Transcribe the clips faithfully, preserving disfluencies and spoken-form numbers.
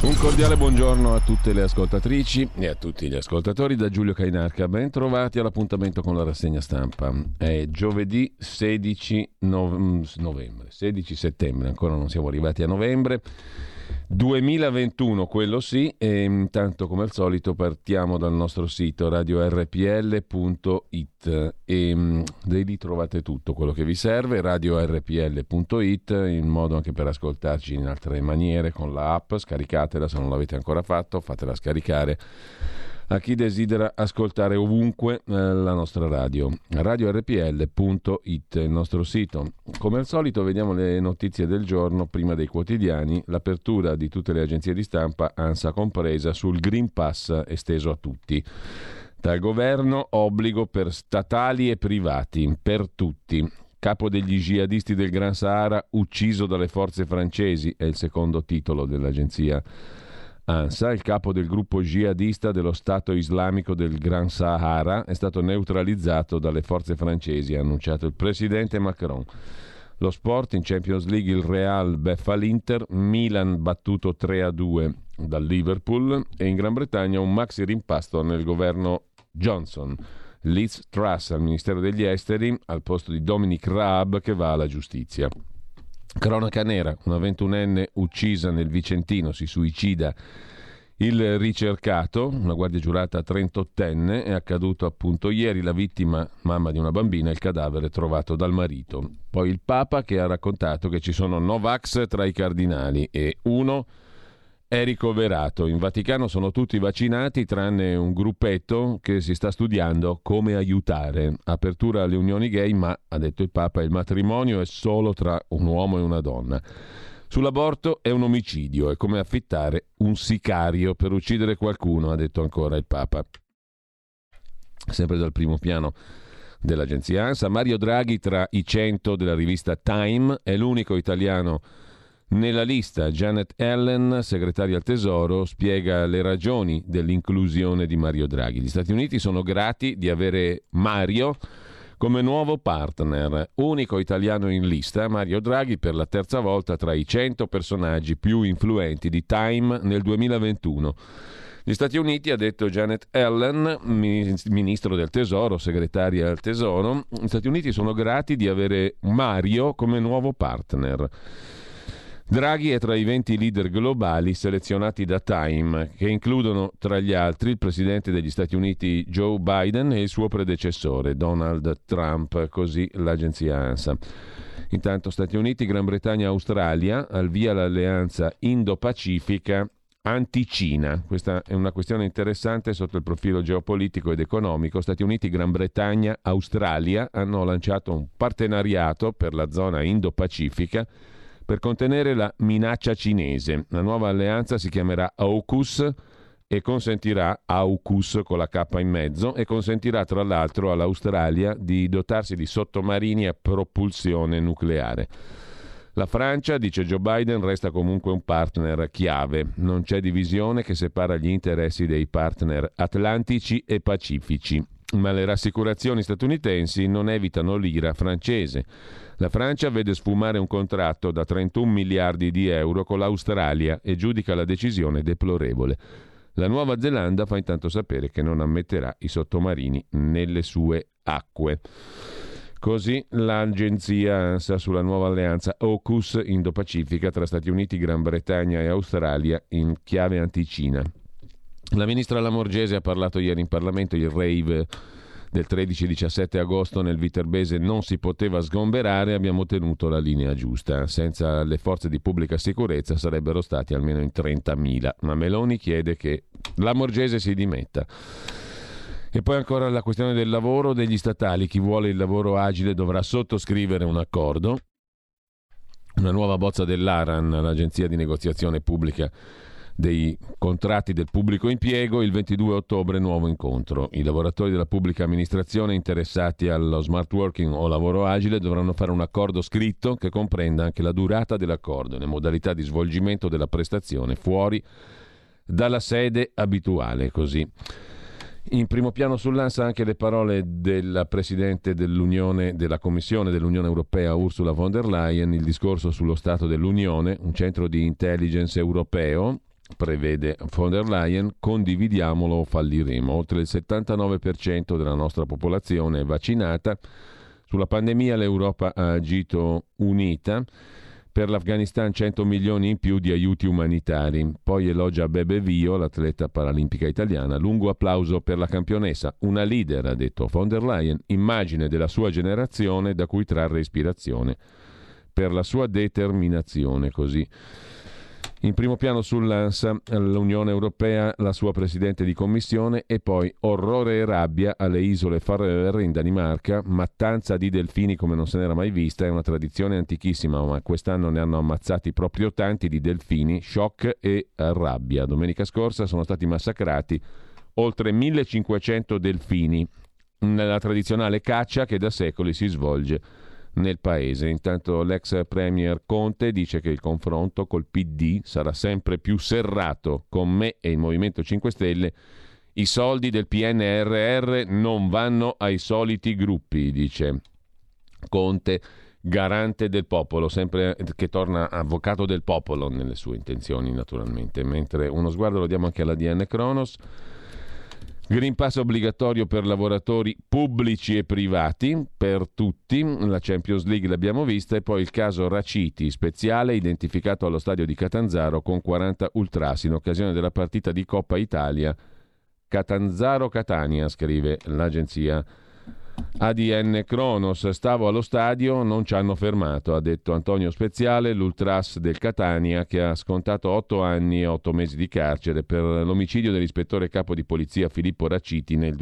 Un cordiale buongiorno a tutte le ascoltatrici e a tutti gli ascoltatori da Giulio Cainarca. Ben trovati all'appuntamento con la rassegna stampa. È giovedì sedici novembre, sedici settembre, ancora non siamo arrivati a novembre. duemilaventuno, quello sì, e intanto come al solito partiamo dal nostro sito radio erre pi elle punto it e lì trovate tutto quello che vi serve, radio erre pi elle punto it, in modo anche per ascoltarci in altre maniere con la app. Scaricatela se non l'avete ancora fatto, fatela scaricare a chi desidera ascoltare ovunque eh, la nostra radio. radio erre pi elle punto it, il nostro sito. Come al solito vediamo le notizie del giorno prima dei quotidiani, l'apertura di tutte le agenzie di stampa, ANSA compresa, sul Green Pass esteso a tutti. Dal governo obbligo per statali e privati, per tutti. Capo degli jihadisti del Gran Sahara ucciso dalle forze francesi, è il secondo titolo dell'agenzia ANSA. Il capo del gruppo jihadista dello Stato islamico del Gran Sahara è stato neutralizzato dalle forze francesi, ha annunciato il presidente Macron. Lo sport, in Champions League il Real beffa l'Inter, Milan battuto tre a due dal Liverpool e in Gran Bretagna un maxi rimpasto nel governo Johnson. Liz Truss al Ministero degli Esteri al posto di Dominic Raab che va alla giustizia. Cronaca nera, una ventunenne uccisa nel Vicentino, si suicida il ricercato, una guardia giurata trentottenne, è accaduto appunto ieri, la vittima, mamma di una bambina, il cadavere trovato dal marito. Poi il Papa che ha raccontato che ci sono Novax tra i cardinali e uno è ricoverato. In Vaticano sono tutti vaccinati tranne un gruppetto che si sta studiando come aiutare. Apertura alle unioni gay, ma, ha detto il Papa, il matrimonio è solo tra un uomo e una donna. Sull'aborto è un omicidio, è come affittare un sicario per uccidere qualcuno, ha detto ancora il Papa. Sempre dal primo piano dell'agenzia ANSA, Mario Draghi tra i cento della rivista Time, è l'unico italiano nella lista. Janet Yellen, segretaria al Tesoro, spiega le ragioni dell'inclusione di Mario Draghi. Gli Stati Uniti sono grati di avere Mario come nuovo partner. Unico italiano in lista, Mario Draghi per la terza volta tra i cento personaggi più influenti di Time nel duemilaventuno. Gli Stati Uniti, ha detto Janet Yellen, ministro del Tesoro, segretaria al Tesoro, gli Stati Uniti sono grati di avere Mario come nuovo partner. Draghi è tra i venti leader globali selezionati da Time, che includono tra gli altri il presidente degli Stati Uniti Joe Biden e il suo predecessore Donald Trump, così l'agenzia ANSA. Intanto Stati Uniti, Gran Bretagna, Australia, al via l'alleanza Indo-Pacifica anti-Cina. Questa è una questione interessante sotto il profilo geopolitico ed economico. Stati Uniti, Gran Bretagna, Australia hanno lanciato un partenariato per la zona Indo-Pacifica per contenere la minaccia cinese. La nuova alleanza si chiamerà AUKUS e consentirà, AUKUS con la K in mezzo, e consentirà tra l'altro all'Australia di dotarsi di sottomarini a propulsione nucleare. La Francia, dice Joe Biden, resta comunque un partner chiave. Non c'è divisione che separa gli interessi dei partner atlantici e pacifici. Ma le rassicurazioni statunitensi non evitano l'ira francese. La Francia vede sfumare un contratto da trentuno miliardi di euro con l'Australia e giudica la decisione deplorevole. La Nuova Zelanda fa intanto sapere che non ammetterà i sottomarini nelle sue acque. Così l'agenzia ANSA sulla nuova alleanza AUKUS Indo-Pacifica tra Stati Uniti, Gran Bretagna e Australia in chiave anticina. La ministra Lamorgese ha parlato ieri in Parlamento. Il rave del tredici diciassette agosto nel Viterbese non si poteva sgomberare, abbiamo tenuto la linea giusta. Senza le forze di pubblica sicurezza sarebbero stati almeno in trentamila, ma Meloni chiede che Lamorgese si dimetta. E poi ancora la questione del lavoro degli statali. Chi vuole il lavoro agile dovrà sottoscrivere un accordo. Una nuova bozza dell'ARAN, l'agenzia di negoziazione pubblica dei contratti del pubblico impiego. Il ventidue ottobre nuovo incontro. I lavoratori della pubblica amministrazione interessati allo smart working o lavoro agile dovranno fare un accordo scritto che comprenda anche la durata dell'accordo e le modalità di svolgimento della prestazione fuori dalla sede abituale. Così in primo piano sull'ANSA anche le parole della Presidente dell'Unione, della Commissione dell'Unione Europea Ursula von der Leyen, il discorso sullo Stato dell'Unione, un centro di intelligence europeo prevede von der Leyen, condividiamolo o falliremo. Oltre il settantanove per cento della nostra popolazione è vaccinata. Sulla pandemia l'Europa ha agito unita. Per l'Afghanistan cento milioni in più di aiuti umanitari. Poi elogia Bebe Vio, l'atleta paralimpica italiana. Lungo applauso per la campionessa. Una leader, ha detto von der Leyen, immagine della sua generazione da cui trarre ispirazione per la sua determinazione. Così. In primo piano sull'ANSA l'Unione Europea, la sua presidente di commissione, e poi orrore e rabbia alle isole Faroe in Danimarca, mattanza di delfini come non se n'era mai vista, è una tradizione antichissima, ma quest'anno ne hanno ammazzati proprio tanti di delfini, shock e rabbia. Domenica scorsa sono stati massacrati oltre millecinquecento delfini nella tradizionale caccia che da secoli si svolge nel paese. Intanto l'ex premier Conte dice che il confronto col P D sarà sempre più serrato. Con me e il Movimento cinque Stelle i soldi del P N R R non vanno ai soliti gruppi, dice Conte, garante del popolo, sempre che torna avvocato del popolo nelle sue intenzioni naturalmente. Mentre uno sguardo lo diamo anche alla D N Kronos. Green Pass obbligatorio per lavoratori pubblici e privati, per tutti, la Champions League l'abbiamo vista, e poi il caso Raciti, speziale identificato allo stadio di Catanzaro con quaranta ultras in occasione della partita di Coppa Italia. Catanzaro-Catania, scrive l'agenzia A D N Kronos. Stavo allo stadio, non ci hanno fermato, ha detto Antonio Speziale, l'ultras del Catania, che ha scontato otto anni e otto mesi di carcere per l'omicidio dell'ispettore capo di polizia Filippo Raciti nel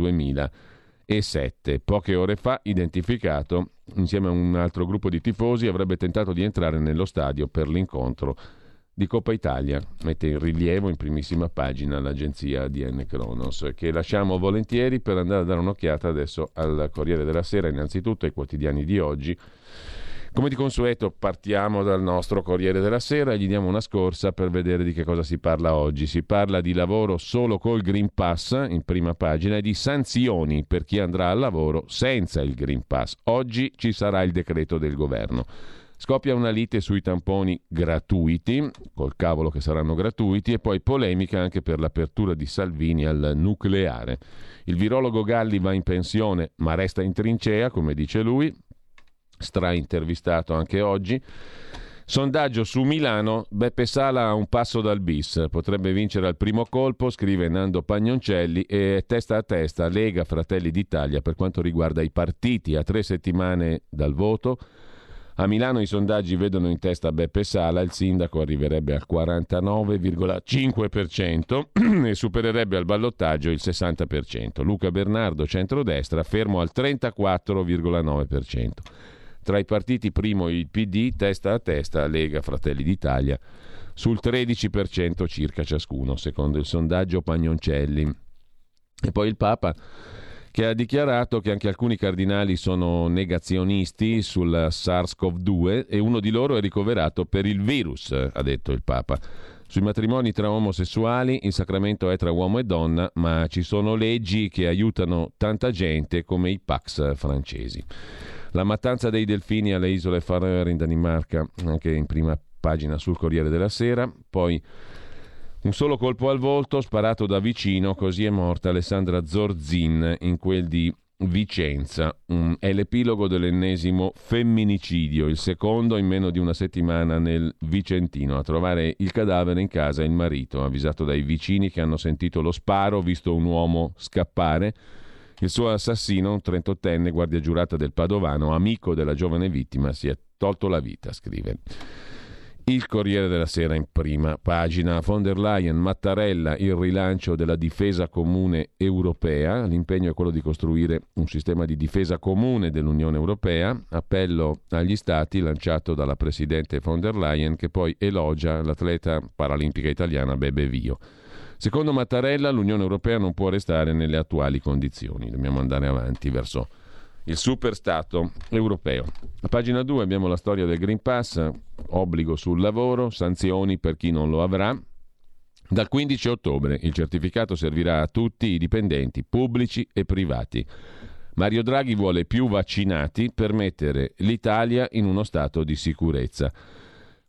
duemilasette. Poche ore fa, identificato insieme a un altro gruppo di tifosi, avrebbe tentato di entrare nello stadio per l'incontro di Coppa Italia. Mette in rilievo in primissima pagina l'agenzia A D N Kronos, che lasciamo volentieri per andare a dare un'occhiata adesso al Corriere della Sera, innanzitutto ai quotidiani di oggi. Come di consueto partiamo dal nostro Corriere della Sera e gli diamo una scorsa per vedere di che cosa si parla oggi. Si parla di lavoro solo col Green Pass in prima pagina e di sanzioni per chi andrà al lavoro senza il Green Pass. Oggi ci sarà il decreto del governo. Scoppia una lite sui tamponi gratuiti, col cavolo che saranno gratuiti, e poi polemica anche per l'apertura di Salvini al nucleare. Il virologo Galli va in pensione ma resta in trincea, come dice lui, stra-intervistato anche oggi. Sondaggio su Milano, Beppe Sala a un passo dal bis, potrebbe vincere al primo colpo, scrive Nando Pagnoncelli, e testa a testa Lega Fratelli d'Italia per quanto riguarda i partiti a tre settimane dal voto. A Milano i sondaggi vedono in testa Beppe Sala, il sindaco arriverebbe al quarantanove virgola cinque per cento e supererebbe al ballottaggio il sessanta per cento. Luca Bernardo, centrodestra, fermo al trentaquattro virgola nove per cento. Tra i partiti primo il P D, testa a testa Lega Fratelli d'Italia, sul tredici per cento circa ciascuno, secondo il sondaggio Pagnoncelli. E poi il Papa, che ha dichiarato che anche alcuni cardinali sono negazionisti sul SARS-CoV due e uno di loro è ricoverato per il virus, ha detto il Papa. Sui matrimoni tra omosessuali il sacramento è tra uomo e donna, ma ci sono leggi che aiutano tanta gente come i Pax francesi. La mattanza dei delfini alle isole Faroe in Danimarca, anche in prima pagina sul Corriere della Sera. Poi un solo colpo al volto, sparato da vicino, così è morta Alessandra Zorzin in quel di Vicenza. Um, è l'epilogo dell'ennesimo femminicidio, il secondo in meno di una settimana nel Vicentino. A trovare il cadavere in casa il marito, avvisato dai vicini che hanno sentito lo sparo, visto un uomo scappare. Il suo assassino, un trentottenne guardia giurata del Padovano, amico della giovane vittima, si è tolto la vita, scrive il Corriere della Sera in prima pagina. Von der Leyen, Mattarella, il rilancio della difesa comune europea. L'impegno è quello di costruire un sistema di difesa comune dell'Unione Europea. Appello agli Stati lanciato dalla presidente von der Leyen, che poi elogia l'atleta paralimpica italiana Bebe Vio. Secondo Mattarella, l'Unione Europea non può restare nelle attuali condizioni. Dobbiamo andare avanti verso il superstato europeo. A pagina due abbiamo la storia del Green Pass, obbligo sul lavoro, sanzioni per chi non lo avrà. Dal quindici ottobre il certificato servirà a tutti i dipendenti pubblici e privati. Mario Draghi vuole più vaccinati per mettere l'Italia in uno stato di sicurezza.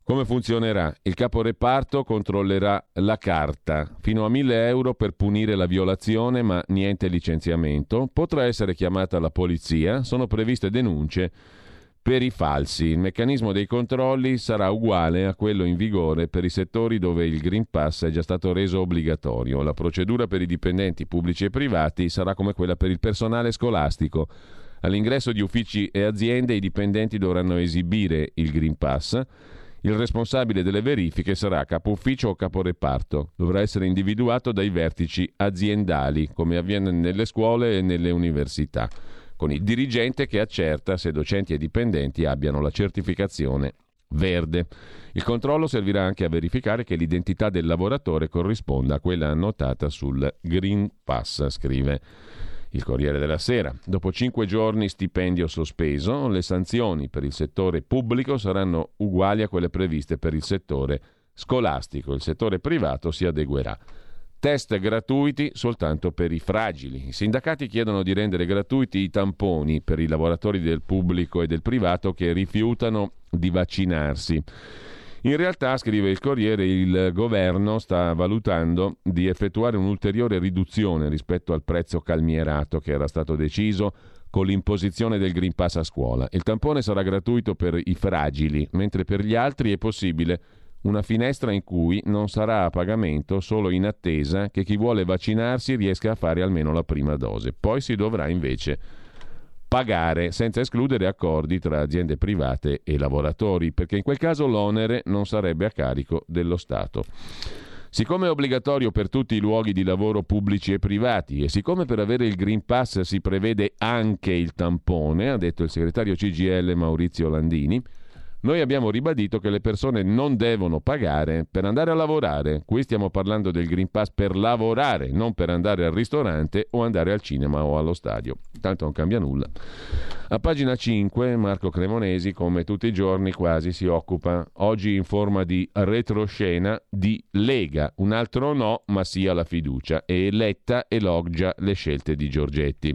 Come funzionerà? Il caporeparto controllerà la carta, fino a mille euro per punire la violazione, ma niente licenziamento. Potrà essere chiamata la polizia, sono previste denunce per i falsi. Il meccanismo dei controlli sarà uguale a quello in vigore per i settori dove il Green Pass è già stato reso obbligatorio. La procedura per i dipendenti pubblici e privati sarà come quella per il personale scolastico. All'ingresso di uffici e aziende i dipendenti dovranno esibire il Green Pass. Il responsabile delle verifiche sarà capo ufficio o caporeparto. Dovrà essere individuato dai vertici aziendali, come avviene nelle scuole e nelle università, con il dirigente che accerta se docenti e dipendenti abbiano la certificazione verde. Il controllo servirà anche a verificare che l'identità del lavoratore corrisponda a quella annotata sul Green Pass, scrive il Corriere della Sera. Dopo cinque giorni stipendio sospeso, le sanzioni per il settore pubblico saranno uguali a quelle previste per il settore scolastico. Il settore privato si adeguerà. Test gratuiti soltanto per i fragili. I sindacati chiedono di rendere gratuiti i tamponi per i lavoratori del pubblico e del privato che rifiutano di vaccinarsi. In realtà, scrive il Corriere, il governo sta valutando di effettuare un'ulteriore riduzione rispetto al prezzo calmierato che era stato deciso con l'imposizione del Green Pass a scuola. Il tampone sarà gratuito per i fragili, mentre per gli altri è possibile una finestra in cui non sarà a pagamento solo in attesa che chi vuole vaccinarsi riesca a fare almeno la prima dose. Poi si dovrà invece pagare, senza escludere accordi tra aziende private e lavoratori, perché in quel caso l'onere non sarebbe a carico dello Stato. Siccome è obbligatorio per tutti i luoghi di lavoro pubblici e privati e siccome per avere il Green Pass si prevede anche il tampone, ha detto il segretario C G I L Maurizio Landini, noi abbiamo ribadito che le persone non devono pagare per andare a lavorare. Qui stiamo parlando del Green Pass per lavorare, non per andare al ristorante o andare al cinema o allo stadio. Tanto non cambia nulla. A pagina cinque Marco Cremonesi, come tutti i giorni quasi, si occupa, oggi in forma di retroscena, di Lega. Un altro no, ma sia la fiducia. E Letta elogia le scelte di Giorgetti.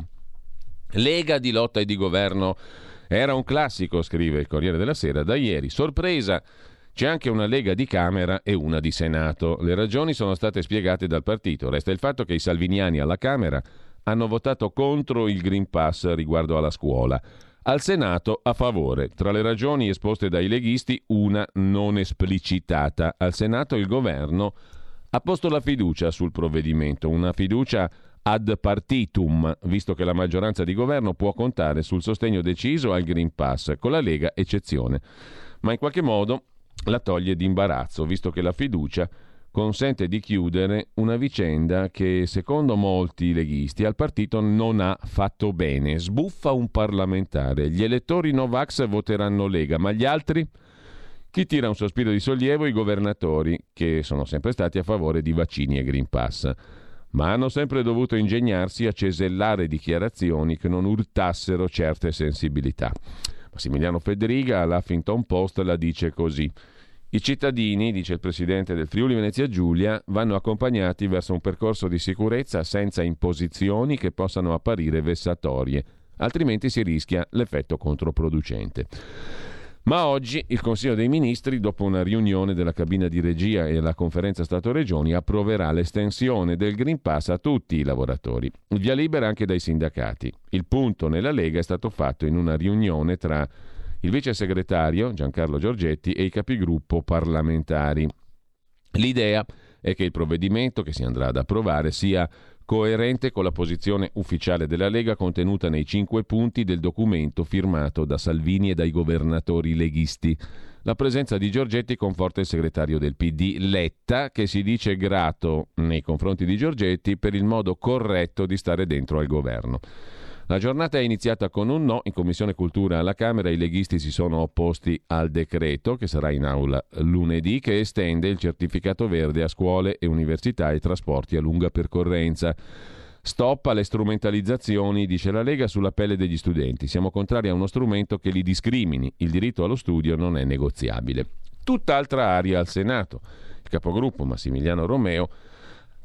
Lega di lotta e di governo. Era un classico, scrive il Corriere della Sera, da ieri. Sorpresa, c'è anche una Lega di Camera e una di Senato. Le ragioni sono state spiegate dal partito. Resta il fatto che i salviniani alla Camera hanno votato contro il Green Pass riguardo alla scuola. Al Senato a favore. Tra le ragioni esposte dai leghisti, una non esplicitata. Al Senato il governo ha posto la fiducia sul provvedimento, una fiducia ad partitum, visto che la maggioranza di governo può contare sul sostegno deciso al Green Pass, con la Lega eccezione. Ma in qualche modo la toglie di imbarazzo, visto che la fiducia consente di chiudere una vicenda che, secondo molti leghisti, al partito non ha fatto bene. Sbuffa un parlamentare. Gli elettori Novax voteranno Lega, ma gli altri? Chi tira un sospiro di sollievo? I governatori, che sono sempre stati a favore di vaccini e Green Pass, ma hanno sempre dovuto ingegnarsi a cesellare dichiarazioni che non urtassero certe sensibilità. Massimiliano Federiga all'Huffington Post la dice così: i cittadini, dice il presidente del Friuli Venezia Giulia, vanno accompagnati verso un percorso di sicurezza senza imposizioni che possano apparire vessatorie, altrimenti si rischia l'effetto controproducente. Ma oggi il Consiglio dei Ministri, dopo una riunione della cabina di regia e la conferenza Stato-Regioni, approverà l'estensione del Green Pass a tutti i lavoratori. Il via libera anche dai sindacati. Il punto nella Lega è stato fatto in una riunione tra il vice segretario Giancarlo Giorgetti e i capigruppo parlamentari. L'idea è che il provvedimento che si andrà ad approvare sia coerente con la posizione ufficiale della Lega contenuta nei cinque punti del documento firmato da Salvini e dai governatori leghisti. La presenza di Giorgetti conforta il segretario del P D Letta, che si dice grato nei confronti di Giorgetti per il modo corretto di stare dentro al governo. La giornata è iniziata con un no. In Commissione Cultura alla Camera i leghisti si sono opposti al decreto, che sarà in aula lunedì, che estende il certificato verde a scuole e università e trasporti a lunga percorrenza. Stop alle strumentalizzazioni, dice la Lega, sulla pelle degli studenti. Siamo contrari a uno strumento che li discrimini. Il diritto allo studio non è negoziabile. Tutt'altra aria al Senato. Il capogruppo Massimiliano Romeo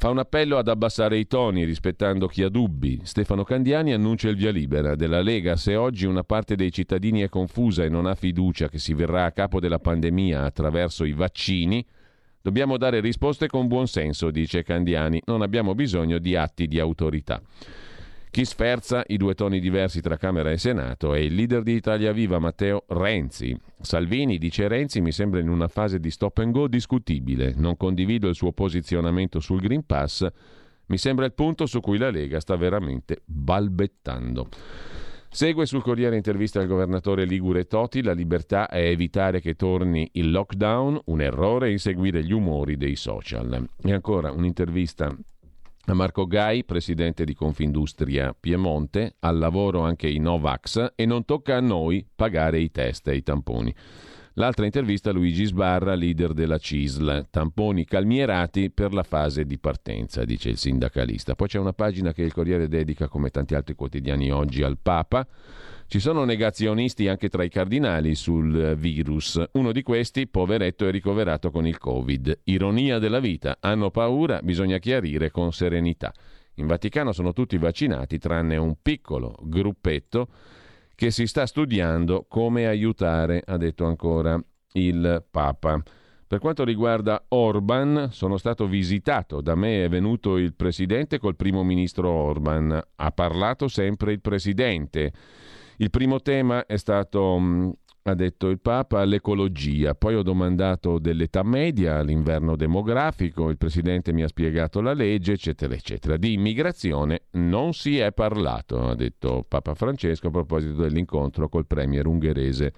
Fa un appello ad abbassare i toni rispettando chi ha dubbi. Stefano Candiani annuncia il via libera della Lega. Se oggi una parte dei cittadini è confusa e non ha fiducia che si verrà a capo della pandemia attraverso i vaccini, dobbiamo dare risposte con buon senso, dice Candiani. Non abbiamo bisogno di atti di autorità. Chi sferza i due toni diversi tra Camera e Senato è il leader di Italia Viva, Matteo Renzi. Salvini, dice Renzi, mi sembra in una fase di stop and go discutibile. Non condivido il suo posizionamento sul Green Pass. Mi sembra il punto su cui la Lega sta veramente balbettando. Segue sul Corriere intervista al governatore ligure Toti. La libertà è evitare che torni il lockdown, un errore è inseguire gli umori dei social. E ancora un'intervista a Marco Gai, presidente di Confindustria Piemonte, al lavoro anche i Novax e non tocca a noi pagare i test e i tamponi. L'altra intervista a Luigi Sbarra, leader della C I S L, tamponi calmierati per la fase di partenza, dice il sindacalista. Poi c'è una pagina che il Corriere dedica, come tanti altri quotidiani oggi, al Papa. Ci sono negazionisti anche tra i cardinali sul virus. Uno di questi, poveretto, è ricoverato con il Covid. Ironia della vita. Hanno paura, bisogna chiarire con serenità. In Vaticano sono tutti vaccinati, tranne un piccolo gruppetto che si sta studiando come aiutare, ha detto ancora il Papa. Per quanto riguarda Orban, sono stato visitato. Da me è venuto il presidente col primo ministro Orban. Ha parlato sempre il presidente. Il primo tema è stato, ha detto il Papa, l'ecologia. Poi ho domandato dell'età media, l'inverno demografico, il Presidente mi ha spiegato la legge, eccetera, eccetera. Di immigrazione non si è parlato, ha detto Papa Francesco a proposito dell'incontro col premier ungherese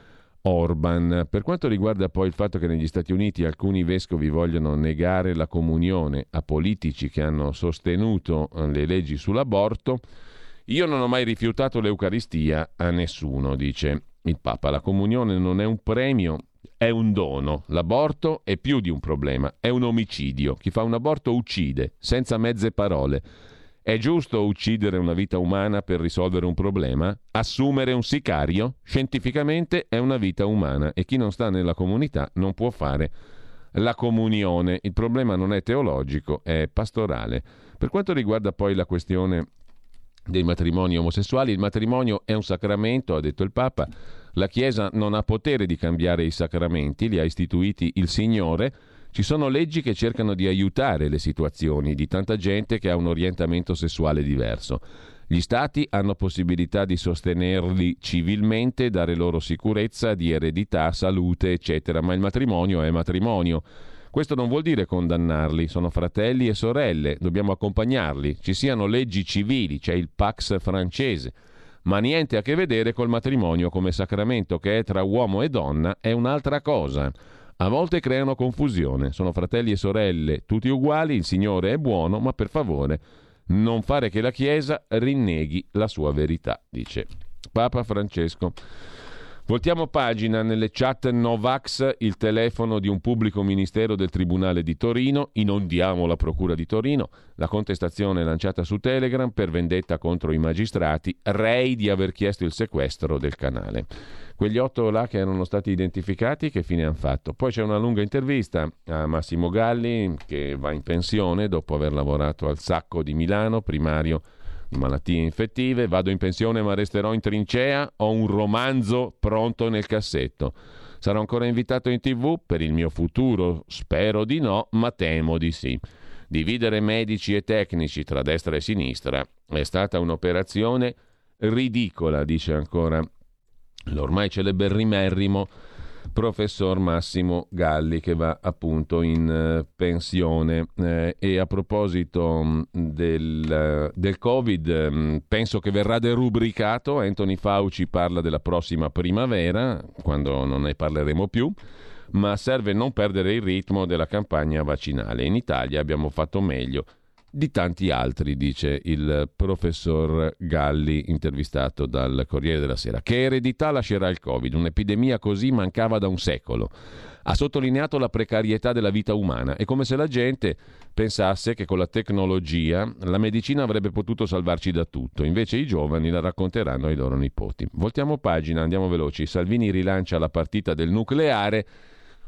Orban. Per quanto riguarda poi il fatto che negli Stati Uniti alcuni vescovi vogliono negare la comunione a politici che hanno sostenuto le leggi sull'aborto, io non ho mai rifiutato l'Eucaristia a nessuno, dice il Papa. La comunione non è un premio, è un dono. L'aborto è più di un problema, è un omicidio. Chi fa un aborto uccide, senza mezze parole. È giusto uccidere una vita umana per risolvere un problema? Assumere un sicario? Scientificamente è una vita umana e chi non sta nella comunità non può fare la comunione. Il problema non è teologico, è pastorale. Per quanto riguarda poi la questione dei matrimoni omosessuali, il matrimonio è un sacramento, ha detto il Papa. La Chiesa non ha potere di cambiare i sacramenti, li ha istituiti il Signore. Ci sono leggi che cercano di aiutare le situazioni di tanta gente che ha un orientamento sessuale diverso. Gli stati hanno possibilità di sostenerli civilmente, dare loro sicurezza di eredità, salute, eccetera, ma il matrimonio è matrimonio. Questo non vuol dire condannarli, sono fratelli e sorelle, dobbiamo accompagnarli, ci siano leggi civili, c'è il Pax francese, ma niente a che vedere col matrimonio come sacramento che è tra uomo e donna, è un'altra cosa. A volte creano confusione, sono fratelli e sorelle, tutti uguali, il Signore è buono, ma per favore non fare che la Chiesa rinneghi la sua verità, dice Papa Francesco. Voltiamo pagina. Nelle chat Novax il telefono di un pubblico ministero del Tribunale di Torino, inondiamo la Procura di Torino, la contestazione lanciata su Telegram per vendetta contro i magistrati, rei di aver chiesto il sequestro del canale. Quegli otto là che erano stati identificati, che fine hanno fatto? Poi c'è una lunga intervista a Massimo Galli che va in pensione dopo aver lavorato al Sacco di Milano, primario di malattie infettive. Vado in pensione ma resterò in trincea, ho un romanzo pronto nel cassetto. Sarò ancora invitato in tv per il mio futuro? Spero di no, ma temo di sì. Dividere medici e tecnici tra destra e sinistra è stata un'operazione ridicola, dice ancora l'ormai celeberrimerrimo professor Massimo Galli, che va appunto in uh, pensione. Eh, e a proposito mh, del, uh, del Covid, mh, penso che verrà derubricato. Anthony Fauci parla della prossima primavera, quando non ne parleremo più, ma serve non perdere il ritmo della campagna vaccinale. In Italia abbiamo fatto meglio di tanti altri, dice il professor Galli, intervistato dal Corriere della Sera. Che eredità lascerà il Covid? Un'epidemia così mancava da un secolo. Ha sottolineato la precarietà della vita umana. È come se la gente pensasse che con la tecnologia la medicina avrebbe potuto salvarci da tutto. Invece i giovani la racconteranno ai loro nipoti. Voltiamo pagina, andiamo veloci. Salvini rilancia la partita del nucleare.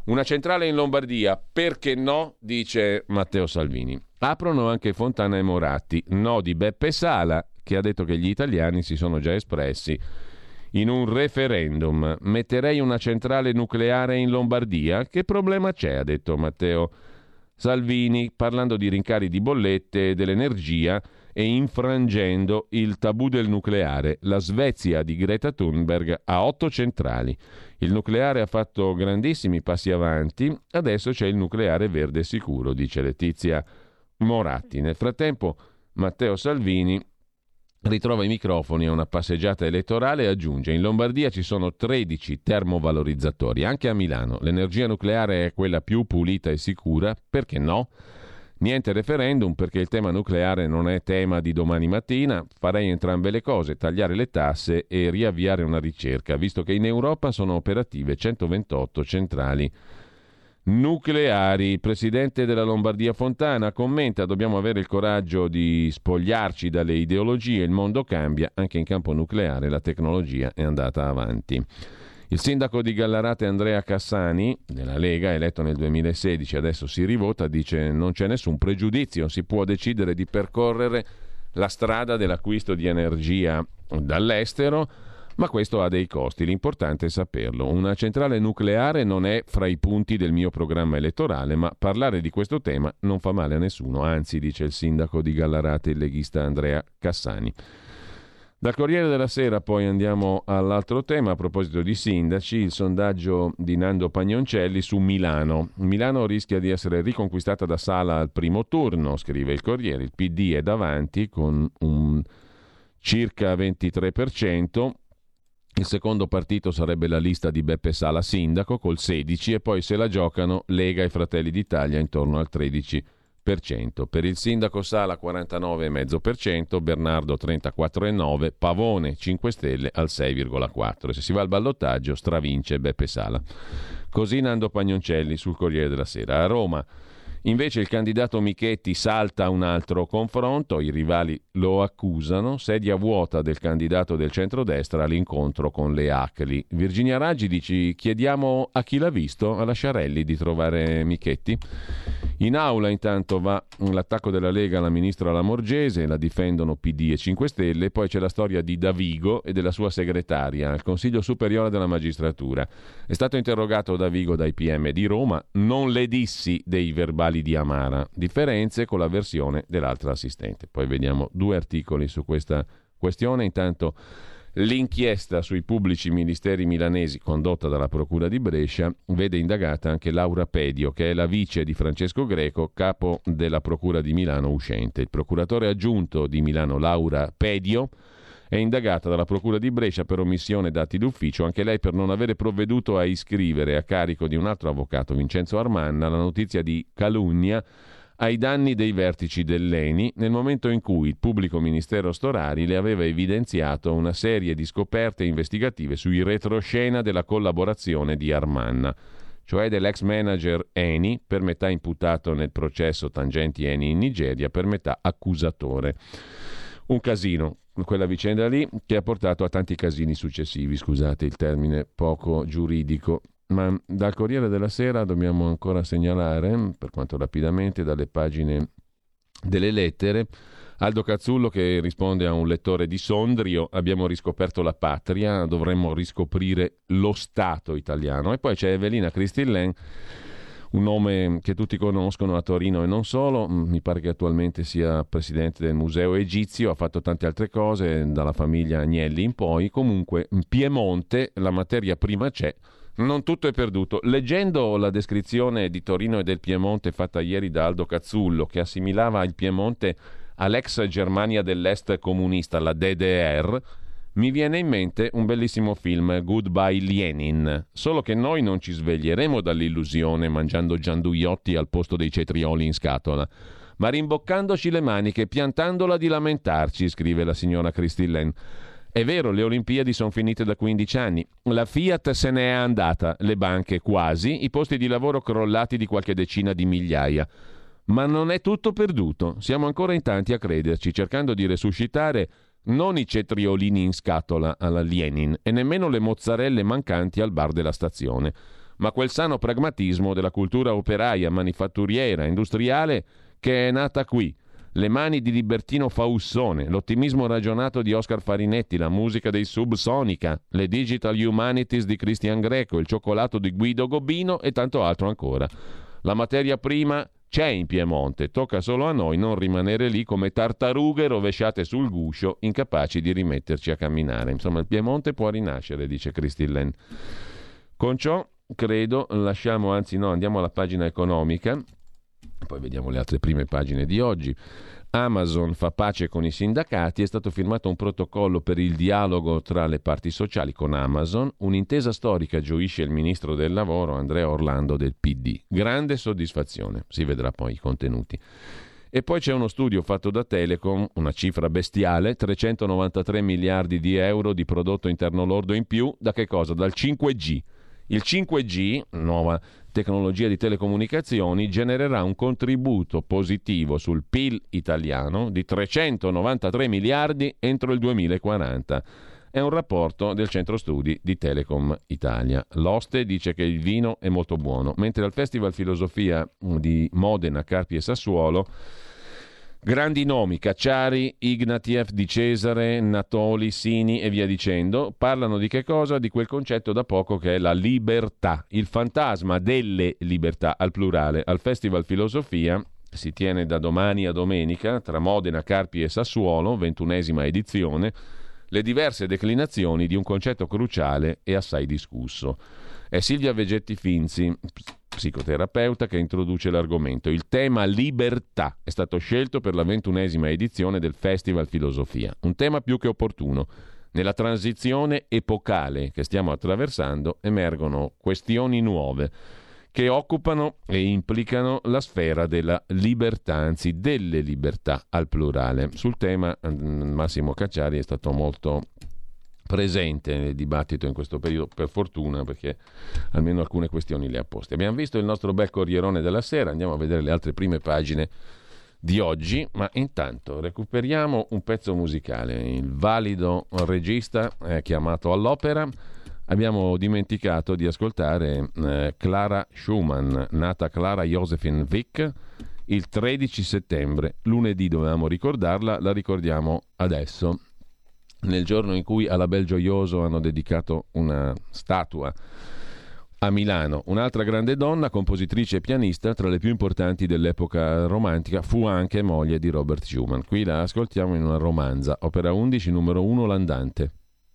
Una centrale in Lombardia, perché no? Dice Matteo Salvini. Aprono anche Fontana e Moratti, no di Beppe Sala, che ha detto che gli italiani si sono già espressi in un referendum. Metterei una centrale nucleare in Lombardia? Che problema c'è? Ha detto Matteo Salvini, parlando di rincari di bollette dell'energia e infrangendo il tabù del nucleare. La Svezia di Greta Thunberg ha otto centrali. Il nucleare ha fatto grandissimi passi avanti, adesso c'è il nucleare verde sicuro, dice Letizia Moratti. Nel frattempo Matteo Salvini ritrova i microfoni a una passeggiata elettorale e aggiunge: in Lombardia ci sono tredici termovalorizzatori, anche a Milano. L'energia nucleare è quella più pulita e sicura, perché no? Niente referendum, perché il tema nucleare non è tema di domani mattina. Farei entrambe le cose, tagliare le tasse e riavviare una ricerca, visto che in Europa sono operative centoventotto centrali nucleari. Il presidente della Lombardia Fontana commenta: dobbiamo avere il coraggio di spogliarci dalle ideologie, il mondo cambia, anche in campo nucleare la tecnologia è andata avanti. Il sindaco di Gallarate Andrea Cassani, della Lega, eletto nel duemilasedici, adesso si rivota, dice: non c'è nessun pregiudizio, si può decidere di percorrere la strada dell'acquisto di energia dall'estero, ma questo ha dei costi, l'importante è saperlo. Una centrale nucleare non è fra i punti del mio programma elettorale, ma parlare di questo tema non fa male a nessuno, anzi, dice il sindaco di Gallarate, il leghista Andrea Cassani. Dal Corriere della Sera poi andiamo all'altro tema, a proposito di sindaci, il sondaggio di Nando Pagnoncelli su Milano. Milano rischia di essere riconquistata da Sala al primo turno, scrive il Corriere. Il P D è davanti con un circa ventitré per cento. Il secondo partito sarebbe la lista di Beppe Sala sindaco col sedici per cento e poi se la giocano Lega e Fratelli d'Italia intorno al tredici per cento. Per il sindaco Sala quarantanove virgola cinque per cento, Bernardo trentaquattro virgola nove per cento, Pavone cinque Stelle al sei virgola quattro per cento. E se si va al ballottaggio stravince Beppe Sala. Così Nando Pagnoncelli sul Corriere della Sera. A Roma invece il candidato Michetti salta un altro confronto, i rivali lo accusano, sedia vuota del candidato del centrodestra all'incontro con le Acli. Virginia Raggi dice: chiediamo a chi l'ha visto, alla Sciarelli, di trovare Michetti. In aula intanto va l'attacco della Lega alla ministra Lamorgese, la difendono P D e cinque Stelle, poi c'è la storia di Davigo e della sua segretaria al Consiglio Superiore della Magistratura. È stato interrogato Davigo dai P M di Roma, non le dissi dei verbali di Amara, differenze con la versione dell'altra assistente. Poi vediamo due articoli su questa questione. Intanto l'inchiesta sui pubblici ministeri milanesi condotta dalla Procura di Brescia vede indagata anche Laura Pedio, che è la vice di Francesco Greco, capo della Procura di Milano uscente. Il procuratore aggiunto di Milano, Laura Pedio, è indagata dalla Procura di Brescia per omissione d'atti d'ufficio, anche lei per non avere provveduto a iscrivere a carico di un altro avvocato, Vincenzo Armanna, la notizia di calunnia ai danni dei vertici dell'E N I nel momento in cui il pubblico ministero Storari le aveva evidenziato una serie di scoperte investigative sui retroscena della collaborazione di Armanna, cioè dell'ex manager E N I, per metà imputato nel processo Tangenti E N I in Nigeria, per metà accusatore. Un casino, quella vicenda lì, che ha portato a tanti casini successivi, scusate il termine poco giuridico. Ma dal Corriere della Sera dobbiamo ancora segnalare, per quanto rapidamente, dalle pagine delle lettere, Aldo Cazzullo che risponde a un lettore di Sondrio: abbiamo riscoperto la patria, dovremmo riscoprire lo Stato italiano. E poi c'è Evelina Cristillen, un nome che tutti conoscono a Torino e non solo, mi pare che attualmente sia presidente del Museo Egizio, ha fatto tante altre cose, dalla famiglia Agnelli in poi. Comunque in Piemonte la materia prima c'è, non tutto è perduto. Leggendo la descrizione di Torino e del Piemonte fatta ieri da Aldo Cazzullo, che assimilava il Piemonte all'ex Germania dell'Est comunista, la D D R, mi viene in mente un bellissimo film, Goodbye Lenin, solo che noi non ci sveglieremo dall'illusione mangiando gianduiotti al posto dei cetrioli in scatola, ma rimboccandoci le maniche, piantandola di lamentarci, scrive la signora Cristillen. È vero, le Olimpiadi sono finite da quindici anni, la Fiat se ne è andata, le banche quasi, i posti di lavoro crollati di qualche decina di migliaia. Ma non è tutto perduto, siamo ancora in tanti a crederci, cercando di resuscitare non i cetriolini in scatola alla Lenin e nemmeno le mozzarelle mancanti al bar della stazione, ma quel sano pragmatismo della cultura operaia, manifatturiera, industriale che è nata qui. Le mani di Libertino Faussone, l'ottimismo ragionato di Oscar Farinetti, la musica dei Subsonica, le Digital Humanities di Cristian Greco, il cioccolato di Guido Gobino e tanto altro ancora. La materia prima c'è in Piemonte, tocca solo a noi non rimanere lì come tartarughe rovesciate sul guscio, incapaci di rimetterci a camminare. Insomma, il Piemonte può rinascere, dice Christine. Con ciò, credo, lasciamo, anzi no, andiamo alla pagina economica. Poi vediamo le altre prime pagine di oggi. Amazon fa pace con i sindacati, è stato firmato un protocollo per il dialogo tra le parti sociali con Amazon, un'intesa storica, gioisce il ministro del lavoro Andrea Orlando del P D. Grande soddisfazione, si vedrà poi i contenuti. E poi c'è uno studio fatto da Telecom, una cifra bestiale, trecentonovantatré miliardi di euro di prodotto interno lordo in più, da che cosa? Dal cinque G. Il cinque G, nuova tecnologia di telecomunicazioni, genererà un contributo positivo sul P I L italiano di trecentonovantatré miliardi entro il duemilaquaranta. È un rapporto del centro studi di Telecom Italia. L'oste dice che il vino è molto buono, mentre al Festival Filosofia di Modena, Carpi e Sassuolo grandi nomi, Cacciari, Ignatieff di Cesare, Natoli, Sini e via dicendo, parlano di che cosa? Di quel concetto da poco che è la libertà, il fantasma delle libertà al plurale. Al Festival Filosofia si tiene da domani a domenica tra Modena, Carpi e Sassuolo, ventunesima edizione, le diverse declinazioni di un concetto cruciale e assai discusso. È Silvia Vegetti Finzi, psicoterapeuta, che introduce l'argomento. Il tema libertà è stato scelto per la ventunesima edizione del Festival Filosofia, un tema più che opportuno. Nella transizione epocale che stiamo attraversando emergono questioni nuove che occupano e implicano la sfera della libertà, anzi delle libertà al plurale. Sul tema Massimo Cacciari è stato molto presente nel dibattito in questo periodo, per fortuna, perché almeno alcune questioni le ha poste. Abbiamo visto il nostro bel Corrierone della Sera, andiamo a vedere le altre prime pagine di oggi, ma intanto recuperiamo un pezzo musicale. Il valido regista è chiamato all'opera. Abbiamo dimenticato di ascoltare eh, Clara Schumann, nata Clara Josephine Wick il tredici settembre. Lunedì dovevamo ricordarla, la ricordiamo adesso, nel giorno in cui alla Bel Gioioso hanno dedicato una statua a Milano. Un'altra grande donna, compositrice e pianista, tra le più importanti dell'epoca romantica, fu anche moglie di Robert Schumann. Qui la ascoltiamo in una romanza, opera undici, numero uno, L'Andante.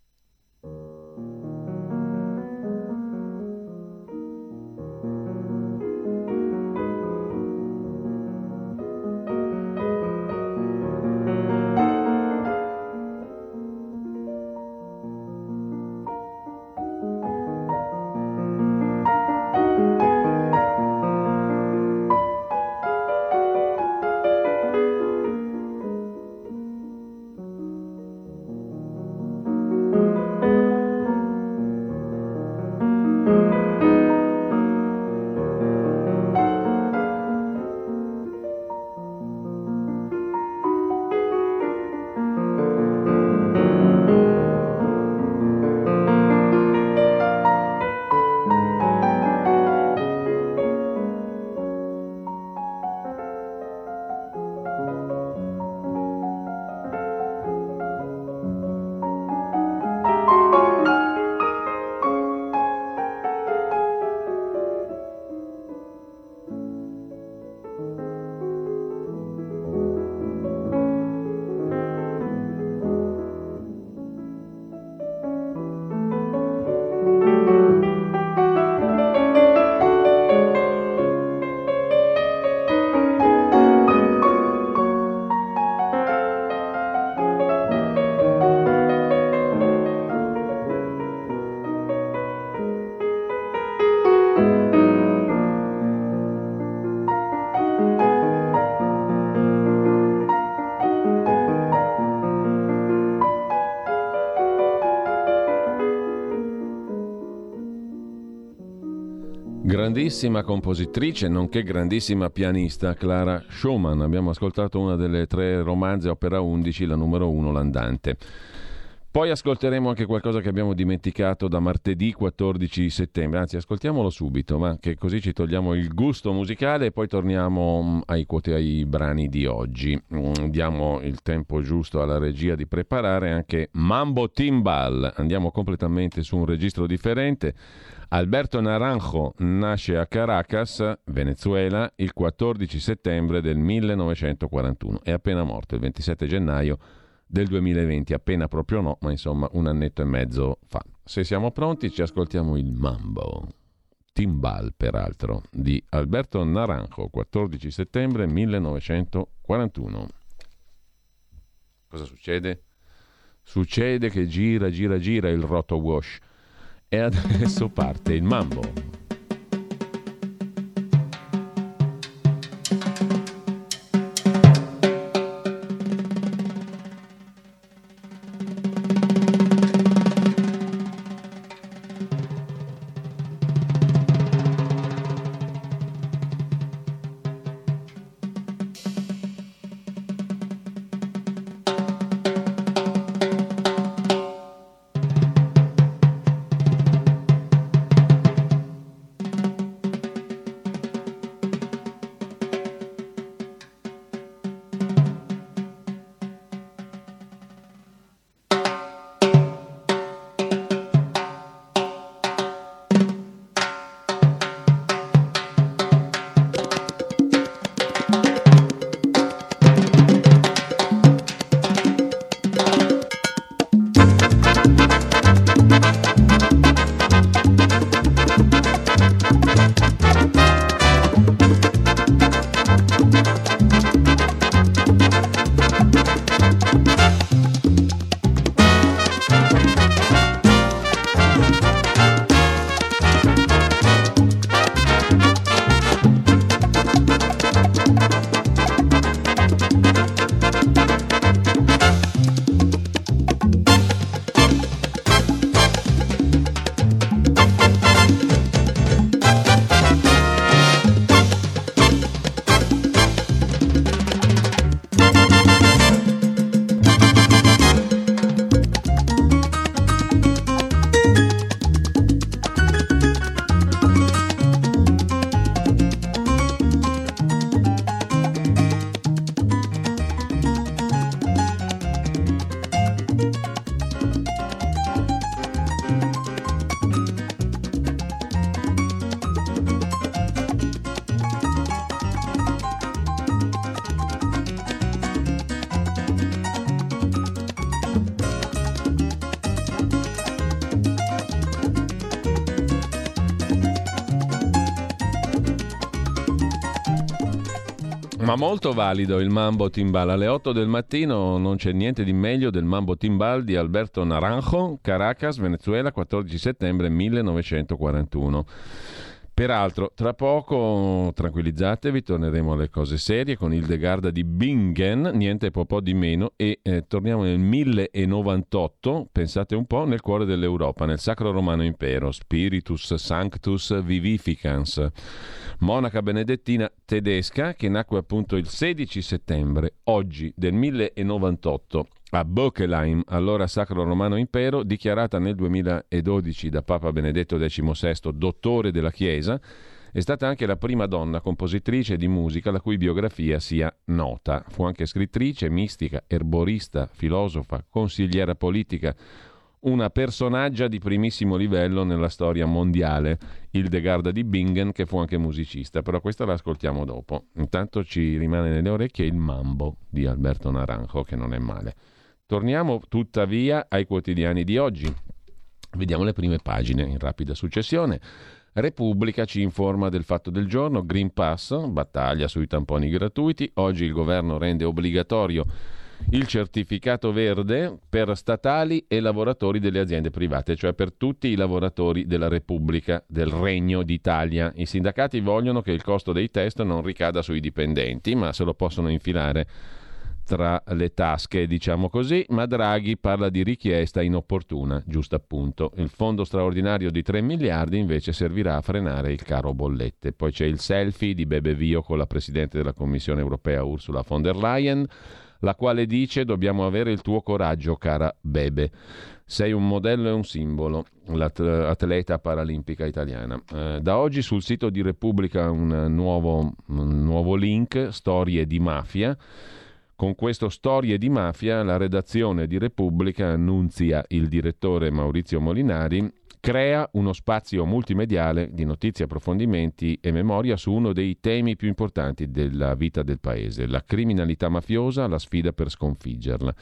Grandissima compositrice, nonché grandissima pianista, Clara Schumann. Abbiamo ascoltato una delle tre romanze, opera undici, la numero uno, L'Andante. Poi ascolteremo anche qualcosa che abbiamo dimenticato da martedì quattordici settembre, anzi ascoltiamolo subito, ma che così ci togliamo il gusto musicale e poi torniamo ai, ai brani di oggi. Diamo il tempo giusto alla regia di preparare anche Mambo Timbal, andiamo completamente su un registro differente. Alberto Naranjo nasce a Caracas, Venezuela, il quattordici settembre del millenovecentoquarantuno, è appena morto il ventisette gennaio del duemilaventi, appena proprio no, ma insomma un annetto e mezzo fa. Se siamo pronti ci ascoltiamo il Mambo Timbal, peraltro, di Alberto Naranjo, quattordici settembre millenovecentoquarantuno. Cosa succede? Succede che gira, gira, gira il roto wash e adesso parte il Mambo. Ma molto valido il Mambo Timbal. Alle otto del mattino non c'è niente di meglio del Mambo Timbal di Alberto Naranjo, Caracas, Venezuela, quattordici settembre millenovecentoquarantuno. Peraltro, tra poco, tranquillizzatevi, torneremo alle cose serie con Hildegarda di Bingen, niente po' po' di meno, e eh, torniamo nel mille e novantotto, pensate un po', nel cuore dell'Europa, nel Sacro Romano Impero, Spiritus Sanctus Vivificans, monaca benedettina tedesca che nacque appunto il sedici settembre, oggi, del mille e novantotto, a Böckelheim, allora Sacro Romano Impero, dichiarata nel duemiladodici da Papa Benedetto diciassette, dottore della Chiesa. È stata anche la prima donna compositrice di musica la cui biografia sia nota. Fu anche scrittrice, mistica, erborista, filosofa, consigliera politica, una personaggia di primissimo livello nella storia mondiale, Hildegarda di Bingen, che fu anche musicista, però questa la ascoltiamo dopo. Intanto ci rimane nelle orecchie il Mambo di Alberto Naranjo, che non è male. Torniamo tuttavia ai quotidiani di oggi. Vediamo le prime pagine in rapida successione. Repubblica ci informa del fatto del giorno, Green Pass, battaglia sui tamponi gratuiti. Oggi il governo rende obbligatorio il certificato verde per statali e lavoratori delle aziende private, cioè per tutti i lavoratori della Repubblica del Regno d'Italia. I sindacati vogliono che il costo dei test non ricada sui dipendenti, ma se lo possono infilare tra le tasche, diciamo così, ma Draghi parla di richiesta inopportuna, giusto appunto. Il fondo straordinario di tre miliardi invece servirà a frenare il caro bollette. Poi c'è il selfie di Bebe Vio con la Presidente della Commissione Europea Ursula von der Leyen. la quale dice: dobbiamo avere il tuo coraggio, cara Bebe. Sei un modello e un simbolo, l'atleta paralimpica italiana. Eh, da oggi sul sito di Repubblica un nuovo, un nuovo link, storie di mafia. Con questo Storie di mafia la redazione di Repubblica, annunzia il direttore Maurizio Molinari, crea uno spazio multimediale di notizie, approfondimenti e memoria su uno dei temi più importanti della vita del paese, la criminalità mafiosa, la sfida per sconfiggerla.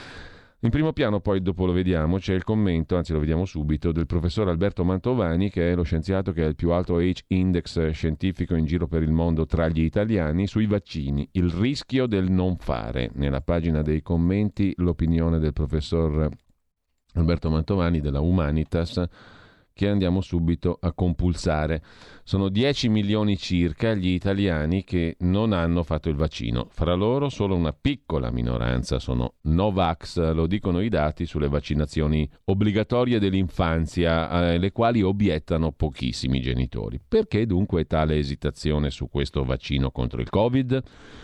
In primo piano, poi dopo lo vediamo, c'è il commento, anzi lo vediamo subito, del professor Alberto Mantovani, che è lo scienziato che ha il più alto H-index scientifico in giro per il mondo tra gli italiani, sui vaccini, il rischio del non fare. Nella pagina dei commenti l'opinione del professor Alberto Mantovani della Humanitas, che andiamo subito a compulsare. Sono dieci milioni circa gli italiani che non hanno fatto il vaccino. Fra loro solo una piccola minoranza sono Novax, lo dicono i dati sulle vaccinazioni obbligatorie dell'infanzia, alle eh, quali obiettano pochissimi genitori. Perché dunque tale esitazione su questo vaccino contro il Covid?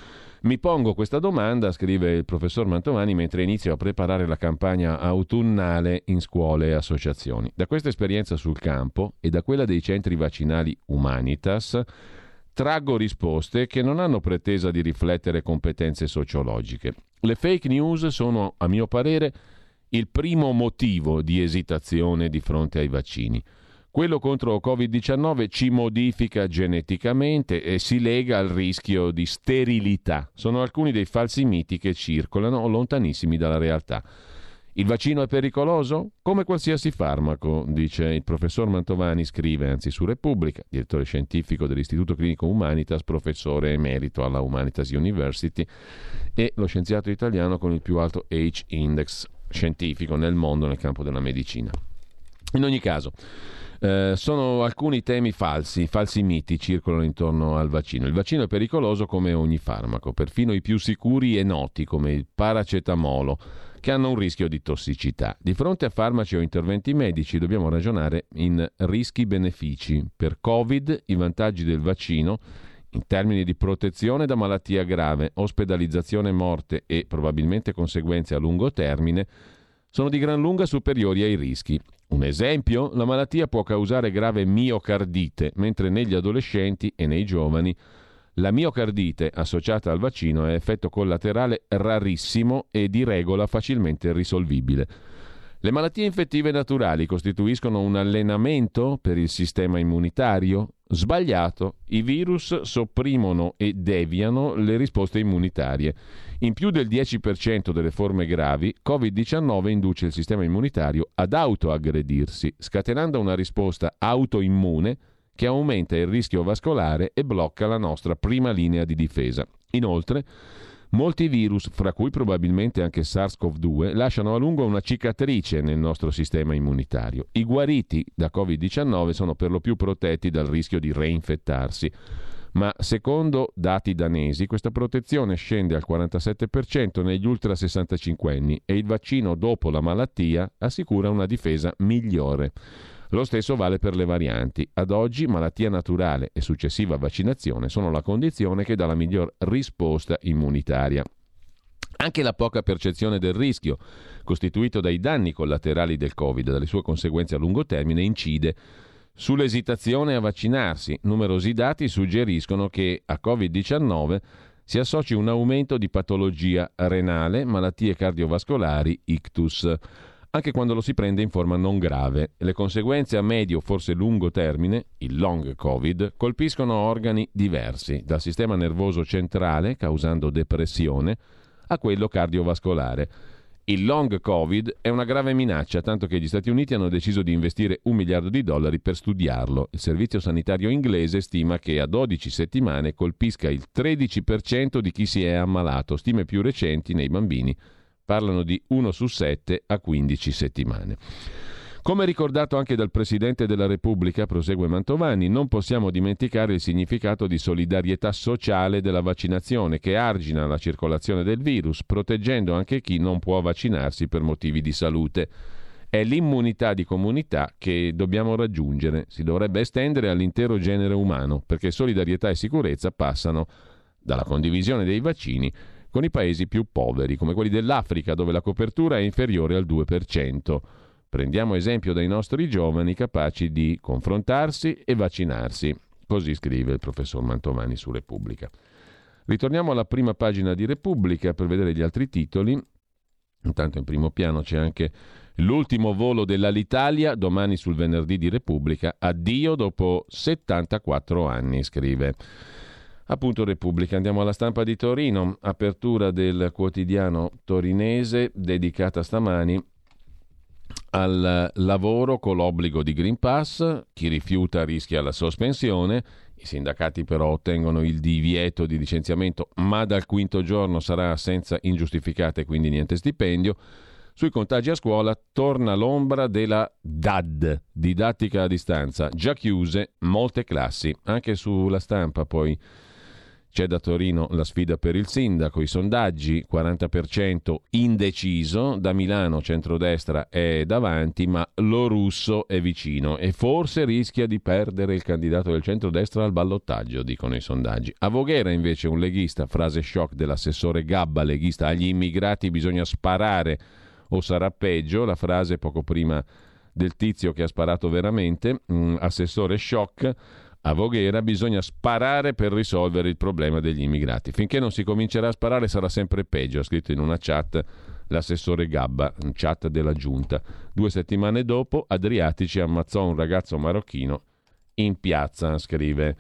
Mi pongo questa domanda, scrive il professor Mantovani, mentre inizio a preparare la campagna autunnale in scuole e associazioni. Da questa esperienza sul campo e da quella dei centri vaccinali Humanitas traggo risposte che non hanno pretesa di riflettere competenze sociologiche. Le fake news sono, a mio parere, il primo motivo di esitazione di fronte ai vaccini. Quello contro covid diciannove ci modifica geneticamente e si lega al rischio di sterilità. Sono alcuni dei falsi miti che circolano lontanissimi dalla realtà. Il vaccino è pericoloso? Come qualsiasi farmaco, dice il professor Mantovani, scrive anzi su Repubblica, direttore scientifico dell'Istituto Clinico Humanitas, professore emerito alla Humanitas University e lo scienziato italiano con il più alto H-index scientifico nel mondo nel campo della medicina. In ogni caso, Eh, sono alcuni temi falsi, falsi miti circolano intorno al vaccino. Il vaccino è pericoloso come ogni farmaco, perfino i più sicuri e noti come il paracetamolo, che hanno un rischio di tossicità. Di fronte a farmaci o interventi medici dobbiamo ragionare in rischi-benefici. Per Covid i vantaggi del vaccino in termini di protezione da malattia grave, ospedalizzazione, morte e probabilmente conseguenze a lungo termine sono di gran lunga superiori ai rischi. Un esempio, la malattia può causare grave miocardite, mentre negli adolescenti e nei giovani la miocardite associata al vaccino è effetto collaterale rarissimo e di regola facilmente risolvibile. Le malattie infettive naturali costituiscono un allenamento per il sistema immunitario? Sbagliato. I virus sopprimono e deviano le risposte immunitarie. In più del dieci per cento delle forme gravi, covid diciannove induce il sistema immunitario ad autoaggredirsi, scatenando una risposta autoimmune che aumenta il rischio vascolare e blocca la nostra prima linea di difesa. Inoltre, molti virus, fra cui probabilmente anche SARS-CoV due, lasciano a lungo una cicatrice nel nostro sistema immunitario. I guariti da covid diciannove sono per lo più protetti dal rischio di reinfettarsi, ma secondo dati danesi questa protezione scende al quarantasette per cento negli ultra sessantacinquenni e il vaccino dopo la malattia assicura una difesa migliore. Lo stesso vale per le varianti. Ad oggi malattia naturale e successiva vaccinazione sono la condizione che dà la miglior risposta immunitaria. Anche la poca percezione del rischio, costituito dai danni collaterali del Covid e dalle sue conseguenze a lungo termine, incide sull'esitazione a vaccinarsi. Numerosi dati suggeriscono che a covid diciannove si associ un aumento di patologia renale, malattie cardiovascolari, ictus, anche quando lo si prende in forma non grave. Le conseguenze a medio, forse lungo termine, il long Covid, colpiscono organi diversi, dal sistema nervoso centrale, causando depressione, a quello cardiovascolare. Il long Covid è una grave minaccia, tanto che gli Stati Uniti hanno deciso di investire un miliardo di dollari per studiarlo. Il servizio sanitario inglese stima che a dodici settimane colpisca il tredici per cento di chi si è ammalato. Stime più recenti nei bambini parlano di uno su sette a quindici settimane. Come ricordato anche dal Presidente della Repubblica, prosegue Mantovani, non possiamo dimenticare il significato di solidarietà sociale della vaccinazione, che argina la circolazione del virus, proteggendo anche chi non può vaccinarsi per motivi di salute. È l'immunità di comunità che dobbiamo raggiungere, si dovrebbe estendere all'intero genere umano, perché solidarietà e sicurezza passano dalla condivisione dei vaccini con i paesi più poveri, come quelli dell'Africa, dove la copertura è inferiore al due per cento. Prendiamo esempio dai nostri giovani capaci di confrontarsi e vaccinarsi. Così scrive il professor Mantovani su Repubblica. Ritorniamo alla prima pagina di Repubblica per vedere gli altri titoli. Intanto in primo piano c'è anche l'ultimo volo dell'Alitalia, domani sul venerdì di Repubblica. Addio dopo settantaquattro anni, scrive appunto Repubblica. Andiamo alla Stampa di Torino, apertura del quotidiano torinese dedicata stamani al lavoro con l'obbligo di Green Pass. Chi rifiuta rischia la sospensione. I sindacati però ottengono il divieto di licenziamento, ma dal quinto giorno sarà senza ingiustificate, quindi niente stipendio. Sui contagi a scuola torna l'ombra della D A D, didattica a distanza, già chiuse molte classi. Anche sulla Stampa poi c'è da Torino la sfida per il sindaco, i sondaggi, quaranta per cento indeciso, da Milano centrodestra è davanti, ma Lo Russo è vicino e forse rischia di perdere il candidato del centrodestra al ballottaggio, dicono i sondaggi. A Voghera invece un leghista, frase shock dell'assessore Gabba, leghista, agli immigrati bisogna sparare o sarà peggio, la frase poco prima del tizio che ha sparato veramente, mm, assessore shock. A Voghera bisogna sparare per risolvere il problema degli immigrati. Finché non si comincerà a sparare sarà sempre peggio, ha scritto in una chat l'assessore Gabba, un chat della giunta. Due settimane dopo Adriatici ammazzò un ragazzo marocchino in piazza, scrive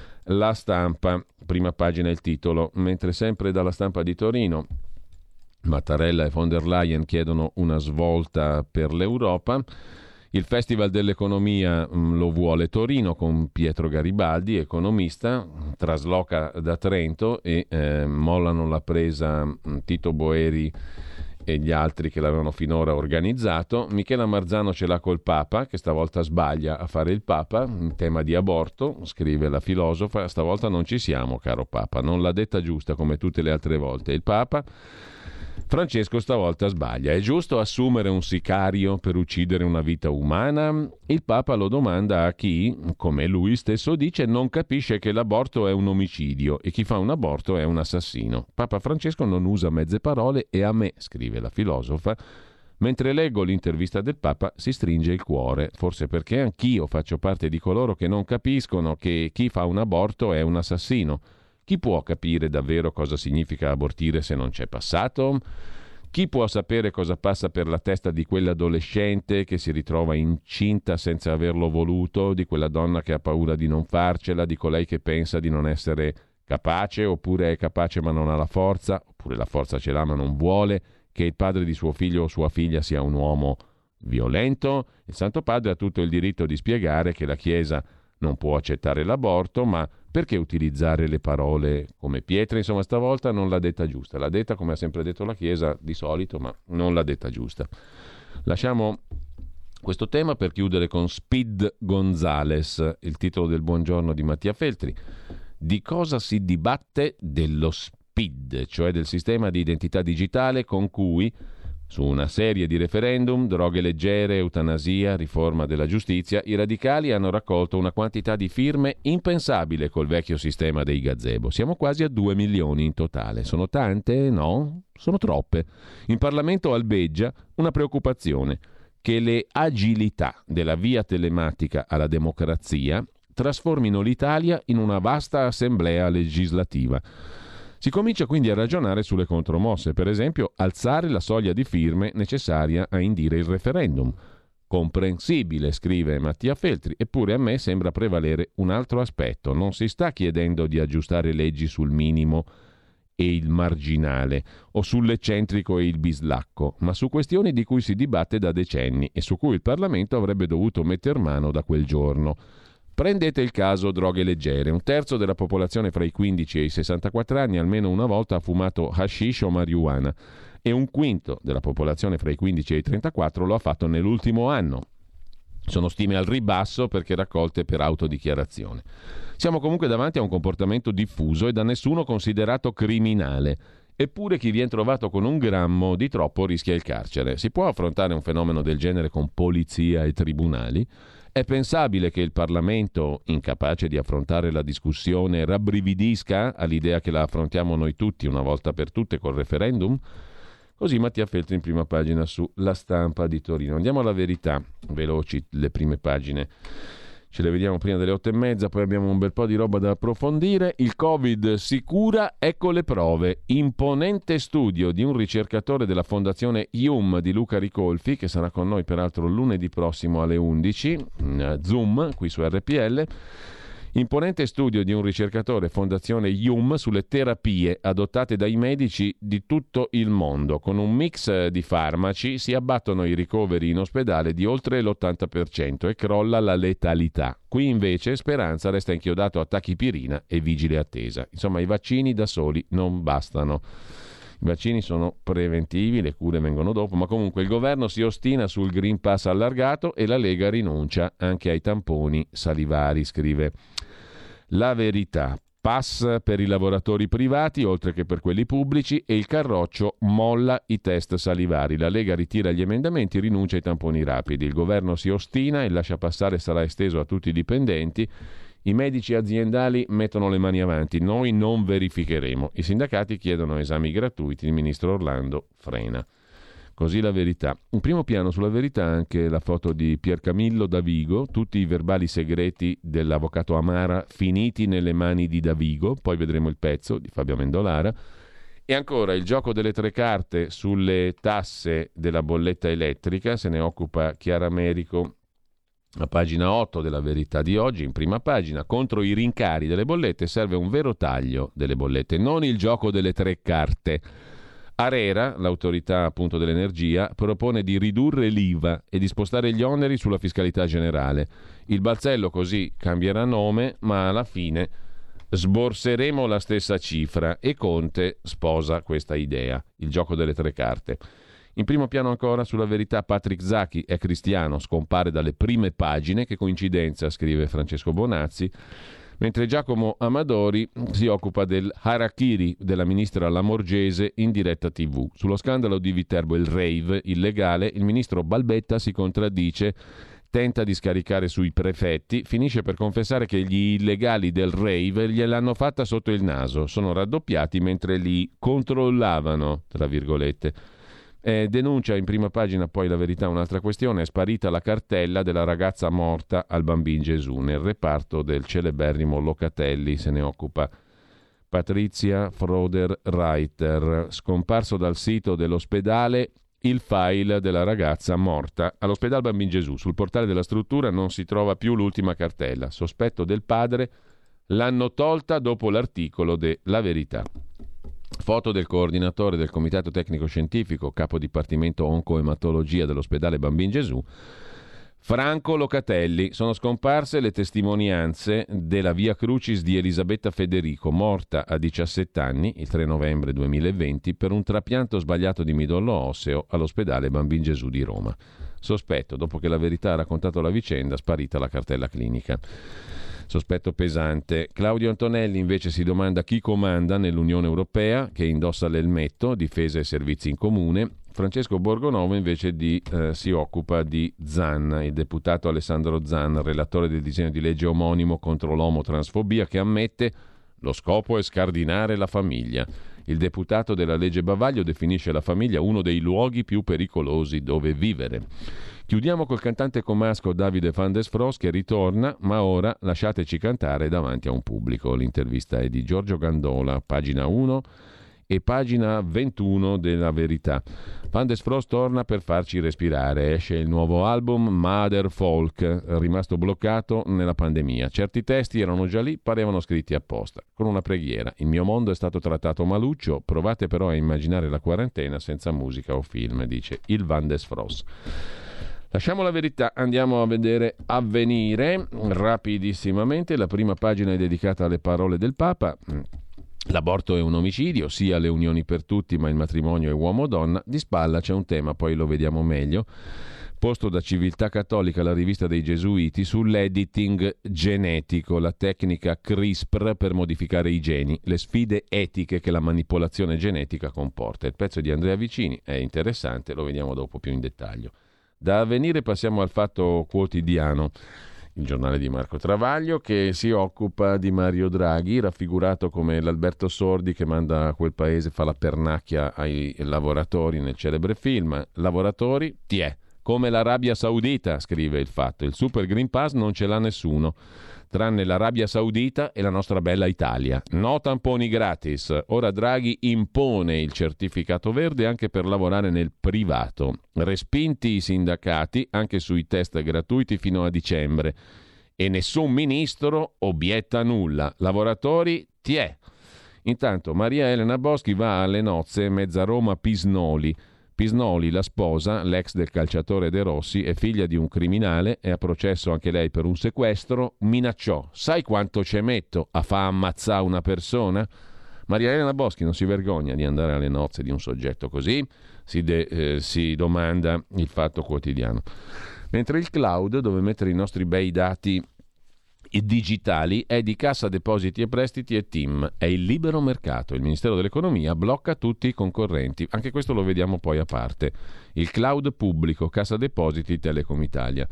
la Stampa. Prima pagina il titolo, mentre sempre dalla Stampa di Torino Mattarella e von der Leyen chiedono una svolta per l'Europa. Il Festival dell'Economia mh, lo vuole Torino con Pietro Garibaldi, economista, trasloca da Trento e eh, mollano la presa mh, Tito Boeri e gli altri che l'avevano finora organizzato. Michela Marzano ce l'ha col Papa, che stavolta sbaglia a fare il Papa, in tema di aborto, scrive la filosofa. Stavolta non ci siamo, caro Papa, non l'ha detta giusta come tutte le altre volte. Il Papa Francesco stavolta sbaglia. È giusto assumere un sicario per uccidere una vita umana? Il Papa lo domanda a chi, come lui stesso dice, non capisce che l'aborto è un omicidio e chi fa un aborto è un assassino. Papa Francesco non usa mezze parole e a me, scrive la filosofa, mentre leggo l'intervista del Papa si stringe il cuore, forse perché anch'io faccio parte di coloro che non capiscono che chi fa un aborto è un assassino. Chi può capire davvero cosa significa abortire se non c'è passato? Chi può sapere cosa passa per la testa di quell'adolescente che si ritrova incinta senza averlo voluto, di quella donna che ha paura di non farcela, di colei che pensa di non essere capace, oppure è capace ma non ha la forza, oppure la forza ce l'ha ma non vuole, che il padre di suo figlio o sua figlia sia un uomo violento? Il Santo Padre ha tutto il diritto di spiegare che la Chiesa non può accettare l'aborto, ma perché utilizzare le parole come pietre? Insomma, stavolta non l'ha detta giusta. L'ha detta come ha sempre detto la Chiesa di solito, ma non l'ha detta giusta. Lasciamo questo tema per chiudere con Speed Gonzales, il titolo del buongiorno di Mattia Feltri. Di cosa si dibatte? Dello SPID, cioè del sistema di identità digitale con cui su una serie di referendum, droghe leggere, eutanasia, riforma della giustizia, i radicali hanno raccolto una quantità di firme impensabile col vecchio sistema dei gazebo. Siamo quasi a due milioni in totale. Sono tante? No, sono troppe. In Parlamento albeggia una preoccupazione: che le agilità della via telematica alla democrazia trasformino l'Italia in una vasta assemblea legislativa. Si comincia quindi a ragionare sulle contromosse, per esempio alzare la soglia di firme necessaria a indire il referendum. Comprensibile, scrive Mattia Feltri, eppure a me sembra prevalere un altro aspetto. Non si sta chiedendo di aggiustare leggi sul minimo e il marginale, o sull'eccentrico e il bislacco, ma su questioni di cui si dibatte da decenni e su cui il Parlamento avrebbe dovuto metter mano da quel giorno. Prendete il caso droghe leggere. Un terzo della popolazione fra i quindici e i sessantaquattro anni almeno una volta ha fumato hashish o marijuana e un quinto della popolazione fra i quindici e i trentaquattro lo ha fatto nell'ultimo anno. Sono stime al ribasso perché raccolte per autodichiarazione. Siamo comunque davanti a un comportamento diffuso e da nessuno considerato criminale. Eppure chi viene trovato con un grammo di troppo rischia il carcere. Si può affrontare un fenomeno del genere con polizia e tribunali? È pensabile che il Parlamento, incapace di affrontare la discussione, rabbrividisca all'idea che la affrontiamo noi tutti una volta per tutte col referendum? Così Mattia Feltri in prima pagina su La Stampa di Torino. Andiamo alla Verità, veloci le prime pagine. Ce le vediamo prima delle otto e mezza, poi abbiamo un bel po' di roba da approfondire. Il Covid si cura, ecco le prove. Imponente studio di un ricercatore della Fondazione I U M di Luca Ricolfi, che sarà con noi peraltro lunedì prossimo alle undici, Zoom, qui su R P L. Imponente studio di un ricercatore Fondazione I U M sulle terapie adottate dai medici di tutto il mondo. Con un mix di farmaci si abbattono i ricoveri in ospedale di oltre l'ottanta per cento e crolla la letalità. Qui invece Speranza resta inchiodato a tachipirina e vigile attesa. Insomma, i vaccini da soli non bastano. I vaccini sono preventivi, le cure vengono dopo, ma comunque il governo si ostina sul Green Pass allargato e la Lega rinuncia anche ai tamponi salivari, scrive La Verità. Pass per i lavoratori privati oltre che per quelli pubblici e il Carroccio molla i test salivari. La Lega ritira gli emendamenti, rinuncia ai tamponi rapidi. Il governo si ostina, il lascia passare sarà esteso a tutti i dipendenti. I medici aziendali mettono le mani avanti, noi non verificheremo. I sindacati chiedono esami gratuiti, il ministro Orlando frena. Così La Verità. In primo piano sulla Verità anche la foto di Piercamillo Davigo, tutti i verbali segreti dell'avvocato Amara finiti nelle mani di Davigo, poi vedremo il pezzo di Fabio Amendolara. E ancora il gioco delle tre carte sulle tasse della bolletta elettrica, se ne occupa Chiara Merico. A pagina otto della Verità di oggi, in prima pagina, contro i rincari delle bollette serve un vero taglio delle bollette, non il gioco delle tre carte. ARERA, l'autorità appunto dell'energia, propone di ridurre l'I V A e di spostare gli oneri sulla fiscalità generale. Il balzello così cambierà nome, ma alla fine sborseremo la stessa cifra e Conte sposa questa idea, il gioco delle tre carte. In primo piano ancora sulla Verità Patrick Zaki è cristiano, scompare dalle prime pagine, che coincidenza, scrive Francesco Bonazzi, mentre Giacomo Amadori si occupa del harakiri della ministra Lamorgese in diretta tivù. Sullo scandalo di Viterbo, il rave illegale, il ministro Balbetta si contraddice, tenta di scaricare sui prefetti, finisce per confessare che gli illegali del rave gliel'hanno fatta sotto il naso, sono raddoppiati mentre li controllavano, tra virgolette. Eh, denuncia in prima pagina poi La Verità un'altra questione: è sparita la cartella della ragazza morta al Bambin Gesù. Nel reparto del celeberrimo Locatelli se ne occupa Patrizia Froder-Reiter. Scomparso dal sito dell'ospedale il file della ragazza morta all'ospedale Bambin Gesù. Sul portale della struttura non si trova più l'ultima cartella. Sospetto del padre, l'hanno tolta dopo l'articolo de La Verità. Foto del coordinatore del Comitato Tecnico Scientifico, capo dipartimento oncoematologia dell'ospedale Bambin Gesù, Franco Locatelli. Sono scomparse le testimonianze della Via Crucis di Elisabetta Federico, morta a diciassette anni il tre novembre duemilaventi per un trapianto sbagliato di midollo osseo all'ospedale Bambin Gesù di Roma. Sospetto, dopo che La Verità ha raccontato la vicenda, sparita la cartella clinica. Sospetto pesante. Claudio Antonelli invece si domanda chi comanda nell'Unione Europea, che indossa l'elmetto, difesa e servizi in comune. Francesco Borgonovo invece di, eh, si occupa di Zan, il deputato Alessandro Zan, relatore del disegno di legge omonimo contro l'omotransfobia, che ammette lo scopo è scardinare la famiglia. Il deputato della legge Bavaglio definisce la famiglia uno dei luoghi più pericolosi dove vivere. Chiudiamo col cantante comasco Davide Van der Fros che ritorna, ma ora lasciateci cantare davanti a un pubblico. L'intervista è di Giorgio Gandola, pagina uno e pagina ventuno della Verità. Van der Fros torna per farci respirare. Esce il nuovo album Mother Folk, rimasto bloccato nella pandemia. Certi testi erano già lì, parevano scritti apposta, con una preghiera. Il mio mondo è stato trattato maluccio, provate però a immaginare la quarantena senza musica o film, dice il Van der Fros. Lasciamo La Verità, andiamo a vedere Avvenire rapidissimamente. La prima pagina è dedicata alle parole del Papa. L'aborto è un omicidio, sia le unioni per tutti, ma il matrimonio è uomo-donna. Di spalla c'è un tema, poi lo vediamo meglio, posto da Civiltà Cattolica, la rivista dei Gesuiti, sull'editing genetico, la tecnica CRISPR per modificare i geni, le sfide etiche che la manipolazione genetica comporta. Il pezzo di Andrea Vicini è interessante, lo vediamo dopo più in dettaglio. Da Avvenire passiamo al Fatto Quotidiano, il giornale di Marco Travaglio, che si occupa di Mario Draghi, raffigurato come l'Alberto Sordi che manda a quel paese, fa la pernacchia ai lavoratori nel celebre film. Lavoratori, tiè, come l'Arabia Saudita, scrive il Fatto. Il Super Green Pass non ce l'ha nessuno, tranne l'Arabia Saudita e la nostra bella Italia. No tamponi gratis. Ora Draghi impone il certificato verde anche per lavorare nel privato. Respinti i sindacati anche sui test gratuiti fino a dicembre. E nessun ministro obietta nulla. Lavoratori, tiè. Intanto Maria Elena Boschi va alle nozze mezza Roma Pisnoli. Pisnoli, la sposa, l'ex del calciatore De Rossi, è figlia di un criminale, è a processo anche lei per un sequestro, minacciò: sai quanto ci metto a fa ammazzare una persona? Maria Elena Boschi non si vergogna di andare alle nozze di un soggetto così? Si, de- eh, si domanda il Fatto Quotidiano. Mentre il cloud, dove mettere i nostri bei dati digitali, è di Cassa Depositi e Prestiti e T I M, è il libero mercato. Il Ministero dell'Economia blocca tutti i concorrenti. Anche questo lo vediamo poi a parte. Il cloud pubblico, Cassa Depositi, Telecom Italia.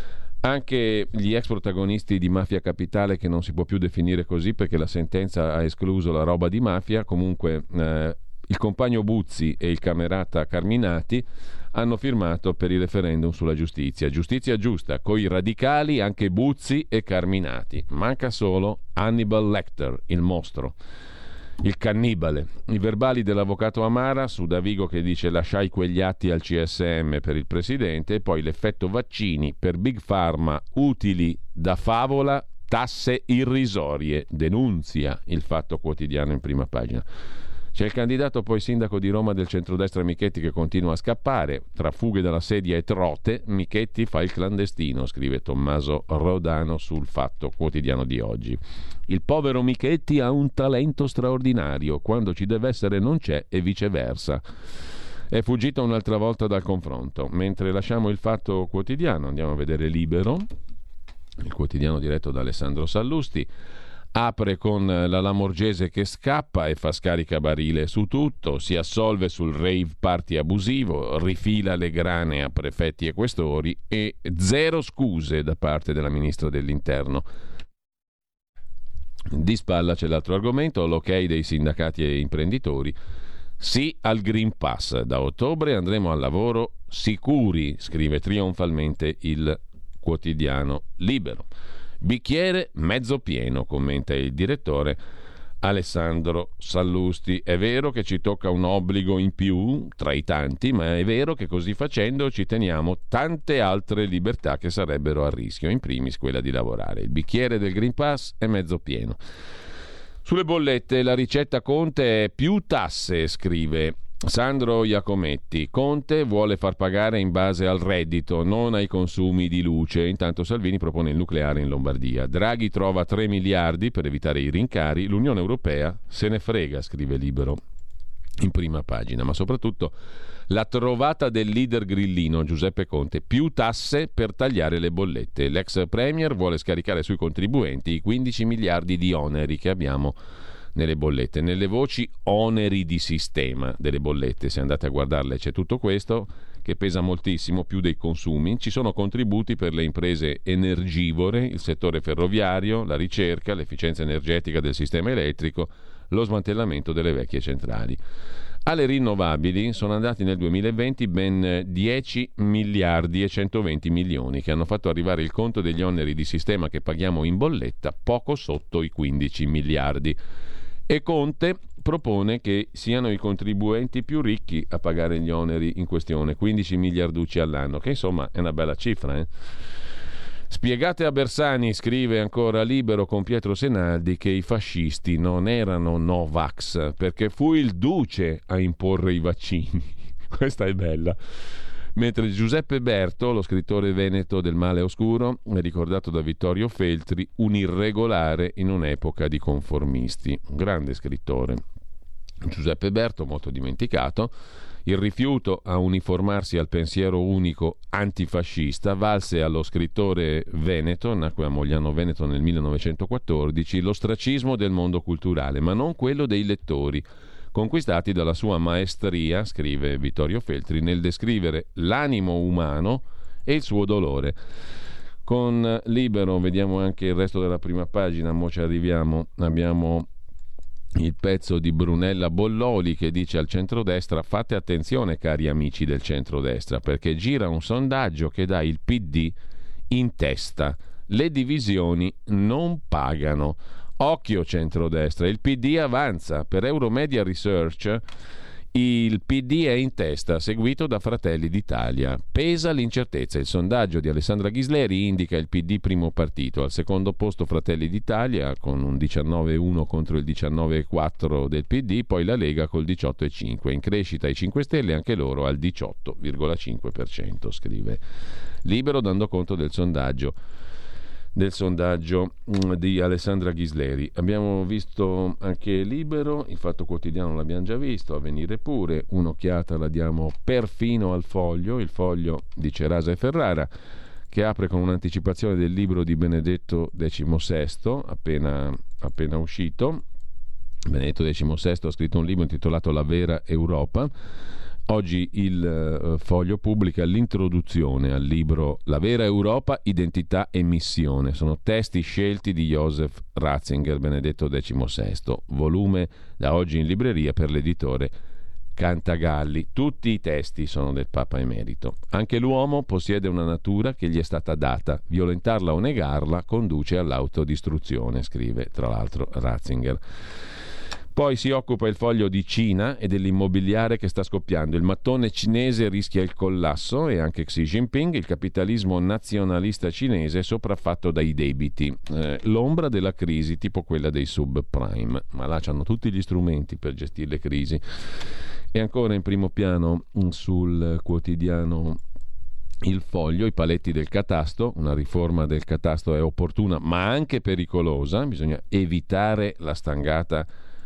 Anche gli ex protagonisti di Mafia Capitale, che non si può più definire così perché la sentenza ha escluso la roba di mafia, comunque eh, il compagno Buzzi e il camerata Carminati hanno firmato per il referendum sulla giustizia. Giustizia giusta, coi radicali anche Buzzi e Carminati. Manca solo Hannibal Lecter, il mostro, il cannibale. I verbali dell'avvocato Amara su Davigo che dice lasciai quegli atti al C S M per il presidente, e poi l'effetto vaccini per Big Pharma utili da favola, tasse irrisorie, denunzia il Fatto Quotidiano in prima pagina. C'è il candidato poi sindaco di Roma del centrodestra Michetti che continua a scappare. Tra fughe dalla sedia e trote, Michetti fa il clandestino, scrive Tommaso Rodano sul Fatto Quotidiano di oggi. Il povero Michetti ha un talento straordinario, quando ci deve essere non c'è e viceversa. È fuggito un'altra volta dal confronto. Mentre lasciamo il Fatto Quotidiano, andiamo a vedere Libero, il quotidiano diretto da Alessandro Sallusti. Apre con la Lamorgese che scappa e fa scaricabarile su tutto, si assolve sul rave party abusivo, rifila le grane a prefetti e questori e zero scuse da parte della ministra dell'Interno. Di spalla c'è l'altro argomento, l'ok dei sindacati e imprenditori. Sì al Green Pass, da ottobre andremo al lavoro sicuri, scrive trionfalmente il quotidiano Libero. Bicchiere mezzo pieno, commenta il direttore Alessandro Sallusti. È vero che ci tocca un obbligo in più tra i tanti, ma è vero che così facendo ci teniamo tante altre libertà che sarebbero a rischio, in primis quella di lavorare. Il bicchiere del Green Pass è mezzo pieno. Sulle bollette la ricetta Conte è più tasse, scrive Sandro Iacometti. Conte vuole far pagare in base al reddito, non ai consumi di luce. Intanto Salvini propone il nucleare in Lombardia. Draghi trova tre miliardi per evitare i rincari. L'Unione Europea se ne frega, scrive Libero in prima pagina. Ma soprattutto la trovata del leader grillino Giuseppe Conte. Più tasse per tagliare le bollette. L'ex premier vuole scaricare sui contribuenti i quindici miliardi di oneri che abbiamo nelle bollette. Nelle voci oneri di sistema delle bollette, se andate a guardarle, c'è tutto questo che pesa moltissimo, più dei consumi. Ci sono contributi per le imprese energivore, il settore ferroviario, la ricerca, l'efficienza energetica del sistema elettrico, lo smantellamento delle vecchie centrali. Alle rinnovabili sono andati nel duemilaventi ben dieci miliardi e centoventi milioni, che hanno fatto arrivare il conto degli oneri di sistema che paghiamo in bolletta poco sotto i quindici miliardi. E Conte propone che siano i contribuenti più ricchi a pagare gli oneri in questione, quindici miliarducci all'anno, che insomma è una bella cifra, eh? Spiegate a Bersani, scrive ancora Libero con Pietro Senaldi, che i fascisti non erano Novax, perché fu il Duce a imporre i vaccini. Questa è bella. Mentre Giuseppe Berto, lo scrittore veneto del Male Oscuro, è ricordato da Vittorio Feltri, un irregolare in un'epoca di conformisti. Un grande scrittore. Giuseppe Berto, molto dimenticato. Il rifiuto a uniformarsi al pensiero unico antifascista valse allo scrittore veneto, nacque a Mogliano Veneto nel millenovecentoquattordici, l'ostracismo del mondo culturale, ma non quello dei lettori, conquistati dalla sua maestria, scrive Vittorio Feltri, nel descrivere l'animo umano e il suo dolore. Con Libero vediamo anche il resto della prima pagina, mo ci arriviamo, abbiamo il pezzo di Brunella Bolloli che dice al centrodestra: fate attenzione cari amici del centrodestra, perché gira un sondaggio che dà il P D in testa, le divisioni non pagano. Occhio centrodestra, il P D avanza. Per Euromedia Research il P D è in testa, seguito da Fratelli d'Italia. Pesa l'incertezza. Il sondaggio di Alessandra Ghisleri indica il P D primo partito, al secondo posto Fratelli d'Italia con un diciannove virgola uno contro il diciannove virgola quattro del P D, poi la Lega col diciotto virgola cinque. In crescita i cinque Stelle, anche loro al diciotto virgola cinque per cento, scrive Libero, dando conto del sondaggio del sondaggio di Alessandra Ghisleri. Abbiamo visto anche Libero, il Fatto Quotidiano l'abbiamo già visto, Avvenire pure, un'occhiata la diamo perfino al Foglio, il Foglio di Cerasa e Ferrara, che apre con un'anticipazione del libro di Benedetto diciassette, appena, appena uscito. Benedetto diciassette ha scritto un libro intitolato La vera Europa. Oggi il uh, Foglio pubblica l'introduzione al libro La vera Europa, identità e missione. Sono testi scelti di Joseph Ratzinger, Benedetto diciassette, volume da oggi in libreria per l'editore Cantagalli. Tutti i testi sono del Papa Emerito. Anche l'uomo possiede una natura che gli è stata data. Violentarla o negarla conduce all'autodistruzione, scrive tra l'altro Ratzinger. Poi si occupa il Foglio di Cina e dell'immobiliare che sta scoppiando. Il mattone cinese rischia il collasso e anche Xi Jinping, il capitalismo nazionalista cinese è sopraffatto dai debiti. Eh, l'ombra della crisi, tipo quella dei subprime, ma là c'hanno tutti gli strumenti per gestire le crisi. E ancora in primo piano sul quotidiano Il Foglio, i paletti del catasto. Una riforma del catasto è opportuna ma anche pericolosa, bisogna evitare la stangata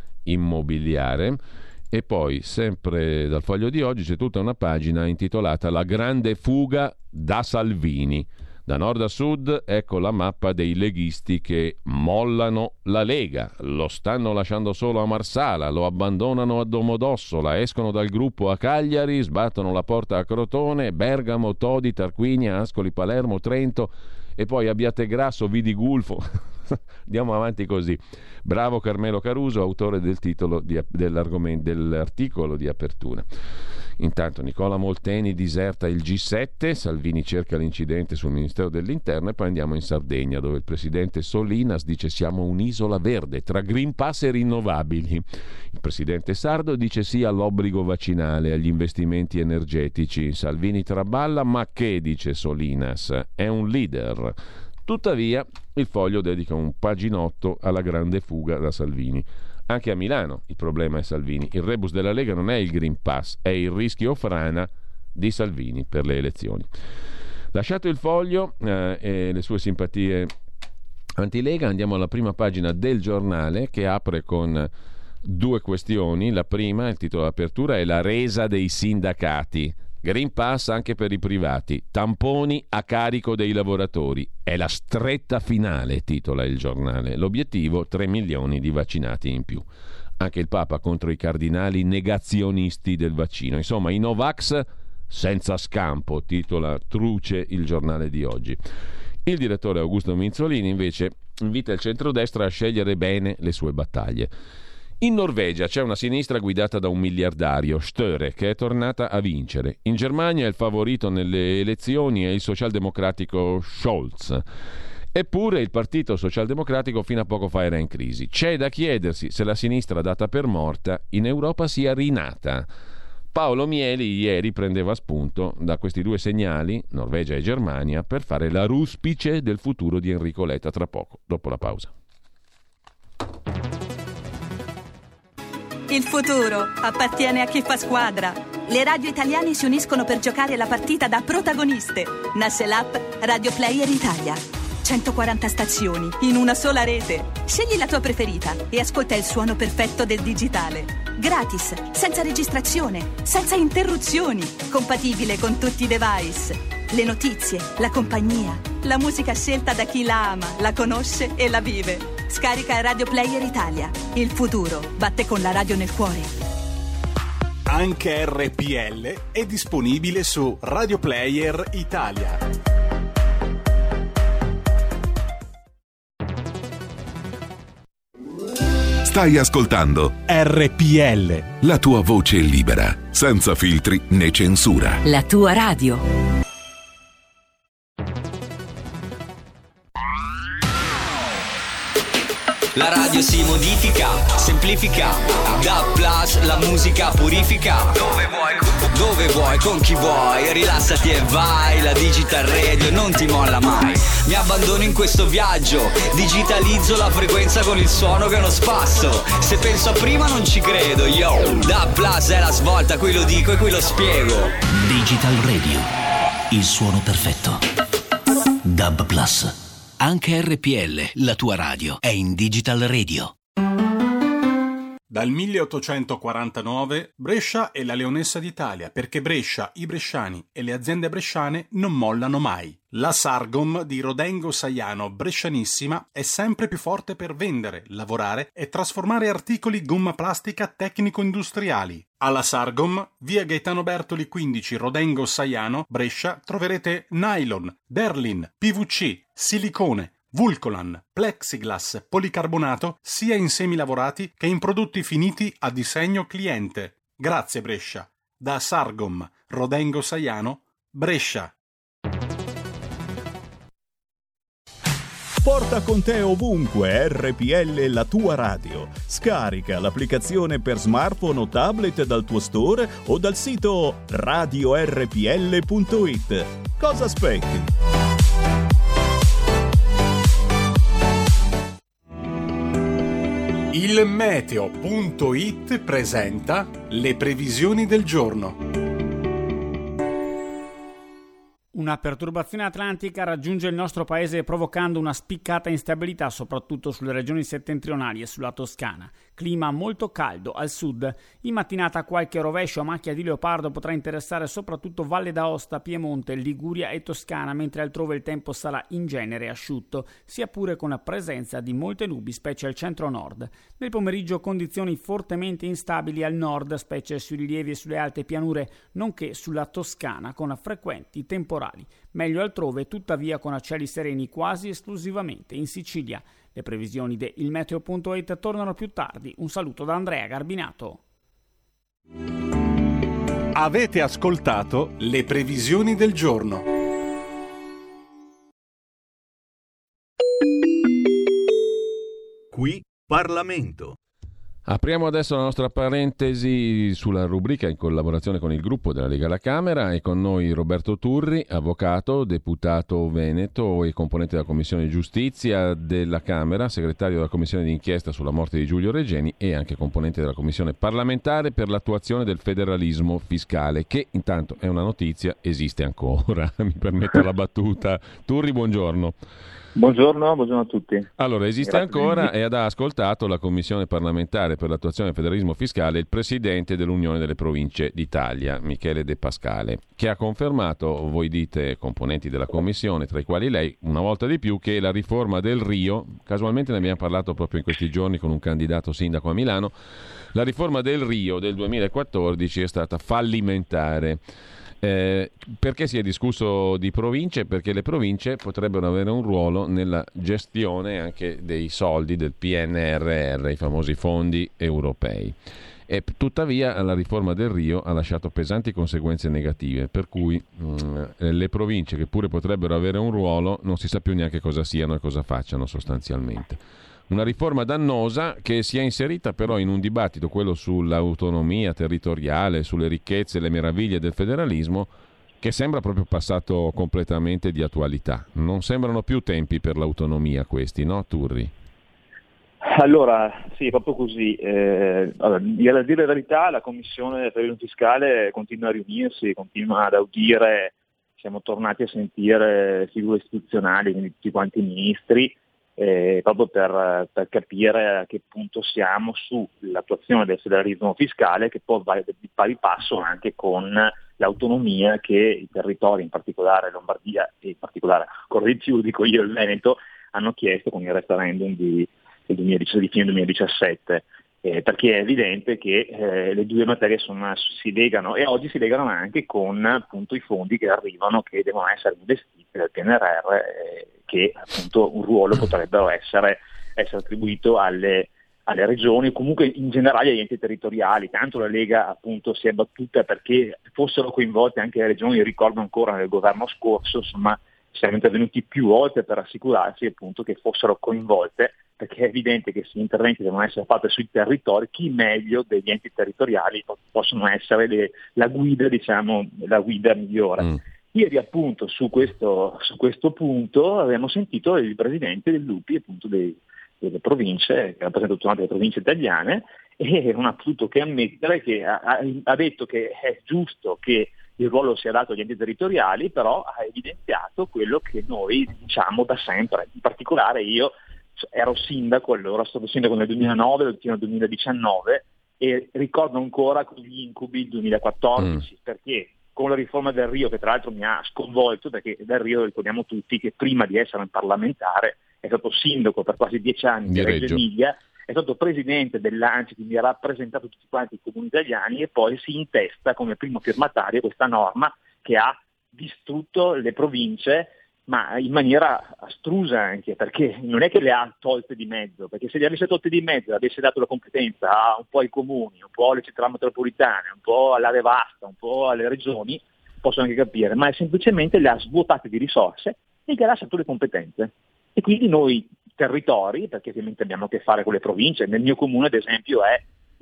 immobiliare. E poi sempre dal Foglio di oggi c'è tutta una pagina intitolata La grande fuga da Salvini. Da nord a sud ecco la mappa dei leghisti che mollano la Lega, lo stanno lasciando solo a Marsala, lo abbandonano a Domodossola, escono dal gruppo a Cagliari, sbattono la porta a Crotone, Bergamo, Todi, Tarquinia, Ascoli, Palermo, Trento e poi Abbiategrasso, Vidigulfo. Andiamo avanti così. Bravo Carmelo Caruso, autore del titolo di, dell'argomento, dell'articolo di apertura. Intanto Nicola Molteni diserta il G sette, Salvini cerca l'incidente sul Ministero dell'Interno e poi andiamo in Sardegna dove il presidente Solinas dice siamo un'isola verde tra Green Pass e rinnovabili. Il presidente sardo dice sì all'obbligo vaccinale, agli investimenti energetici. Salvini traballa, ma che, dice Solinas, è un leader. Tuttavia il Foglio dedica un paginotto alla grande fuga da Salvini. Anche a Milano il problema è Salvini. Il rebus della Lega non è il Green Pass, è il rischio frana di Salvini per le elezioni. Lasciato il Foglio eh, e le sue simpatie anti-Lega, andiamo alla prima pagina del Giornale che apre con due questioni. La prima, il titolo d'apertura, è la resa dei sindacati. Green Pass anche per i privati, tamponi a carico dei lavoratori. È la stretta finale, titola il Giornale. L'obiettivo, tre milioni di vaccinati in più. Anche il Papa contro i cardinali negazionisti del vaccino. Insomma, i Novax senza scampo, titola Truce il Giornale di oggi. Il direttore Augusto Minzolini invece invita il centrodestra a scegliere bene le sue battaglie. In Norvegia c'è una sinistra guidata da un miliardario, Störe, che è tornata a vincere. In Germania il favorito nelle elezioni è il socialdemocratico Scholz. Eppure il partito socialdemocratico fino a poco fa era in crisi. C'è da chiedersi se la sinistra data per morta in Europa sia rinata. Paolo Mieli ieri prendeva spunto da questi due segnali, Norvegia e Germania, per fare la ruspice del futuro di Enrico Letta tra poco, dopo la pausa. Il futuro appartiene a chi fa squadra. Le radio italiane si uniscono per giocare la partita da protagoniste. Nasce l'app Radio Player Italia. centoquaranta stazioni in una sola rete. Scegli la tua preferita e ascolta il suono perfetto del digitale. Gratis, senza registrazione, senza interruzioni. Compatibile con tutti i device. Le notizie, la compagnia, la musica scelta da chi la ama, la conosce e la vive. Scarica Radio Player Italia. Il futuro batte con la radio nel cuore. Anche R P L è disponibile su Radio Player Italia. Stai ascoltando R P L, la tua voce libera, senza filtri né censura. La tua radio. La radio si modifica, semplifica, da plus la musica purifica. Dove vuoi, dove vuoi, con chi vuoi, rilassati e vai. La Digital Radio non ti molla mai. Mi abbandono in questo viaggio, digitalizzo la frequenza con il suono che è uno spasso. Se penso a prima non ci credo, yo. Da plus è la svolta, qui lo dico e qui lo spiego. Digital Radio, il suono perfetto. Dub Plus. Anche R P L, la tua radio, è in Digital Radio. Dal milleottocentoquarantanove Brescia è la leonessa d'Italia, perché Brescia, i bresciani e le aziende bresciane non mollano mai. La Sargom di Rodengo Saiano Brescianissima è sempre più forte per vendere, lavorare e trasformare articoli gomma plastica tecnico-industriali. Alla Sargom, via Gaetano Bertoli quindici, Rodengo Saiano, Brescia, troverete nylon, derlin, P V C, silicone, Vulcolan, plexiglass, policarbonato, sia in semi lavorati che in prodotti finiti a disegno cliente. Grazie Brescia. Da Sargom, Rodengo Saiano, Brescia. Porta con te ovunque R P L, la tua radio. Scarica l'applicazione per smartphone o tablet dal tuo store o dal sito radio r p l punto i t. Cosa aspetti? Il meteo punto it presenta le previsioni del giorno. Una perturbazione atlantica raggiunge il nostro paese provocando una spiccata instabilità soprattutto sulle regioni settentrionali e sulla Toscana. Clima molto caldo al sud. In mattinata qualche rovescio a macchia di leopardo potrà interessare soprattutto Valle d'Aosta, Piemonte, Liguria e Toscana, mentre altrove il tempo sarà in genere asciutto, sia pure con la presenza di molte nubi, specie al centro-nord. Nel pomeriggio condizioni fortemente instabili al nord, specie sui rilievi e sulle alte pianure, nonché sulla Toscana, con frequenti temporali. Meglio altrove, tuttavia con cieli sereni quasi esclusivamente in Sicilia. Le previsioni di il meteo punto it tornano più tardi. Un saluto da Andrea Garbinato. Avete ascoltato le previsioni del giorno. Qui Parlamento. Apriamo adesso la nostra parentesi sulla rubrica in collaborazione con il gruppo della Lega alla Camera e con noi Roberto Turri, avvocato, deputato veneto e componente della Commissione Giustizia della Camera, segretario della Commissione d'inchiesta sulla morte di Giulio Regeni e anche componente della Commissione parlamentare per l'attuazione del federalismo fiscale, che intanto è una notizia, esiste ancora. Mi permetta la battuta. Turri, buongiorno. Buongiorno, buongiorno a tutti. Allora, esiste Grazie ancora e ha ascoltato la Commissione parlamentare per l'attuazione del federalismo fiscale il presidente dell'Unione delle Province d'Italia, Michele De Pascale, che ha confermato, voi dite componenti della Commissione, tra i quali lei, una volta di più, che la riforma del Rio, casualmente ne abbiamo parlato proprio in questi giorni con un candidato sindaco a Milano, la riforma del Rio del duemilaquattordici è stata fallimentare. Eh, perché si è discusso di province? Perché le province potrebbero avere un ruolo nella gestione anche dei soldi del P N R R, i famosi fondi europei. E tuttavia la riforma del Rio ha lasciato pesanti conseguenze negative, per cui mh, le province, che pure potrebbero avere un ruolo, non si sa più neanche cosa siano e cosa facciano sostanzialmente. Una riforma dannosa che si è inserita però in un dibattito, quello sull'autonomia territoriale, sulle ricchezze e le meraviglie del federalismo, che sembra proprio passato completamente di attualità. Non sembrano più tempi per l'autonomia questi, no Turri? Allora, sì, è proprio così. Eh, allora, a dire la verità, la Commissione del federalismo fiscale continua a riunirsi, continua ad audire, siamo tornati a sentire figure istituzionali, quindi tutti quanti i ministri, Eh, proprio per, per capire a che punto siamo sull'attuazione del federalismo fiscale, che poi va di pari passo anche con l'autonomia che i territori, in particolare Lombardia e in particolare ancora di più, dico io, il Veneto, hanno chiesto con il referendum di, di, duemiladiciassette, di fine duemiladiciassette. eh, perché è evidente che eh, le due materie sono, si legano, e oggi si legano anche con appunto i fondi che arrivano, che devono essere investiti dal P N R R, eh, che appunto un ruolo potrebbero essere, essere attribuito alle alle regioni, o comunque in generale agli enti territoriali. Tanto la Lega appunto si è battuta perché fossero coinvolte anche le regioni. Ricordo ancora nel governo scorso, insomma, siamo intervenuti più volte per assicurarsi appunto che fossero coinvolte, perché è evidente che se gli interventi devono essere fatti sui territori, chi meglio degli enti territoriali possono essere le, la guida, diciamo, la guida migliore. Mm. Ieri appunto su questo, su questo punto abbiamo sentito il presidente dell'U P I, appunto dei delle province, che rappresenta tutte le province italiane, e non ha potuto che ammettere che ha, ha detto che è giusto che il ruolo sia dato agli enti territoriali, però ha evidenziato quello che noi diciamo da sempre. In particolare io ero sindaco, allora sono stato sindaco nel duemilanove fino al duemiladiciannove, e ricordo ancora con gli incubi il duemilaquattordici, mm. perché con la riforma Del Rio, che tra l'altro mi ha sconvolto, perché Del Rio ricordiamo tutti che prima di essere un parlamentare è stato sindaco per quasi dieci anni di Reggio Emilia, è stato presidente dell'ANCI, quindi ha rappresentato tutti quanti i comuni italiani, e poi si intesta come primo firmatario questa norma che ha distrutto le province, ma in maniera astrusa anche, perché non è che le ha tolte di mezzo, perché se le avesse tolte di mezzo, avesse dato la competenza a un po' ai comuni, un po' alle città metropolitane, un po' all'area vasta, un po' alle regioni, posso anche capire, ma è semplicemente le ha svuotate di risorse e gli ha lasciato le competenze. E quindi noi territori, perché ovviamente abbiamo a che fare con le province, nel mio comune ad esempio è,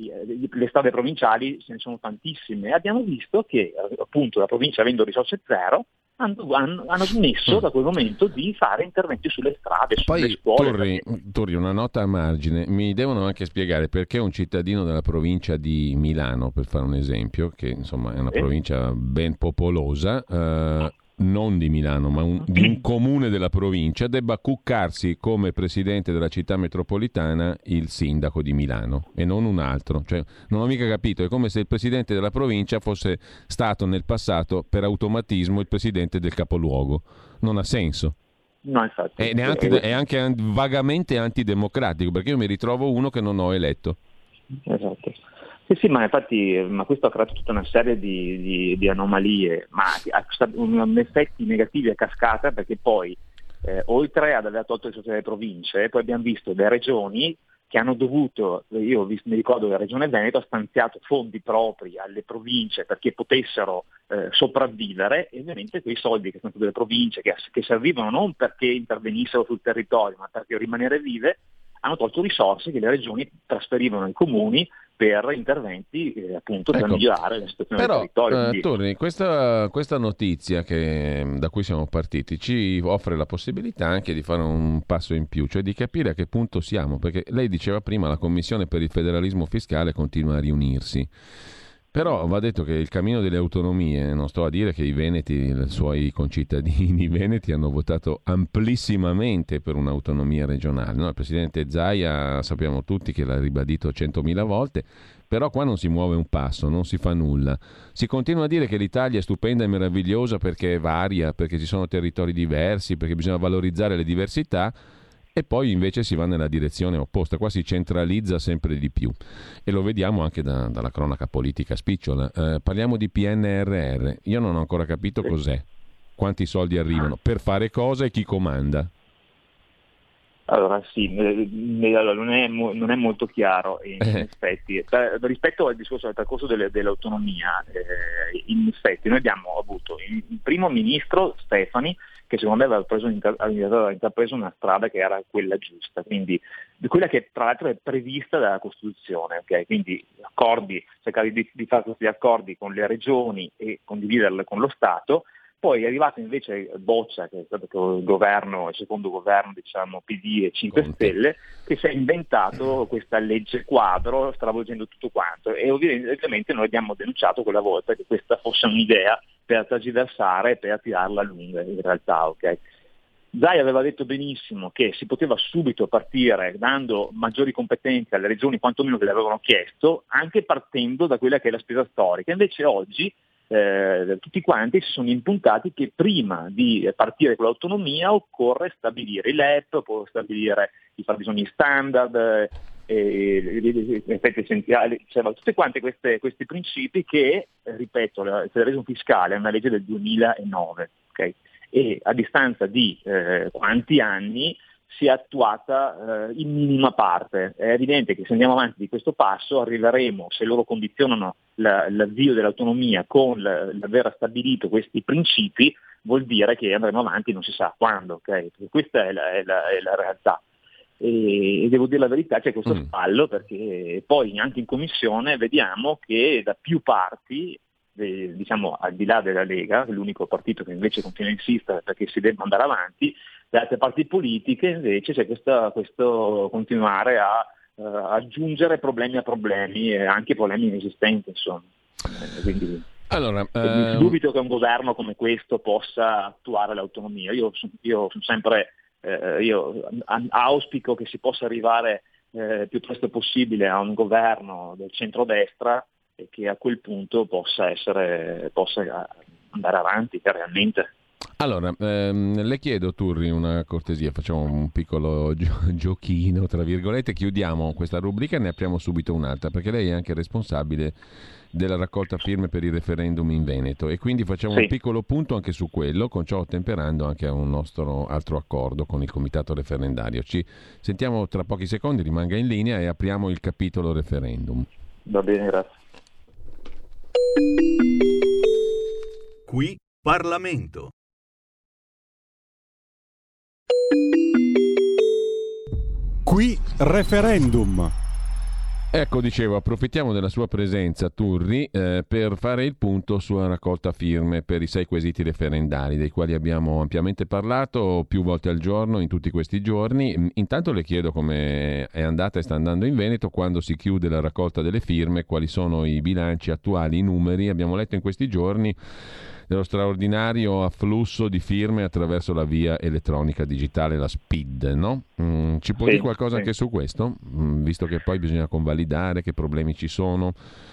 le strade provinciali ce ne sono tantissime, e abbiamo visto che appunto la provincia, avendo risorse zero, hanno, hanno, hanno smesso da quel momento di fare interventi sulle strade, sulle Poi, scuole. Torri, perché... Torri, una nota a margine, mi devono anche spiegare perché un cittadino della provincia di Milano, per fare un esempio, che insomma è una sì. provincia ben popolosa, eh, non di Milano, ma un, di un comune della provincia, debba cuccarsi come presidente della città metropolitana il sindaco di Milano e non un altro. Cioè, non ho mica capito, è come se il presidente della provincia fosse stato nel passato per automatismo il presidente del capoluogo. Non ha senso. No, infatti. È, neanche, è anche vagamente antidemocratico, perché io mi ritrovo uno che non ho eletto. Esatto. Sì, sì, ma infatti ma questo ha creato tutta una serie di, di, di anomalie, ma ha un effetti negativi a cascata, perché poi eh, oltre ad aver tolto le risorse delle province, poi abbiamo visto le regioni che hanno dovuto, io ho visto, mi ricordo che la Regione Veneto ha stanziato fondi propri alle province perché potessero eh, sopravvivere, e ovviamente quei soldi che sono stati delle province, che, che servivano non perché intervenissero sul territorio, ma perché rimanere vive, hanno tolto risorse che le regioni trasferivano ai comuni per interventi eh, appunto per ecco. migliorare la situazione Però, del territorio. Eh, Torri, questa, questa notizia che, da cui siamo partiti ci offre la possibilità anche di fare un passo in più, cioè di capire a che punto siamo, perché lei diceva prima la Commissione per il federalismo fiscale continua a riunirsi. Però va detto che il cammino delle autonomie, non sto a dire che i veneti, i suoi concittadini veneti hanno votato amplissimamente per un'autonomia regionale, no? Il presidente Zaia sappiamo tutti che l'ha ribadito centomila volte, però qua non si muove un passo, non si fa nulla. Si continua a dire che l'Italia è stupenda e meravigliosa perché è varia, perché ci sono territori diversi, perché bisogna valorizzare le diversità, e poi invece si va nella direzione opposta, qua si centralizza sempre di più, e lo vediamo anche da, dalla cronaca politica spicciola. Eh, parliamo di P N R R, io non ho ancora capito cos'è, quanti soldi arrivano, per fare cosa e chi comanda. Allora sì, allora, non, è, non è molto chiaro in eh. effetti. Rispetto al discorso del percorso delle, dell'autonomia, eh, in effetti noi abbiamo avuto il primo ministro Stefani, che secondo me aveva, preso, aveva intrapreso una strada che era quella giusta, quindi quella che tra l'altro è prevista dalla Costituzione, okay? Quindi accordi, cercare di, di fare questi accordi con le regioni e condividerle con lo Stato. Poi è arrivato invece Boccia, che è stato il governo, il secondo governo, diciamo, P D e cinque Conte. Stelle, che si è inventato questa legge quadro stravolgendo tutto quanto, e ovviamente noi abbiamo denunciato quella volta che questa fosse un'idea per tergiversare e per tirarla a lunga in realtà, ok? Zaia aveva detto benissimo che si poteva subito partire dando maggiori competenze alle regioni, quantomeno che le avevano chiesto, anche partendo da quella che è la spesa storica. Invece oggi Eh, tutti quanti si sono impuntati che prima di partire con l'autonomia occorre stabilire i L E P, occorre stabilire i fabbisogni standard, eh, e effetti essenziali, cioè, tutte quante queste, questi principi che, ripeto, il federalismo fiscale è una legge del duemilanove, okay? E a distanza di eh, quanti anni si è attuata eh, in minima parte. È evidente che se andiamo avanti di questo passo arriveremo, se loro condizionano la, l'avvio dell'autonomia con la, l'aver stabilito questi principi, vuol dire che andremo avanti non si sa quando, okay? Questa è la, è la, è la realtà. E, e devo dire la verità, c'è questo mm. spallo, perché poi anche in commissione vediamo che da più parti, eh, diciamo al di là della Lega, l'unico partito che invece continua a insistere perché si debba andare avanti, le altre parti politiche invece c'è questa, questo continuare a uh, aggiungere problemi a problemi e anche problemi inesistenti, insomma. Eh, quindi allora, ehm... dubito che un governo come questo possa attuare l'autonomia. Io, io sono sempre eh, io auspico che si possa arrivare eh, più presto possibile a un governo del centrodestra e che a quel punto possa essere possa andare avanti realmente. Allora, ehm, le chiedo, Turri, una cortesia, facciamo un piccolo gio- giochino, tra virgolette, chiudiamo questa rubrica e ne apriamo subito un'altra, perché lei è anche responsabile della raccolta firme per il referendum in Veneto e quindi facciamo sì. un piccolo punto anche su quello, con ciò ottemperando anche a un nostro altro accordo con il comitato referendario. Ci sentiamo tra pochi secondi, rimanga in linea e apriamo il capitolo referendum. Va bene, grazie. Qui Parlamento. Qui referendum. Ecco, dicevo, approfittiamo della sua presenza, Turri, eh, per fare il punto sulla raccolta firme per i sei quesiti referendari, dei quali abbiamo ampiamente parlato più volte al giorno in tutti questi giorni. Intanto le chiedo come è andata e sta andando in Veneto, quando si chiude la raccolta delle firme, quali sono i bilanci attuali, i numeri. Abbiamo letto in questi giorni dello straordinario afflusso di firme attraverso la via elettronica digitale, la S P I D, no? Mm, ci può sì, dire qualcosa sì. anche su questo? Mm, visto che poi bisogna convalidare, che problemi ci sono?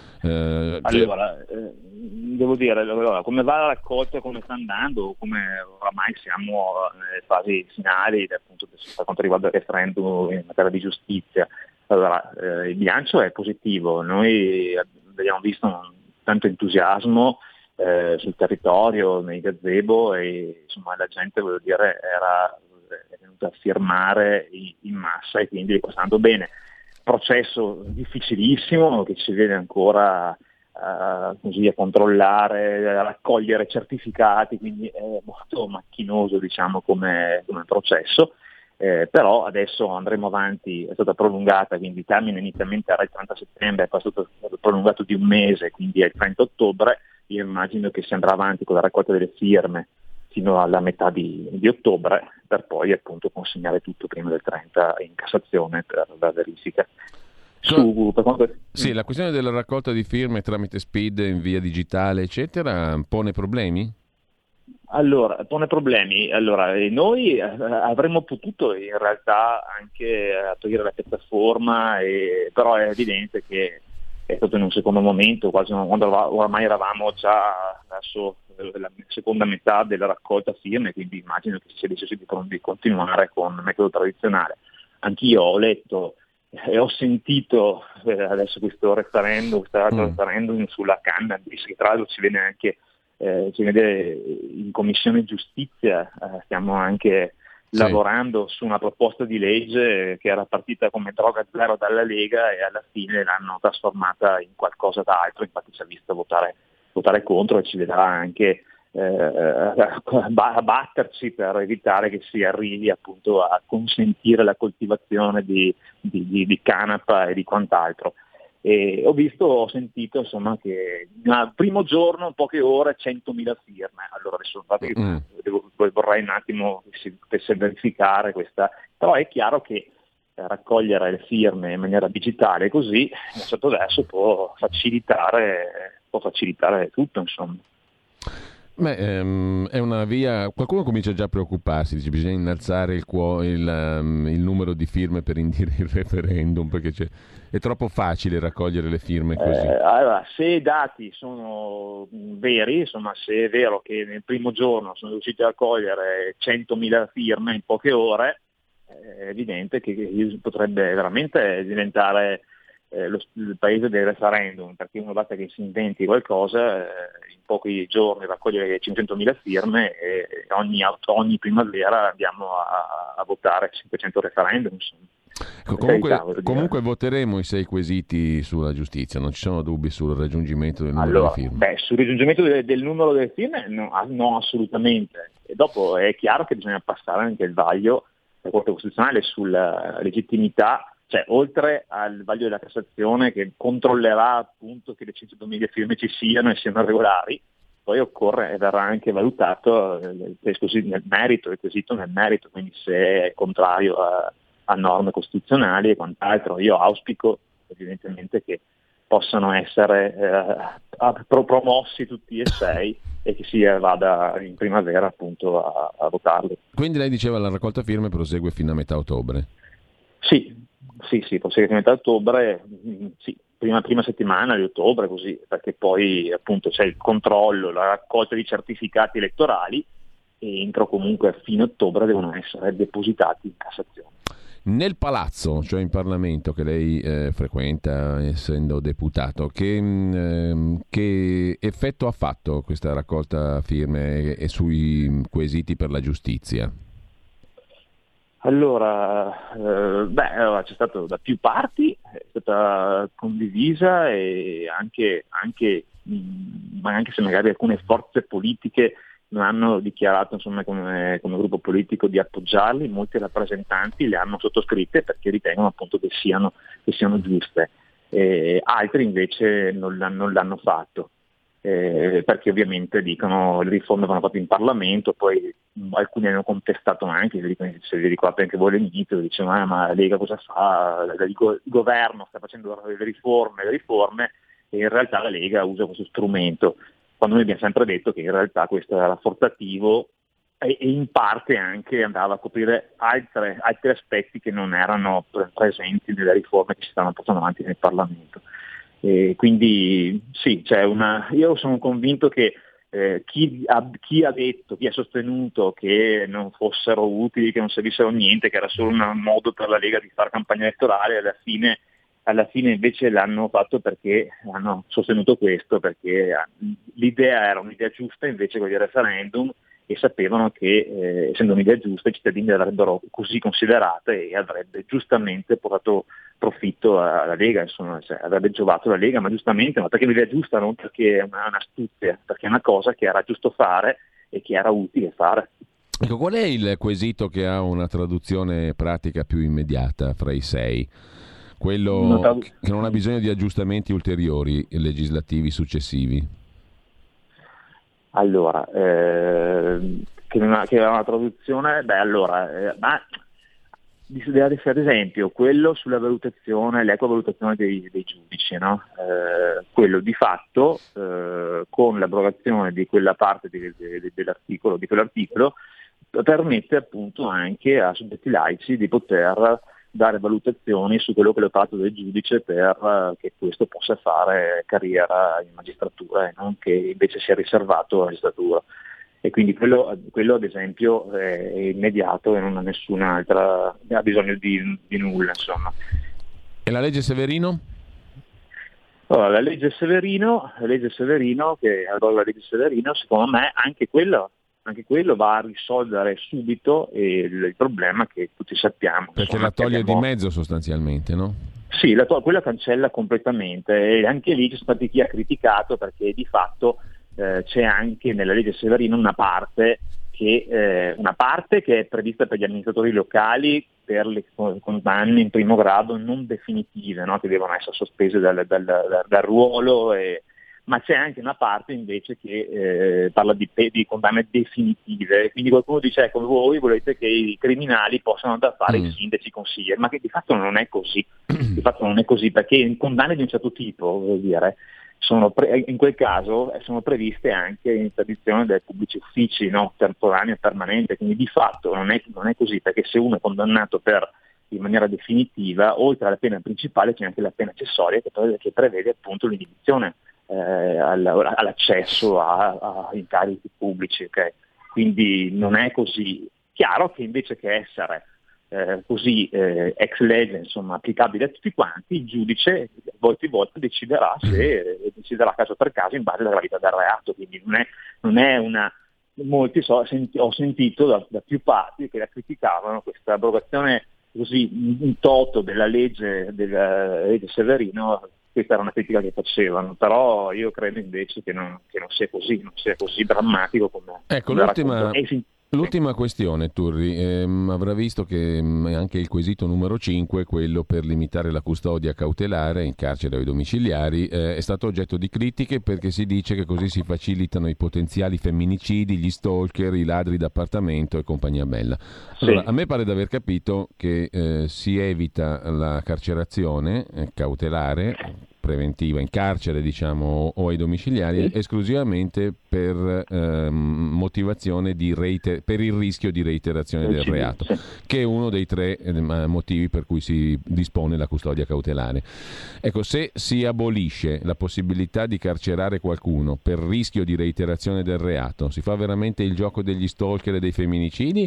Eh, allora, cioè... eh, devo dire, allora, come va la raccolta, come sta andando, come oramai siamo nelle fasi finali, appunto, per quanto riguarda il referendum in materia di giustizia. Allora, eh, il bilancio è positivo, noi abbiamo visto tanto entusiasmo Eh, sul territorio, nei gazebo, e insomma la gente, voglio dire, era è venuta a firmare in massa e quindi sta andando bene. Processo difficilissimo che ci vede ancora uh, così a controllare, a raccogliere certificati, quindi è molto macchinoso, diciamo, come, come processo. Eh, però adesso andremo avanti, è stata prolungata, quindi il termine inizialmente era il trenta settembre, poi è stato prolungato di un mese, quindi è il trenta ottobre. Io immagino che si andrà avanti con la raccolta delle firme fino alla metà di, di ottobre, per poi appunto consegnare tutto prima del trenta in Cassazione per la verifica. Su, per quanto... Sì, la questione della raccolta di firme tramite S P I D in via digitale, eccetera, pone problemi? Allora, pone problemi. Allora, noi avremmo potuto in realtà anche togliere la piattaforma, e, però è evidente che è stato in un secondo momento, quasi quando oramai eravamo già verso la seconda metà della raccolta firme, quindi immagino che si sia deciso di continuare con il metodo tradizionale. Anch'io ho letto e ho sentito eh, adesso questo referendum, questo mm. referendum sulla cannabis, che tra l'altro ci viene anche eh, ci vede in Commissione Giustizia, eh, stiamo anche sì. lavorando su una proposta di legge che era partita come droga zero dalla Lega e alla fine l'hanno trasformata in qualcosa d'altro, infatti ci ha visto votare, votare contro e ci vedrà anche eh, a batterci per evitare che si arrivi appunto a consentire la coltivazione di, di, di, di canapa e di quant'altro. E ho visto, ho sentito insomma che al primo giorno, in poche ore, centomila firme. Allora adesso mm. devo, vorrei un attimo che si potesse verificare questa, però è chiaro che raccogliere le firme in maniera digitale così, in un certo verso può facilitare, può facilitare tutto, insomma. Beh, ehm, è una via. Qualcuno comincia già a preoccuparsi, dice bisogna innalzare il, cuo- il, um, il numero di firme per indire il referendum, perché c'è, è troppo facile raccogliere le firme così. Eh, allora, se i dati sono veri, insomma, se è vero che nel primo giorno sono riusciti a raccogliere centomila firme in poche ore, è evidente che potrebbe veramente diventare eh, lo, il paese del referendum, perché uno basta che si inventi qualcosa, eh, in pochi giorni raccogliere cinquecentomila firme e ogni, ogni primavera andiamo a, a votare cinquecento referendum. Insomma. Comunque, carità, comunque voteremo i sei quesiti sulla giustizia, non ci sono dubbi sul raggiungimento del numero allora, di firme. Beh, sul raggiungimento del, del numero delle firme no, no, assolutamente. E dopo è chiaro che bisogna passare anche il vaglio della Corte Costituzionale sulla legittimità, cioè oltre al vaglio della Cassazione che controllerà appunto che le centoduemila firme ci siano e siano regolari, poi occorre e verrà anche valutato eh, nel merito, il quesito nel merito, quindi se è contrario a a norme costituzionali e quant'altro. Io auspico evidentemente che possano essere eh, promossi tutti e sei e che si vada in primavera appunto a, a votarli. Quindi lei diceva la raccolta firme prosegue fino a metà ottobre? Sì, sì, sì, prosegue fino a metà ottobre, sì, prima, prima settimana di ottobre così, perché poi appunto c'è il controllo, la raccolta di certificati elettorali e entro comunque a fine ottobre devono essere depositati in Cassazione. Nel palazzo, cioè in Parlamento che lei eh, frequenta essendo deputato, che, mh, che effetto ha fatto questa raccolta firme e, e sui quesiti per la giustizia? Allora, eh, beh, allora, c'è stato da più parti, è stata condivisa e anche, anche, mh, anche se magari alcune forze politiche non hanno dichiarato insomma, come, come gruppo politico di appoggiarli, molti rappresentanti le hanno sottoscritte perché ritengono appunto che siano, che siano giuste, eh, altri invece non l'hanno, non l'hanno fatto, eh, perché ovviamente dicono le riforme vanno fatte in Parlamento, poi mh, alcuni hanno contestato anche, se vi ricordate anche voi all'inizio, dicevano ah, ma la Lega cosa fa, il governo sta facendo le riforme, le riforme e in realtà la Lega usa questo strumento. Quando noi abbiamo sempre detto che in realtà questo era rafforzativo e, e in parte anche andava a coprire altre, altri aspetti che non erano presenti nelle riforme che si stavano portando avanti nel Parlamento. E quindi sì, c'è una, io sono convinto che eh, chi, ha, chi ha detto, chi ha sostenuto che non fossero utili, che non servissero a niente, che era solo un modo per la Lega di fare campagna elettorale, alla fine alla fine invece l'hanno fatto perché hanno sostenuto questo, perché l'idea era un'idea giusta invece con il referendum e sapevano che eh, essendo un'idea giusta i cittadini l'avrebbero così considerata e avrebbe giustamente portato profitto alla Lega, insomma, cioè, avrebbe giovato la Lega, ma giustamente, ma perché è un'idea giusta, non perché è una, un'astuzia, perché è una cosa che era giusto fare e che era utile fare. Ecco, qual è il quesito che ha una traduzione pratica più immediata fra i sei? Quello che non ha bisogno di aggiustamenti ulteriori legislativi successivi? Allora, eh, che, non ha, che ha una traduzione, beh allora, eh, ma ad esempio quello sulla valutazione, l'ecovalutazione dei, dei giudici, no? Eh, quello di fatto eh, con l'abrogazione di quella parte di, di, dell'articolo, di quell'articolo permette appunto anche a soggetti laici di poter dare valutazioni su quello che è l'operato del giudice per uh, che questo possa fare carriera in magistratura e non che invece sia riservato alla magistratura. E quindi quello, quello ad esempio è immediato e non ha nessun'altra, ha bisogno di, di nulla, insomma. E la legge Severino? Allora, la legge Severino, la legge Severino, che allora la legge Severino, secondo me anche quello Anche quello va a risolvere subito il, il problema che tutti sappiamo. Perché insomma, la toglie abbiamo... di mezzo sostanzialmente, no? Sì, la to- quella cancella completamente e anche lì c'è stato chi ha criticato perché di fatto eh, c'è anche nella legge Severino una parte che eh, una parte che è prevista per gli amministratori locali per le condanne in primo grado non definitive, no? Che devono essere sospese dal, dal, dal, dal ruolo e ma c'è anche una parte invece che eh, parla di, di condanne definitive, quindi qualcuno dice ecco voi volete che i criminali possano andare a fare mm. i sindaci consiglieri, ma che di fatto non è così, di fatto non è così perché in condanne di un certo tipo, vuol dire, sono pre- in quel caso sono previste anche interdizione dai pubblici uffici, no? Temporanea e permanente, quindi di fatto non è, non è così perché se uno è condannato per in maniera definitiva, oltre alla pena principale c'è anche la pena accessoria che, che prevede appunto l'inibizione Eh, all'accesso a, a incarichi pubblici, okay? Quindi non è così chiaro che invece che essere eh, così eh, ex legge, insomma, applicabile a tutti quanti, il giudice volta in volta deciderà se eh, deciderà caso per caso in base alla gravità del reato, quindi non è, non è una... Molti so, senti, ho sentito da, da più parti che la criticavano questa abrogazione così in toto della legge, della legge Severino. Questa era una critica che facevano, però io credo invece che non, che non sia così, non sia così drammatico come... Ecco, come l'ultima, racconto. l'ultima questione, Turri, ehm, avrà visto che mh, anche il quesito numero cinque, quello per limitare la custodia cautelare in carcere o ai domiciliari, eh, è stato oggetto di critiche perché si dice che così si facilitano i potenziali femminicidi, gli stalker, i ladri d'appartamento e compagnia bella. Allora, sì. A me pare di aver capito che eh, si evita la carcerazione eh, cautelare, preventiva, in carcere diciamo o ai domiciliari, sì. esclusivamente per ehm, motivazione di reiter- per il rischio di reiterazione del reato, sì. che è uno dei tre eh, motivi per cui si dispone la custodia cautelare. Ecco, se si abolisce la possibilità di carcerare qualcuno per rischio di reiterazione del reato, si fa veramente il gioco degli stalker e dei femminicidi?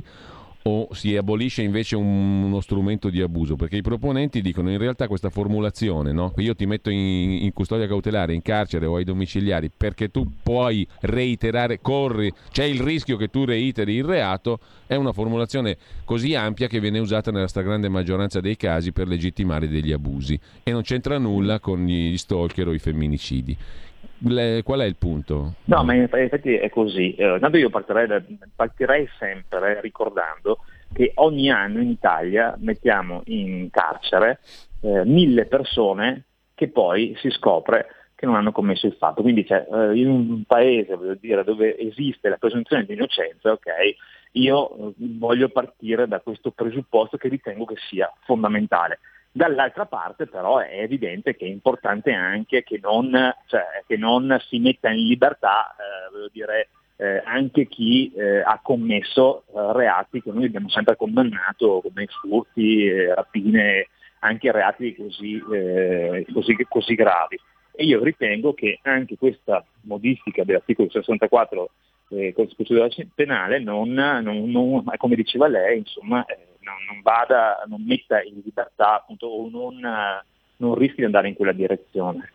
O si abolisce invece un, uno strumento di abuso? Perché i proponenti dicono in realtà questa formulazione, no? Io ti metto in, in custodia cautelare, in carcere o ai domiciliari perché tu puoi reiterare, corri, c'è il rischio che tu reiteri il reato, è una formulazione così ampia che viene usata nella stragrande maggioranza dei casi per legittimare degli abusi e non c'entra nulla con gli stalker o i femminicidi. Le, qual è il punto? No, ma in effetti è così. Eh, tanto io partirei, da, partirei sempre ricordando che ogni anno in Italia mettiamo in carcere eh, mille persone che poi si scopre che non hanno commesso il fatto. Quindi cioè, eh, in un paese, voglio dire, dove esiste la presunzione di innocenza, ok, io eh, voglio partire da questo presupposto che ritengo che sia fondamentale. Dall'altra parte però è evidente che è importante anche che non, cioè, che non si metta in libertà eh, voglio dire, eh, anche chi eh, ha commesso eh, reati che noi abbiamo sempre condannato come furti, eh, rapine, anche reati così, eh, così, così gravi. E io ritengo che anche questa modifica dell'articolo sessantaquattro eh, Costituzione penale non, non, non, come diceva lei, insomma, eh, non, non vada, non metta in libertà appunto o non, non rischi di andare in quella direzione.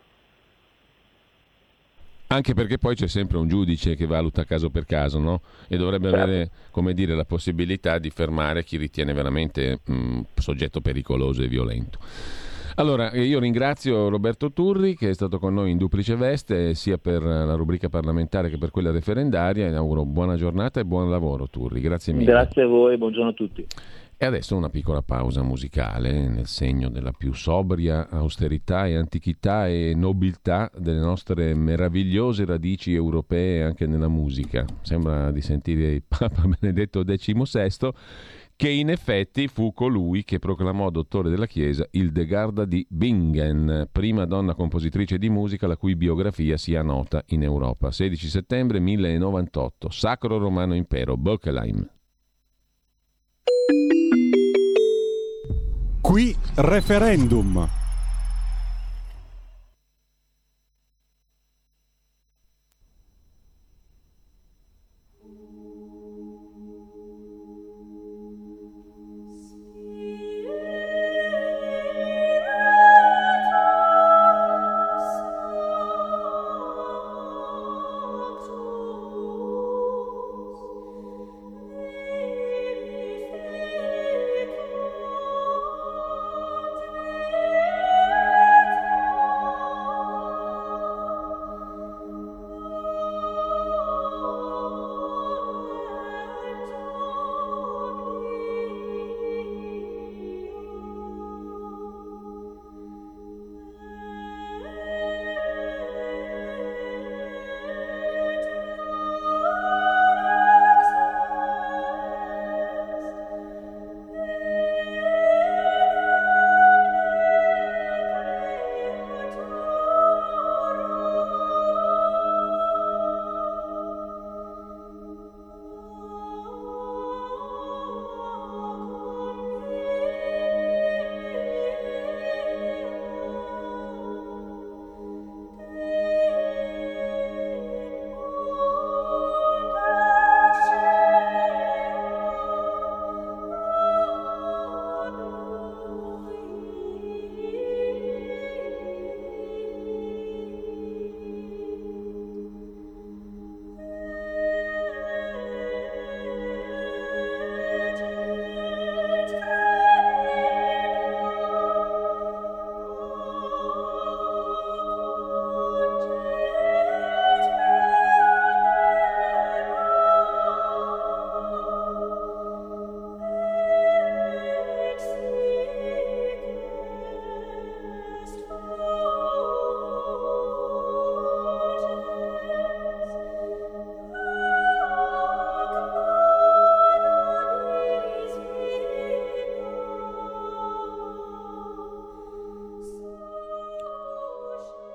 Anche perché poi c'è sempre un giudice che valuta caso per caso, no? E dovrebbe certo. avere, come dire, la possibilità di fermare chi ritiene veramente mh, soggetto pericoloso e violento. Allora, io ringrazio Roberto Turri che è stato con noi in duplice veste, sia per la rubrica parlamentare che per quella referendaria. E auguro buona giornata e buon lavoro, Turri. Grazie mille. Grazie a voi, buongiorno a tutti. E adesso una piccola pausa musicale nel segno della più sobria austerità e antichità e nobiltà delle nostre meravigliose radici europee anche nella musica. Sembra di sentire il Papa Benedetto diciassette, che in effetti fu colui che proclamò dottore della Chiesa Hildegarda di Bingen, prima donna compositrice di musica la cui biografia sia nota in Europa. sedici settembre millenovantotto, Sacro Romano Impero, Böckelheim. Qui referendum. Thank you.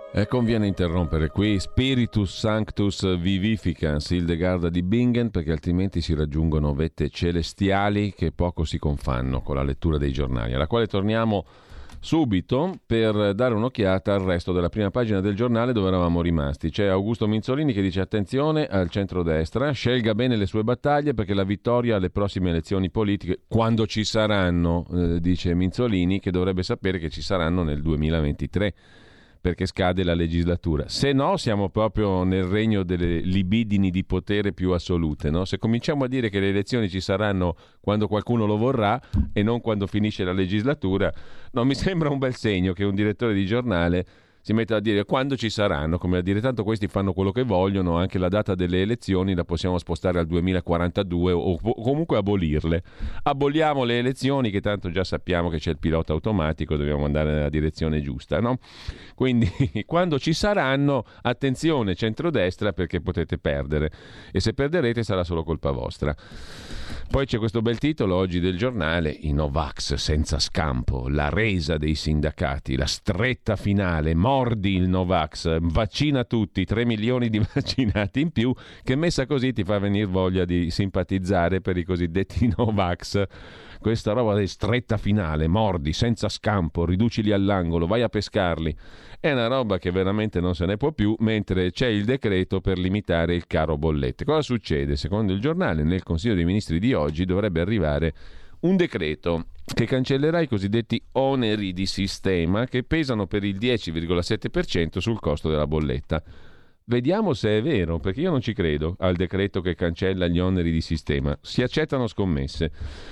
E conviene interrompere qui Spiritus Sanctus Vivificans, Hildegarda di Bingen, perché altrimenti si raggiungono vette celestiali che poco si confanno con la lettura dei giornali, alla quale torniamo subito per dare un'occhiata al resto della prima pagina del giornale dove eravamo rimasti. C'è Augusto Minzolini che dice: attenzione al centrodestra, scelga bene le sue battaglie perché la vittoria alle prossime elezioni politiche, quando ci saranno, eh, dice Minzolini, che dovrebbe sapere che ci saranno nel duemilaventitré, perché scade la legislatura. Se no siamo proprio nel regno delle libidini di potere più assolute, no? Se cominciamo a dire che le elezioni ci saranno quando qualcuno lo vorrà e non quando finisce la legislatura, non mi sembra un bel segno che un direttore di giornale si mette a dire quando ci saranno, come a dire tanto questi fanno quello che vogliono, anche la data delle elezioni la possiamo spostare al duemilaquarantadue o comunque abolirle. Aboliamo le elezioni che tanto già sappiamo che c'è il pilota automatico, dobbiamo andare nella direzione giusta, no? Quindi quando ci saranno, attenzione centrodestra perché potete perdere e se perderete sarà solo colpa vostra. Poi c'è questo bel titolo oggi del giornale: i Novax senza scampo, la resa dei sindacati, la stretta finale, mordi il Novax, vaccina tutti, tre milioni di vaccinati in più, che messa così ti fa venire voglia di simpatizzare per i cosiddetti Novax. Questa roba di stretta finale, mordi senza scampo, riducili all'angolo, vai a pescarli, è una roba che veramente non se ne può più, mentre c'è il decreto per limitare il caro bollette. Cosa succede? Secondo il giornale, nel Consiglio dei Ministri di oggi dovrebbe arrivare un decreto che cancellerà i cosiddetti oneri di sistema che pesano per il dieci virgola sette per cento sul costo della bolletta. Vediamo se è vero, perché io non ci credo al decreto che cancella gli oneri di sistema. Si accettano scommesse.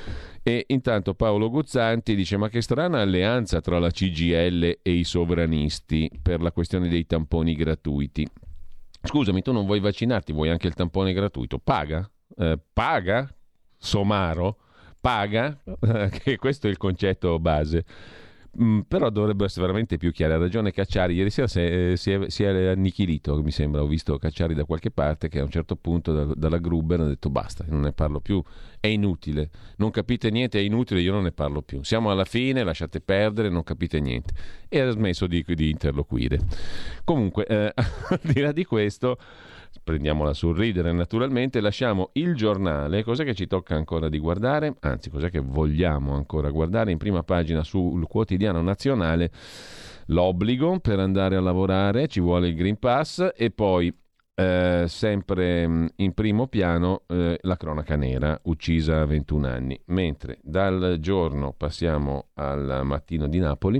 E intanto Paolo Guzzanti dice: ma che strana alleanza tra la C G I L e i sovranisti per la questione dei tamponi gratuiti. Scusami, tu non vuoi vaccinarti, vuoi anche il tampone gratuito? Paga? Eh, paga? Somaro? Paga? Eh, che questo è il concetto base. Mm, però dovrebbe essere veramente più chiaro. Ha ragione Cacciari, ieri sera si è, si è, si è annichilito, mi sembra, ho visto Cacciari da qualche parte che a un certo punto da, dalla Gruber ha detto basta, non ne parlo più, è inutile, non capite niente, è inutile, io non ne parlo più, siamo alla fine, lasciate perdere, non capite niente, e ha smesso di, di interloquire. Comunque eh, al di là di questo, prendiamola sul ridere naturalmente, lasciamo il giornale. Cos'è che ci tocca ancora di guardare? Anzi, cos'è che vogliamo ancora guardare? In prima pagina sul Quotidiano Nazionale l'obbligo per andare a lavorare, ci vuole il Green Pass, e poi eh, sempre in primo piano eh, la cronaca nera, uccisa a ventuno anni. Mentre dal Giorno passiamo al Mattino di Napoli.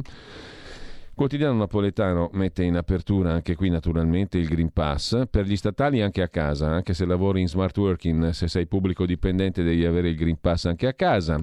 Quotidiano Napoletano mette in apertura anche qui naturalmente il Green Pass per gli statali anche a casa, anche se lavori in smart working, se sei pubblico dipendente devi avere il Green Pass anche a casa.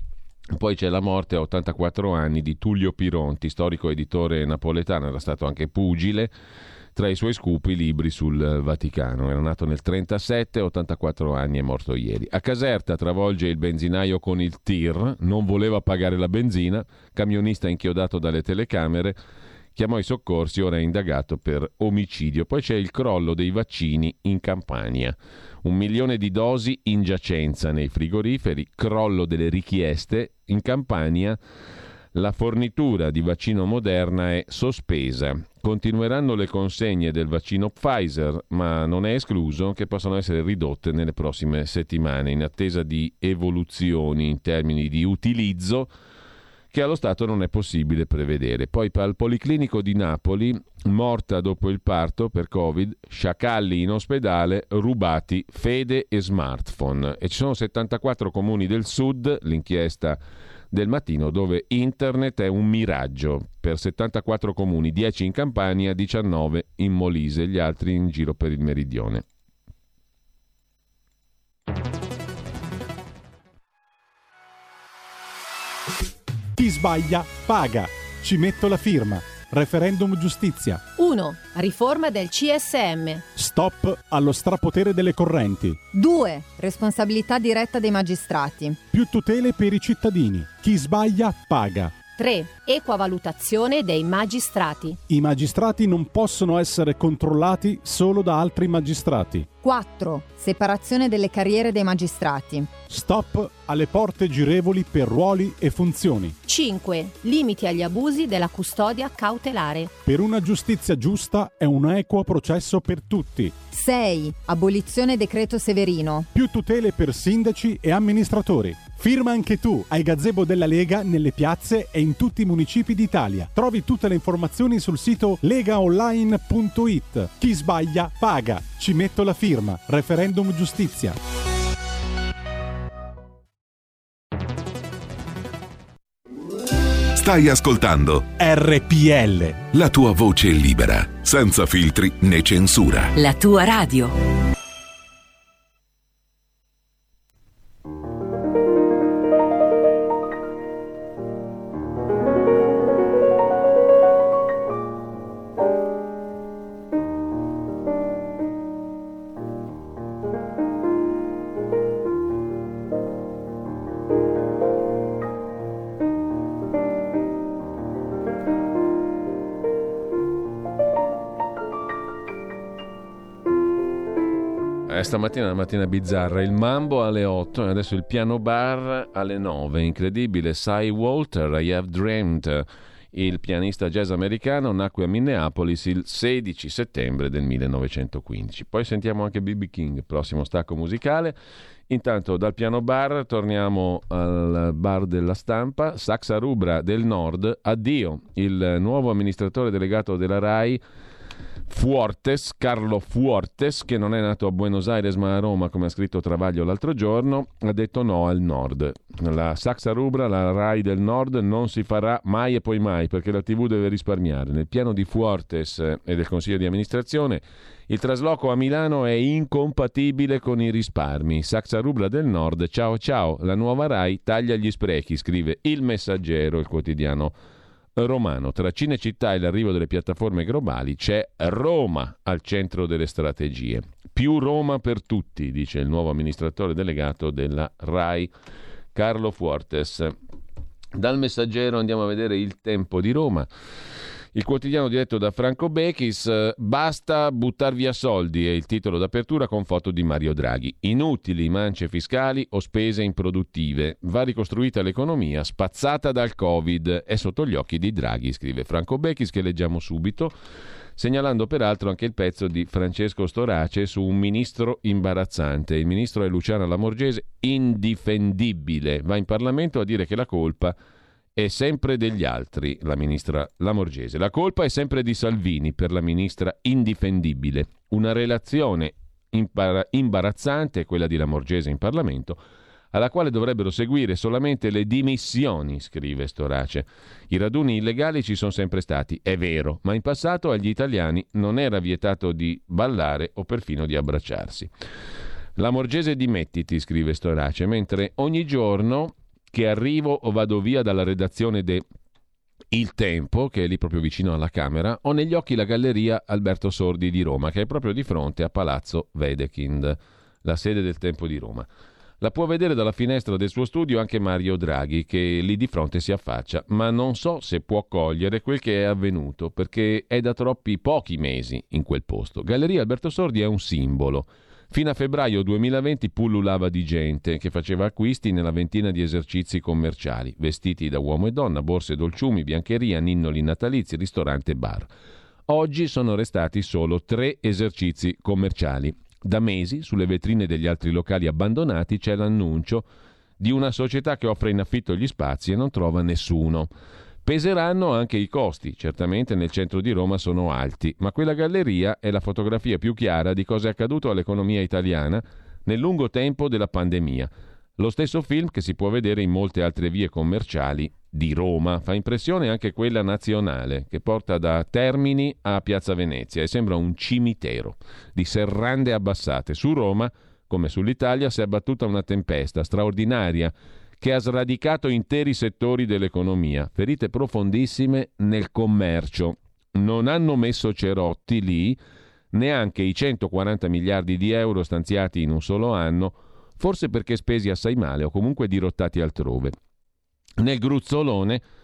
Poi c'è la morte a ottantaquattro anni di Tullio Pironti, storico editore napoletano, era stato anche pugile. Tra i suoi scoop i libri sul Vaticano. Era nato nel trentasette, ottantaquattro anni, è morto ieri. A Caserta travolge il benzinaio con il tir, non voleva pagare la benzina, camionista inchiodato dalle telecamere, chiamò i soccorsi, ora è indagato per omicidio. Poi c'è il crollo dei vaccini in Campania. Un milione di dosi in giacenza nei frigoriferi, crollo delle richieste in Campania. La fornitura di vaccino Moderna è sospesa. Continueranno le consegne del vaccino Pfizer, ma non è escluso che possano essere ridotte nelle prossime settimane, in attesa di evoluzioni in termini di utilizzo che allo stato non è possibile prevedere. Poi al Policlinico di Napoli, morta dopo il parto per Covid, sciacalli in ospedale, rubati fede e smartphone. E ci sono settantaquattro comuni del sud, l'inchiesta del Mattino, dove internet è un miraggio. Per settantaquattro comuni, dieci in Campania, diciannove in Molise, gli altri in giro per il meridione. Chi sbaglia paga. Ci metto la firma. Referendum giustizia. uno. Riforma del C S M. Stop allo strapotere delle correnti. due. Responsabilità diretta dei magistrati. Più tutele per i cittadini. Chi sbaglia paga. tre. Equa valutazione dei magistrati. I magistrati non possono essere controllati solo da altri magistrati. quattro. Separazione delle carriere dei magistrati. Stop alle porte girevoli per ruoli e funzioni. cinque. Limiti agli abusi della custodia cautelare. Per una giustizia giusta e un equo processo per tutti. sei. Abolizione decreto Severino. Più tutele per sindaci e amministratori. Firma anche tu ai gazebo della Lega nelle piazze e in tutti i municipi d'Italia. Trovi tutte le informazioni sul sito legaonline punto it. Chi sbaglia paga. Ci metto la firma. Referendum giustizia. Stai ascoltando R P L. La tua voce libera, senza filtri né censura. La tua radio. Stamattina è una mattina bizzarra, il mambo alle otto e adesso il piano bar alle nove, incredibile. Cy Walter, I Have Dreamed, il pianista jazz americano, nacque a Minneapolis il sedici settembre del millenovecentoquindici. Poi sentiamo anche B B King, prossimo stacco musicale. Intanto dal piano bar torniamo al bar della stampa. Saxa Rubra del Nord, addio, il nuovo amministratore delegato della RAI Fuortes, Carlo Fuortes, che non è nato a Buenos Aires ma a Roma, come ha scritto Travaglio l'altro giorno, ha detto no al Nord. La Saxa Rubra, la RAI del Nord, non si farà mai e poi mai, perché la tivù deve risparmiare. Nel piano di Fuortes e del Consiglio di amministrazione il trasloco a Milano è incompatibile con i risparmi. Saxa Rubra del Nord, ciao ciao, la nuova RAI taglia gli sprechi, scrive Il Messaggero, il quotidiano romano. Tra Cinecittà e l'arrivo delle piattaforme globali c'è Roma al centro delle strategie. Più Roma per tutti, dice il nuovo amministratore delegato della RAI, Carlo Fuortes. Dal Messaggero andiamo a vedere Il Tempo di Roma. Il quotidiano diretto da Franco Bechis, basta buttar via soldi, è il titolo d'apertura con foto di Mario Draghi. Inutili mance fiscali o spese improduttive. Va ricostruita l'economia spazzata dal Covid. È sotto gli occhi di Draghi, scrive Franco Bechis, che leggiamo subito, segnalando peraltro anche il pezzo di Francesco Storace su un ministro imbarazzante. Il ministro è Luciana Lamorgese, indifendibile. Va in Parlamento a dire che la colpa è sempre degli altri, la ministra Lamorgese. La colpa è sempre di Salvini per la ministra indifendibile. Una relazione impar- imbarazzante, quella di Lamorgese in Parlamento, alla quale dovrebbero seguire solamente le dimissioni, scrive Storace. I raduni illegali ci sono sempre stati, è vero, ma in passato agli italiani non era vietato di ballare o perfino di abbracciarsi. Lamorgese dimettiti, scrive Storace, mentre ogni giorno che arrivo o vado via dalla redazione de Il Tempo, che è lì proprio vicino alla Camera, ho negli occhi la galleria Alberto Sordi di Roma, che è proprio di fronte a Palazzo Wedekind, la sede del Tempo di Roma. La può vedere dalla finestra del suo studio anche Mario Draghi, che lì di fronte si affaccia, ma non so se può cogliere quel che è avvenuto, perché è da troppi pochi mesi in quel posto. Galleria Alberto Sordi è un simbolo. Fino a febbraio duemilaventi pullulava di gente che faceva acquisti nella ventina di esercizi commerciali, vestiti da uomo e donna, borse, dolciumi, biancheria, ninnoli natalizi, ristorante e bar. Oggi sono restati solo tre esercizi commerciali. Da mesi, sulle vetrine degli altri locali abbandonati, c'è l'annuncio di una società che offre in affitto gli spazi e non trova nessuno. Peseranno anche i costi, certamente nel centro di Roma sono alti, ma quella galleria è la fotografia più chiara di cosa è accaduto all'economia italiana nel lungo tempo della pandemia. Lo stesso film che si può vedere in molte altre vie commerciali di Roma. Fa impressione anche quella nazionale, che porta da Termini a Piazza Venezia e sembra un cimitero di serrande abbassate. Su Roma, come sull'Italia, si è abbattuta una tempesta straordinaria che ha sradicato interi settori dell'economia, ferite profondissime nel commercio. Non hanno messo cerotti lì neanche i centoquaranta miliardi di euro stanziati in un solo anno, forse perché spesi assai male o comunque dirottati altrove. Nel gruzzolone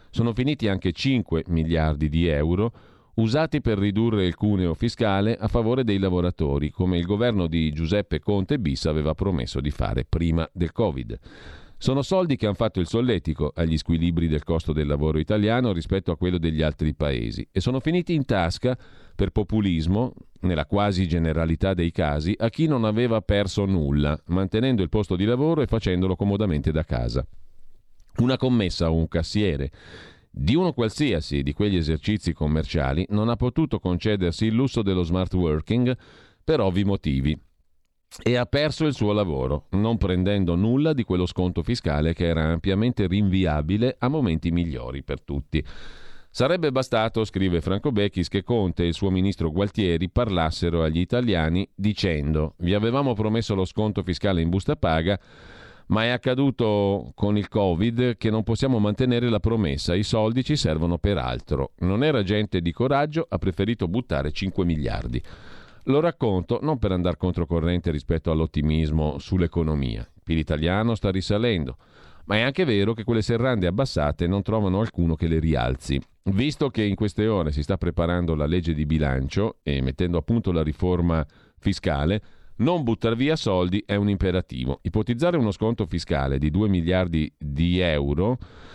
Sono finiti anche cinque miliardi di euro usati per ridurre il cuneo fiscale a favore dei lavoratori, come il governo di Giuseppe Conte bis aveva promesso di fare prima del Covid. Sono soldi che hanno fatto il solletico agli squilibri del costo del lavoro italiano rispetto a quello degli altri paesi e sono finiti in tasca per populismo, nella quasi generalità dei casi, a chi non aveva perso nulla, mantenendo il posto di lavoro e facendolo comodamente da casa. Una commessa o un cassiere di uno qualsiasi di quegli esercizi commerciali non ha potuto concedersi il lusso dello smart working per ovvi motivi e ha perso il suo lavoro, non prendendo nulla di quello sconto fiscale che era ampiamente rinviabile a momenti migliori per tutti. Sarebbe bastato, scrive Franco Bechis, che Conte e il suo ministro Gualtieri parlassero agli italiani dicendo: vi avevamo promesso lo sconto fiscale in busta paga, ma è accaduto con il Covid che non possiamo mantenere la promessa, i soldi ci servono per altro. Non era gente di coraggio, ha preferito buttare cinque miliardi. Lo racconto non per andare controcorrente rispetto all'ottimismo sull'economia. Il P I L italiano sta risalendo, ma è anche vero che quelle serrande abbassate non trovano alcuno che le rialzi. Visto che in queste ore si sta preparando la legge di bilancio e mettendo a punto la riforma fiscale, non buttar via soldi è un imperativo. Ipotizzare uno sconto fiscale di due miliardi di euro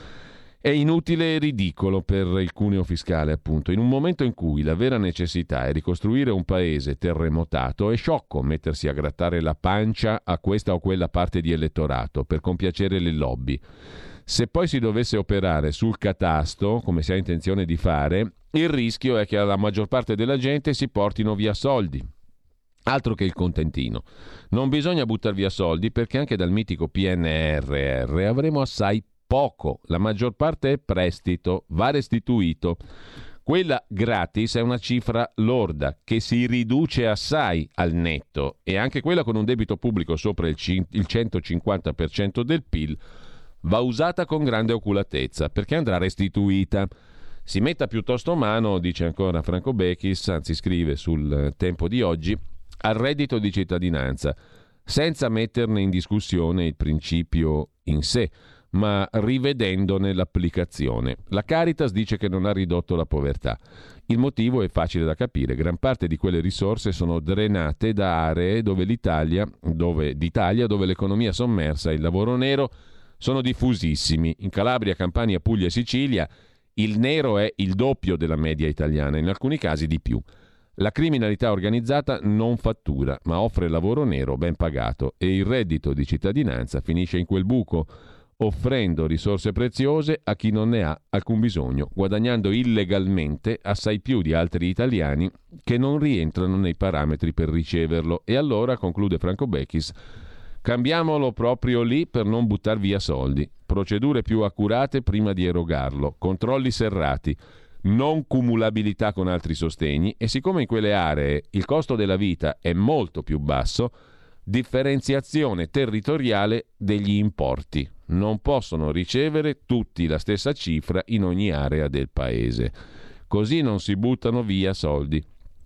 è inutile e ridicolo per il cuneo fiscale, appunto. In un momento in cui la vera necessità è ricostruire un paese terremotato, è sciocco mettersi a grattare la pancia a questa o quella parte di elettorato per compiacere le lobby. Se poi si dovesse operare sul catasto, come si ha intenzione di fare, il rischio è che alla maggior parte della gente si portino via soldi. Altro che il contentino. Non bisogna buttare via soldi perché anche dal mitico P N R R avremo assai poco. La maggior parte è prestito, va restituito. Quella gratis è una cifra lorda che si riduce assai al netto e anche quella con un debito pubblico sopra il, c- il centocinquanta per cento del P I L va usata con grande oculatezza perché andrà restituita. Si metta piuttosto mano, dice ancora Franco Bechis, anzi scrive sul Tempo di oggi, al reddito di cittadinanza, senza metterne in discussione il principio in sé, ma rivedendone l'applicazione. La Caritas dice che non ha ridotto la povertà. Il motivo è facile da capire: gran parte di quelle risorse sono drenate da aree dove l'Italia, dove, d'Italia dove l'economia sommersa e il lavoro nero sono diffusissimi. In Calabria, Campania, Puglia e Sicilia il nero è il doppio della media italiana, in alcuni casi di più. La criminalità organizzata non fattura, ma offre lavoro nero ben pagato e il reddito di cittadinanza finisce in quel buco, offrendo risorse preziose a chi non ne ha alcun bisogno, guadagnando illegalmente assai più di altri italiani che non rientrano nei parametri per riceverlo. E allora, conclude Franco Bechis, cambiamolo proprio lì per non buttar via soldi. Procedure più accurate prima di erogarlo, controlli serrati, non cumulabilità con altri sostegni e siccome in quelle aree il costo della vita è molto più basso, differenziazione territoriale degli importi. Non possono ricevere tutti la stessa cifra in ogni area del paese. Così non si buttano via soldi.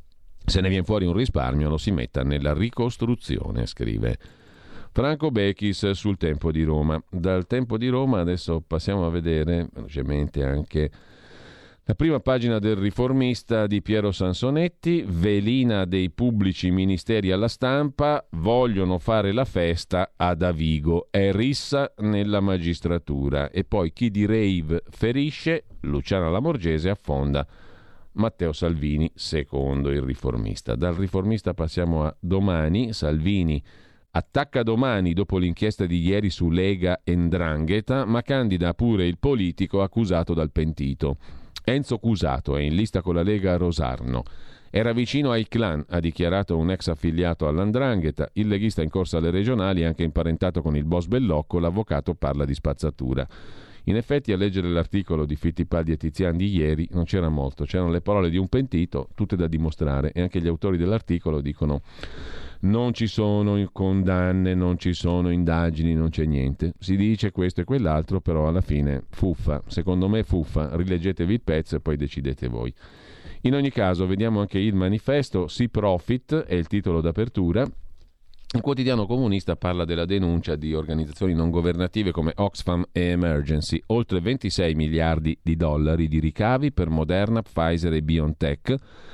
Se ne viene fuori un risparmio, lo si metta nella ricostruzione, scrive Franco Bechis sul Tempo di Roma. Dal Tempo di Roma adesso passiamo a vedere velocemente anche la prima pagina del Riformista di Piero Sansonetti. Velina dei pubblici ministeri alla stampa, vogliono fare la festa a Davigo, è rissa nella magistratura. E poi chi di rave ferisce, Luciana Lamorgese affonda Matteo Salvini, secondo il Riformista. Dal Riformista passiamo a Domani. Salvini attacca Domani dopo l'inchiesta di ieri su Lega e 'ndrangheta, ma candida pure il politico accusato dal pentito. Enzo Cusato è in lista con la Lega a Rosarno. Era vicino ai clan, ha dichiarato un ex affiliato all'Andrangheta. Il leghista in corsa alle regionali è anche imparentato con il boss Bellocco. L'avvocato parla di spazzatura. In effetti, a leggere l'articolo di Fittipaldi e Tizian di ieri non c'era molto. C'erano le parole di un pentito, tutte da dimostrare, e anche gli autori dell'articolo dicono non ci sono condanne, non ci sono indagini, non c'è niente. Si dice questo e quell'altro, però alla fine fuffa. Secondo me fuffa. Rileggetevi il pezzo e poi decidete voi. In ogni caso, vediamo anche il manifesto. Sea Profit è il titolo d'apertura. Il quotidiano comunista parla della denuncia di organizzazioni non governative come Oxfam e Emergency, oltre ventisei miliardi di dollari di ricavi per Moderna, Pfizer e BioNTech,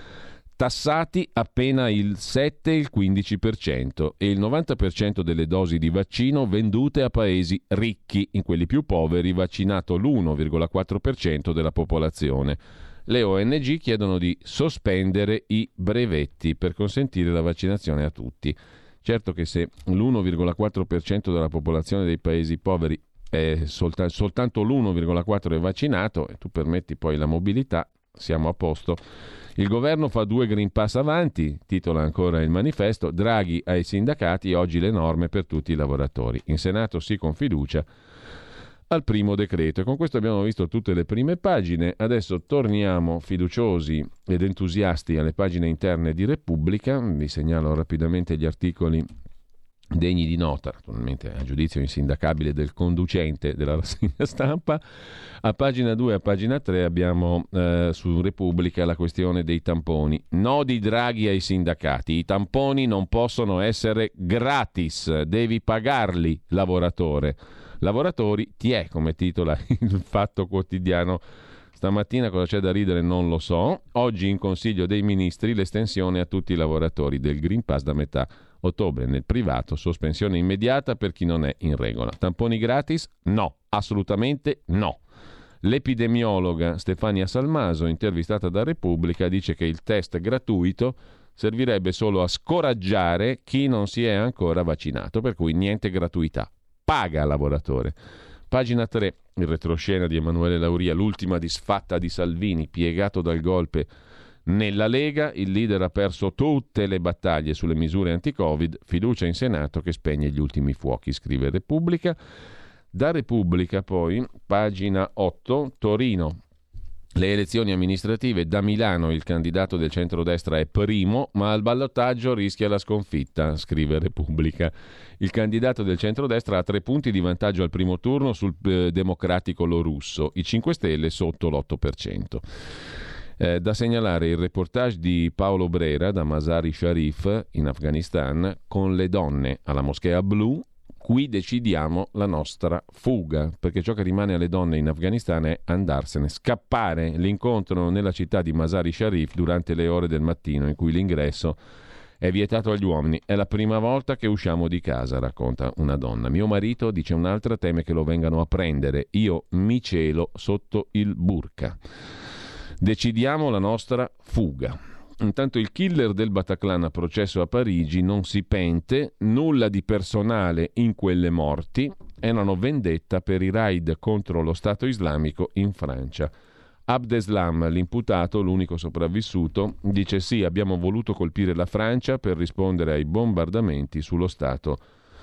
tassati appena il sette e il quindici per cento, e il novanta per cento delle dosi di vaccino vendute a paesi ricchi, in quelli più poveri vaccinato l'uno virgola quattro per cento della popolazione. Le O N G chiedono di sospendere i brevetti per consentire la vaccinazione a tutti. Certo che se l'uno virgola quattro per cento della popolazione dei paesi poveri è solta- soltanto l'uno virgola quattro per cento è vaccinato e tu permetti poi la mobilità, siamo a posto. Il governo fa due Green Pass avanti, titola ancora il manifesto, Draghi ai sindacati, oggi le norme per tutti i lavoratori. In Senato sì con fiducia al primo decreto. E con questo abbiamo visto tutte le prime pagine. Adesso torniamo fiduciosi ed entusiasti alle pagine interne di Repubblica. Vi segnalo rapidamente gli articoli degni di nota, naturalmente a giudizio insindacabile del conducente della rassegna stampa. A pagina due e a pagina tre abbiamo eh, su Repubblica la questione dei tamponi. No di Draghi ai sindacati, i tamponi non possono essere gratis, devi pagarli, lavoratore. Lavoratori, ti è, come titola il Fatto Quotidiano. Stamattina cosa c'è da ridere non lo so. Oggi in Consiglio dei Ministri l'estensione a tutti i lavoratori del Green Pass da metà ottobre. Nel privato sospensione immediata per chi non è in regola. Tamponi gratis? No, assolutamente no. L'epidemiologa Stefania Salmaso, intervistata da Repubblica, dice che il test gratuito servirebbe solo a scoraggiare chi non si è ancora vaccinato, per cui niente gratuità. Paga lavoratore. Pagina tre, il retroscena di Emanuele Lauria, l'ultima disfatta di Salvini, piegato dal golpe nella Lega, il leader ha perso tutte le battaglie sulle misure anti-Covid, fiducia in Senato che spegne gli ultimi fuochi, scrive Repubblica. Da Repubblica poi, pagina otto, Torino. Le elezioni amministrative, da Milano il candidato del centrodestra è primo, ma al ballottaggio rischia la sconfitta, scrive Repubblica. Il candidato del centrodestra ha tre punti di vantaggio al primo turno sul eh, democratico Lorusso, i cinque Stelle sotto l'otto per cento. Eh, da segnalare il reportage di Paolo Brera da Mazar-i Sharif in Afghanistan con le donne alla Moschea Blu. Qui decidiamo la nostra fuga, perché ciò che rimane alle donne in Afghanistan è andarsene, scappare. L'incontro nella città di Mazar-i Sharif durante le ore del mattino in cui l'ingresso è vietato agli uomini. È la prima volta che usciamo di casa, racconta una donna. Mio marito, dice un'altra, teme che lo vengano a prendere. Io mi celo sotto il burqa. Decidiamo la nostra fuga. Intanto il killer del Bataclan a processo a Parigi non si pente, nulla di personale in quelle morti, erano vendetta per i raid contro lo Stato islamico in Francia. Abdeslam, l'imputato, l'unico sopravvissuto, dice sì, abbiamo voluto colpire la Francia per rispondere ai bombardamenti sullo Stato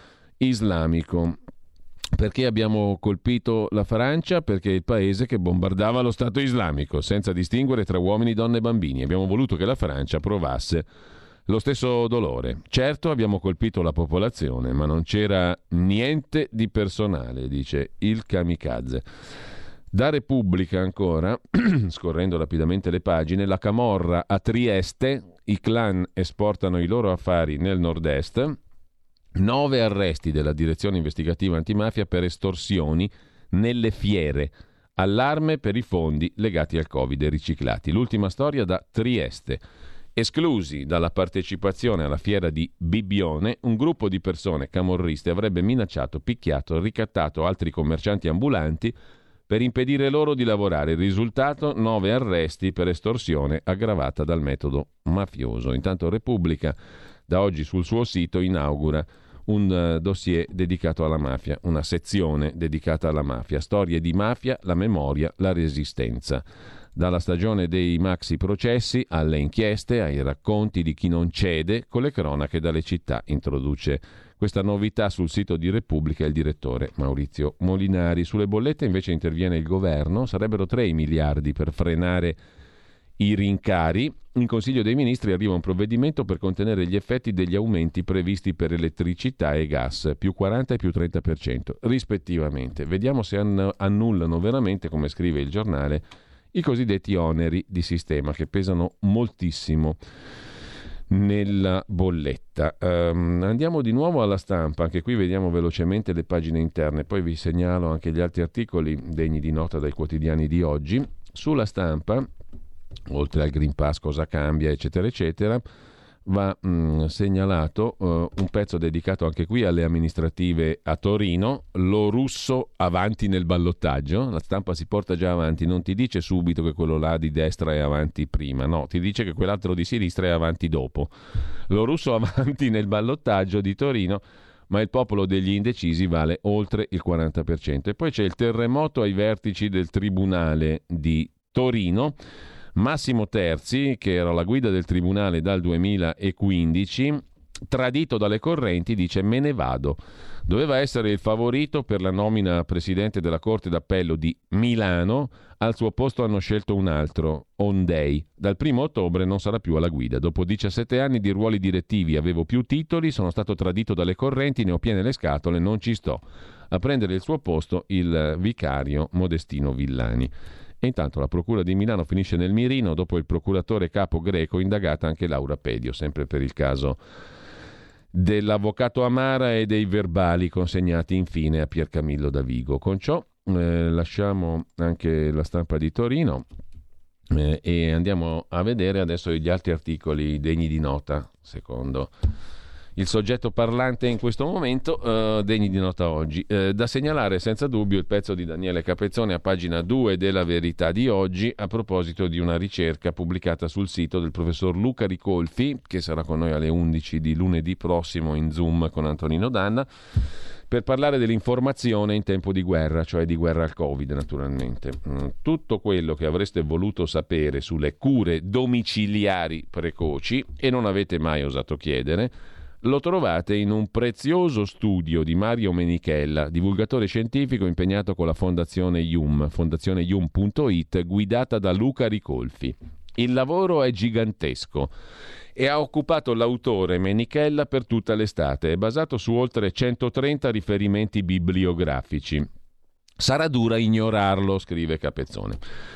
islamico. Perché abbiamo colpito la Francia? Perché è il paese che bombardava lo Stato islamico, senza distinguere tra uomini, donne e bambini. Abbiamo voluto che la Francia provasse lo stesso dolore. Certo, abbiamo colpito la popolazione, ma non c'era niente di personale, dice il kamikaze. Da Repubblica ancora, scorrendo rapidamente le pagine, la camorra a Trieste, i clan esportano i loro affari nel nord-est. Nove arresti della direzione investigativa antimafia per estorsioni nelle fiere. Allarme per i fondi legati al Covid e riciclati. L'ultima storia da Trieste. Esclusi dalla partecipazione alla fiera di Bibbione, un gruppo di persone camorriste avrebbe minacciato, picchiato e ricattato altri commercianti ambulanti per impedire loro di lavorare. Il risultato? Nove arresti per estorsione aggravata dal metodo mafioso. Intanto Repubblica da oggi sul suo sito inaugura un dossier dedicato alla mafia, una sezione dedicata alla mafia, storie di mafia, la memoria, la resistenza. Dalla stagione dei maxi processi alle inchieste, ai racconti di chi non cede, con le cronache dalle città. Introduce questa novità sul sito di Repubblica il direttore Maurizio Molinari. Sulle bollette invece interviene il governo, sarebbero tre i miliardi per frenare i rincari. In Consiglio dei Ministri arriva un provvedimento per contenere gli effetti degli aumenti previsti per elettricità e gas, più quaranta e più trenta per cento rispettivamente. Vediamo se annullano veramente, come scrive il giornale, i cosiddetti oneri di sistema che pesano moltissimo. nella bolletta. Um, andiamo di nuovo alla Stampa, anche qui vediamo velocemente le pagine interne, poi vi segnalo anche gli altri articoli degni di nota dai quotidiani di oggi. Sulla Stampa, oltre al Green Pass cosa cambia eccetera eccetera, va mh, segnalato uh, un pezzo dedicato anche qui alle amministrative a Torino. Lo Russo avanti nel ballottaggio. La Stampa si porta già avanti, non ti dice subito che quello là di destra è avanti prima, no, ti dice che quell'altro di sinistra è avanti dopo. Lo Russo avanti nel ballottaggio di Torino, ma il popolo degli indecisi vale oltre il quaranta per cento. E poi c'è il terremoto ai vertici del Tribunale di Torino. Massimo Terzi, che era alla guida del tribunale dal duemilaquindici, tradito dalle correnti, dice: me ne vado. Doveva essere il favorito per la nomina a presidente della Corte d'Appello di Milano, al suo posto hanno scelto un altro, Ondei. Dal primo ottobre non sarà più alla guida. Dopo diciassette anni di ruoli direttivi avevo più titoli, sono stato tradito dalle correnti, ne ho piene le scatole, non ci sto. A prendere il suo posto il vicario Modestino Villani. E intanto la Procura di Milano finisce nel mirino dopo il procuratore capo Greco, indagata anche Laura Pedio, sempre per il caso dell'avvocato Amara e dei verbali consegnati infine a Piercamillo Davigo. Con ciò eh, lasciamo anche la Stampa di Torino eh, e andiamo a vedere adesso gli altri articoli degni di nota, secondo il soggetto parlante in questo momento, uh, degni di nota oggi. Uh, da segnalare senza dubbio il pezzo di Daniele Capezzone a pagina due della Verità di oggi a proposito di una ricerca pubblicata sul sito del professor Luca Ricolfi, che sarà con noi alle undici di lunedì prossimo in Zoom con Antonino Danna, per parlare dell'informazione in tempo di guerra, cioè di guerra al Covid naturalmente. Mm, tutto quello che avreste voluto sapere sulle cure domiciliari precoci e non avete mai osato chiedere, lo trovate in un prezioso studio di Mario Menichella, divulgatore scientifico impegnato con la Fondazione I U M, fondazione I U M punto it, guidata da Luca Ricolfi. Il lavoro è gigantesco e ha occupato l'autore Menichella per tutta l'estate. È basato su oltre centotrenta riferimenti bibliografici. Sarà dura ignorarlo, scrive Capezzone.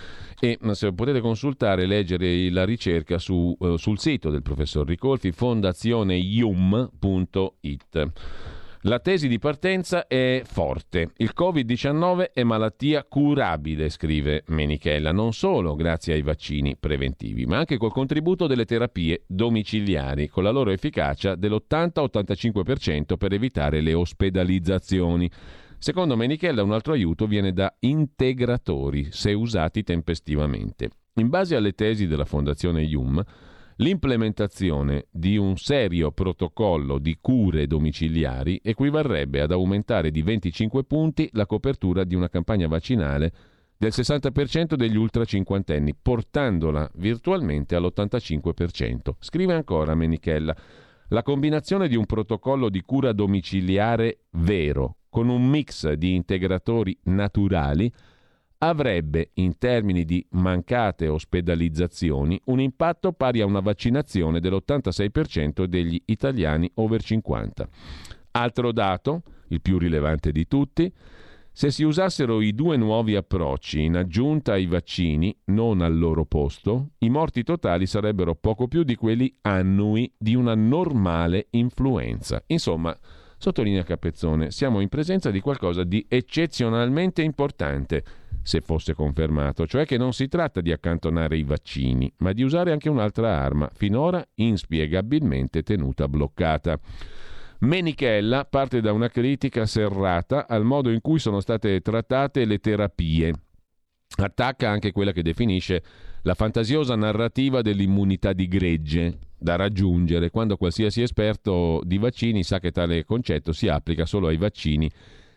E se potete consultare e leggere la ricerca su, uh, sul sito del professor Ricolfi, fondazione I U M punto it. La tesi di partenza è forte. Il covid diciannove è malattia curabile, scrive Menichella, non solo grazie ai vaccini preventivi, ma anche col contributo delle terapie domiciliari, con la loro efficacia dell'ottanta ottantacinque per cento per evitare le ospedalizzazioni. Secondo Menichella un altro aiuto viene da integratori, se usati tempestivamente. In base alle tesi della Fondazione I U M, l'implementazione di un serio protocollo di cure domiciliari equivarrebbe ad aumentare di venticinque punti la copertura di una campagna vaccinale del sessanta per cento degli ultracinquantenni, portandola virtualmente all'ottantacinque per cento. Scrive ancora Menichella: la combinazione di un protocollo di cura domiciliare vero con un mix di integratori naturali avrebbe, in termini di mancate ospedalizzazioni, un impatto pari a una vaccinazione dell'ottantasei per cento degli italiani over cinquanta. Altro dato, il più rilevante di tutti: se si usassero i due nuovi approcci in aggiunta ai vaccini, non al loro posto, i morti totali sarebbero poco più di quelli annui di una normale influenza. Insomma, sottolinea Capezzone, siamo in presenza di qualcosa di eccezionalmente importante, se fosse confermato, cioè che non si tratta di accantonare i vaccini, ma di usare anche un'altra arma, finora inspiegabilmente tenuta bloccata. Menichella parte da una critica serrata al modo in cui sono state trattate le terapie. Attacca anche quella che definisce la fantasiosa narrativa dell'immunità di gregge da raggiungere, quando qualsiasi esperto di vaccini sa che tale concetto si applica solo ai vaccini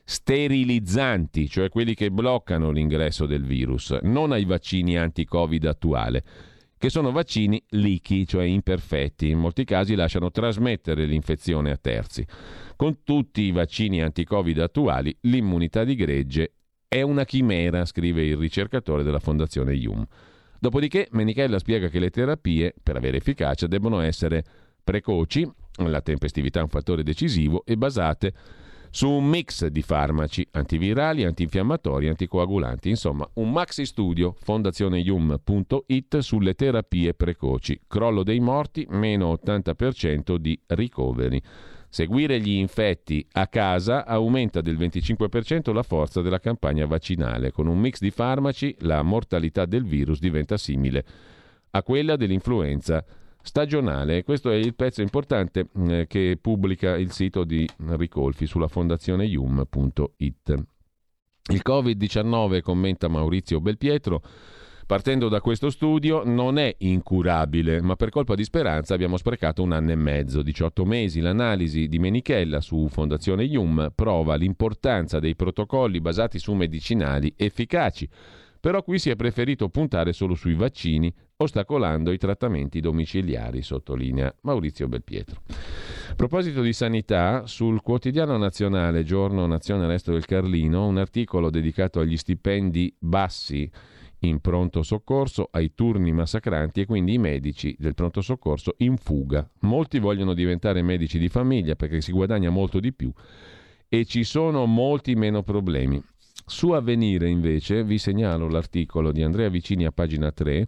sterilizzanti, cioè quelli che bloccano l'ingresso del virus, non ai vaccini anti-Covid attuale, che sono vaccini leaky, cioè imperfetti, in molti casi lasciano trasmettere l'infezione a terzi. Con tutti i vaccini anti-Covid attuali, l'immunità di gregge è una chimera, scrive il ricercatore della Fondazione I U M. Dopodiché Menichella spiega che le terapie, per avere efficacia, debbono essere precoci, la tempestività è un fattore decisivo, e basate su un mix di farmaci antivirali, antinfiammatori, anticoagulanti, insomma un maxi studio, fondazione yum punto it, sulle terapie precoci, crollo dei morti, meno ottanta per cento di ricoveri. Seguire gli infetti a casa aumenta del venticinque per cento la forza della campagna vaccinale. Con un mix di farmaci la mortalità del virus diventa simile a quella dell'influenza stagionale. Questo è il pezzo importante eh, che pubblica il sito di Ricolfi sulla fondazione yum punto it. Il covid diciannove, commenta Maurizio Belpietro, partendo da questo studio, non è incurabile, ma per colpa di Speranza abbiamo sprecato un anno e mezzo, diciotto mesi. L'analisi di Menichella su Fondazione Yum prova l'importanza dei protocolli basati su medicinali efficaci. Però qui si è preferito puntare solo sui vaccini, ostacolando i trattamenti domiciliari, sottolinea Maurizio Belpietro. A proposito di sanità, sul Quotidiano Nazionale, Giorno, Nazione, Resto del Carlino, un articolo dedicato agli stipendi bassi in pronto soccorso, ai turni massacranti e quindi i medici del pronto soccorso in fuga. Molti vogliono diventare medici di famiglia perché si guadagna molto di più e ci sono molti meno problemi. Su Avvenire, invece, vi segnalo l'articolo di Andrea Vicini a pagina tre.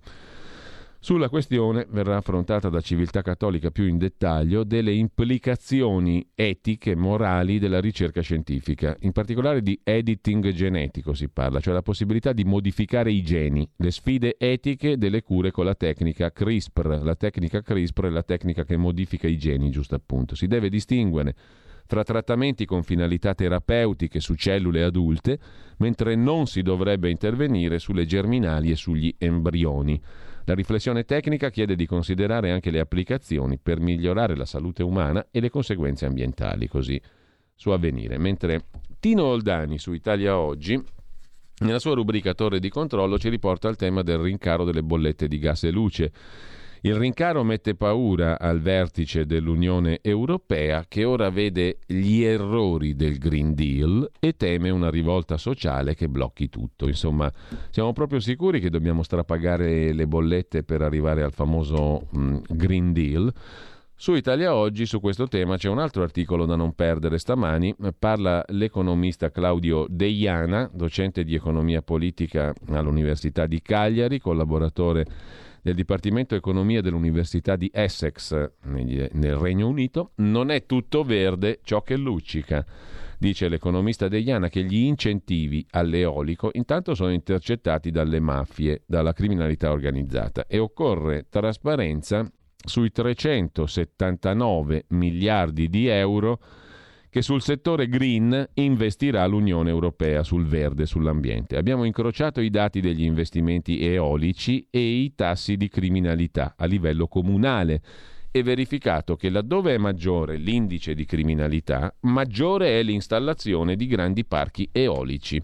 Sulla questione verrà affrontata da Civiltà Cattolica più in dettaglio delle implicazioni etiche e morali della ricerca scientifica, in particolare di editing genetico si parla, cioè la possibilità di modificare i geni, le sfide etiche delle cure con la tecnica CRISPR. La tecnica CRISPR è la tecnica che modifica i geni, giusto appunto. Si deve distinguere fra trattamenti con finalità terapeutiche su cellule adulte, mentre non si dovrebbe intervenire sulle germinali e sugli embrioni. La riflessione tecnica chiede di considerare anche le applicazioni per migliorare la salute umana e le conseguenze ambientali, così su Avvenire. Mentre Tino Oldani su Italia Oggi, nella sua rubrica Torre di controllo, ci riporta al tema del rincaro delle bollette di gas e luce. Il rincaro mette paura al vertice dell'Unione Europea, che ora vede gli errori del Green Deal e teme una rivolta sociale che blocchi tutto. Insomma, siamo proprio sicuri che dobbiamo strapagare le bollette per arrivare al famoso mh, Green Deal? Su Italia Oggi su questo tema c'è un altro articolo da non perdere stamani. Parla l'economista Claudio Deiana, docente di economia politica all'Università di Cagliari, collaboratore del Dipartimento Economia dell'Università di Essex nel Regno Unito. Non è tutto verde ciò che luccica. Dice l'economista Deiana che gli incentivi all'eolico intanto sono intercettati dalle mafie, dalla criminalità organizzata, e occorre trasparenza sui trecentosettantanove miliardi di euro che sul settore green investirà l'Unione Europea sul verde, sull'ambiente. Abbiamo incrociato i dati degli investimenti eolici e i tassi di criminalità a livello comunale e verificato che laddove è maggiore l'indice di criminalità, maggiore è l'installazione di grandi parchi eolici.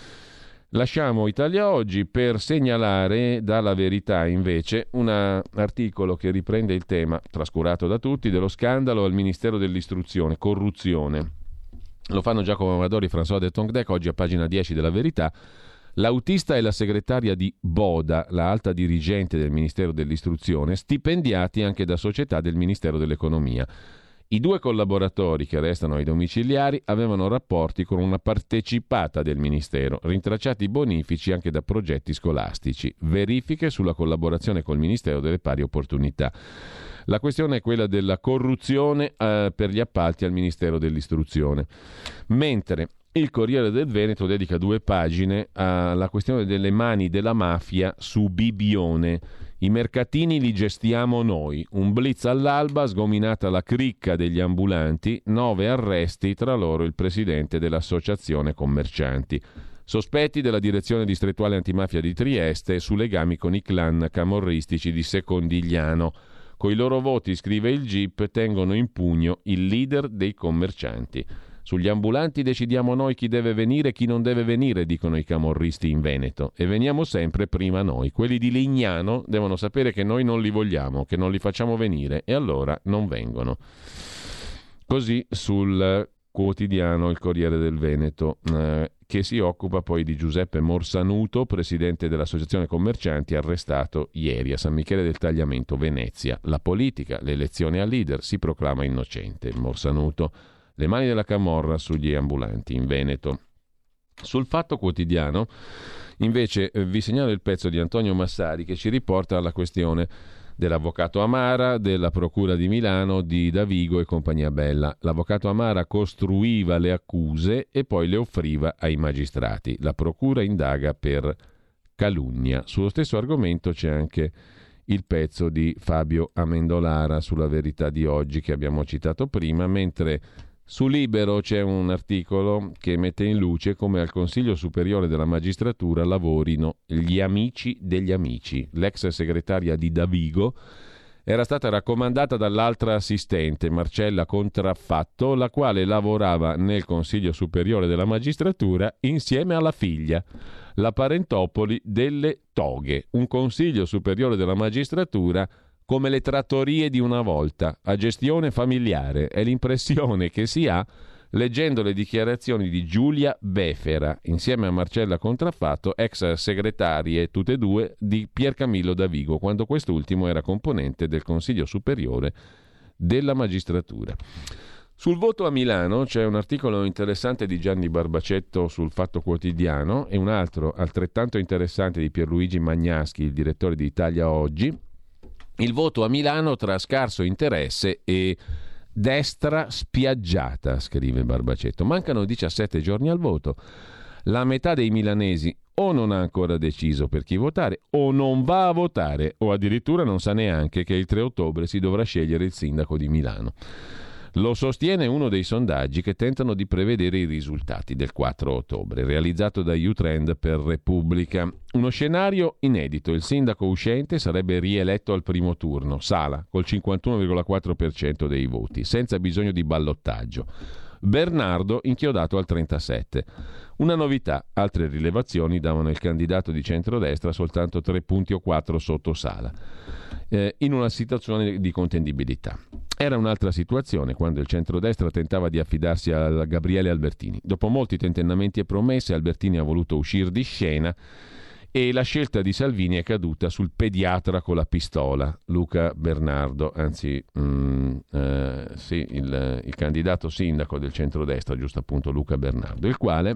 Lasciamo Italia Oggi per segnalare dalla Verità invece un articolo che riprende il tema, trascurato da tutti, dello scandalo al Ministero dell'Istruzione, corruzione. Lo fanno Giacomo Amadori e François de Tongdec, oggi a pagina dieci della Verità. L'autista e la segretaria di Boda, la alta dirigente del Ministero dell'Istruzione, stipendiati anche da società del Ministero dell'Economia. I due collaboratori che restano ai domiciliari avevano rapporti con una partecipata del Ministero, rintracciati bonifici anche da progetti scolastici, verifiche sulla collaborazione col Ministero delle Pari Opportunità. La questione è quella della corruzione eh, per gli appalti al Ministero dell'Istruzione. Mentre il Corriere del Veneto dedica due pagine alla questione delle mani della mafia su Bibione. I mercatini li gestiamo noi. Un blitz all'alba, sgominata la cricca degli ambulanti, nove arresti, tra loro il presidente dell'associazione commercianti. Sospetti della direzione distrettuale antimafia di Trieste su legami con i clan camorristici di Secondigliano. Coi loro voti, scrive il G I P, tengono in pugno il leader dei commercianti. Sugli ambulanti decidiamo noi chi deve venire e chi non deve venire, dicono i camorristi in Veneto. E veniamo sempre prima noi. Quelli di Lignano devono sapere che noi non li vogliamo, che non li facciamo venire, e allora non vengono. Così sul quotidiano Il Corriere del Veneto, eh, che si occupa poi di Giuseppe Morsanuto, presidente dell'Associazione Commercianti, arrestato ieri a San Michele del Tagliamento, Venezia. La politica, le elezioni al leader, si proclama innocente. Morsanuto. Le mani della camorra sugli ambulanti in Veneto. Sul Fatto Quotidiano invece eh, vi segnalo il pezzo di Antonio Massari che ci riporta alla questione dell'avvocato Amara, della Procura di Milano, di Davigo e compagnia bella. L'avvocato Amara costruiva le accuse e poi le offriva ai magistrati. La Procura indaga per calunnia. Sullo stesso argomento c'è anche il pezzo di Fabio Amendolara sulla Verità di oggi che abbiamo citato prima, mentre su Libero c'è un articolo che mette in luce come al Consiglio Superiore della Magistratura lavorino gli amici degli amici. L'ex segretaria di Davigo era stata raccomandata dall'altra assistente, Marcella Contraffatto, la quale lavorava nel Consiglio Superiore della Magistratura insieme alla figlia. La parentopoli delle toghe, un Consiglio Superiore della Magistratura come le trattorie di una volta, a gestione familiare. È l'impressione che si ha leggendo le dichiarazioni di Giulia Befera, insieme a Marcella Contraffatto, ex segretarie tutte e due di Piercamillo Davigo, quando quest'ultimo era componente del Consiglio Superiore della Magistratura. Sul voto a Milano c'è un articolo interessante di Gianni Barbacetto sul Fatto Quotidiano e un altro altrettanto interessante di Pierluigi Magnaschi, il direttore di Italia Oggi. Il voto a Milano tra scarso interesse e destra spiaggiata, scrive Barbacetto. Mancano diciassette giorni al voto. La metà dei milanesi o non ha ancora deciso per chi votare o non va a votare o addirittura non sa neanche che il tre ottobre si dovrà scegliere il sindaco di Milano. Lo sostiene uno dei sondaggi che tentano di prevedere i risultati del quattro ottobre, realizzato da U-Trend per Repubblica. Uno scenario inedito: il sindaco uscente sarebbe rieletto al primo turno, Sala, col cinquantuno virgola quattro per cento dei voti, senza bisogno di ballottaggio. Bernardo inchiodato al trentasette. Una novità: altre rilevazioni davano il candidato di centrodestra soltanto tre punti o quattro sotto Sala, eh, in una situazione di contendibilità. Era un'altra situazione quando il centrodestra tentava di affidarsi a Gabriele Albertini. Dopo molti tentennamenti e promesse, Albertini ha voluto uscire di scena e la scelta di Salvini è caduta sul pediatra con la pistola, Luca Bernardo, anzi mm, eh, sì, il, il candidato sindaco del centrodestra, giusto appunto Luca Bernardo, il quale,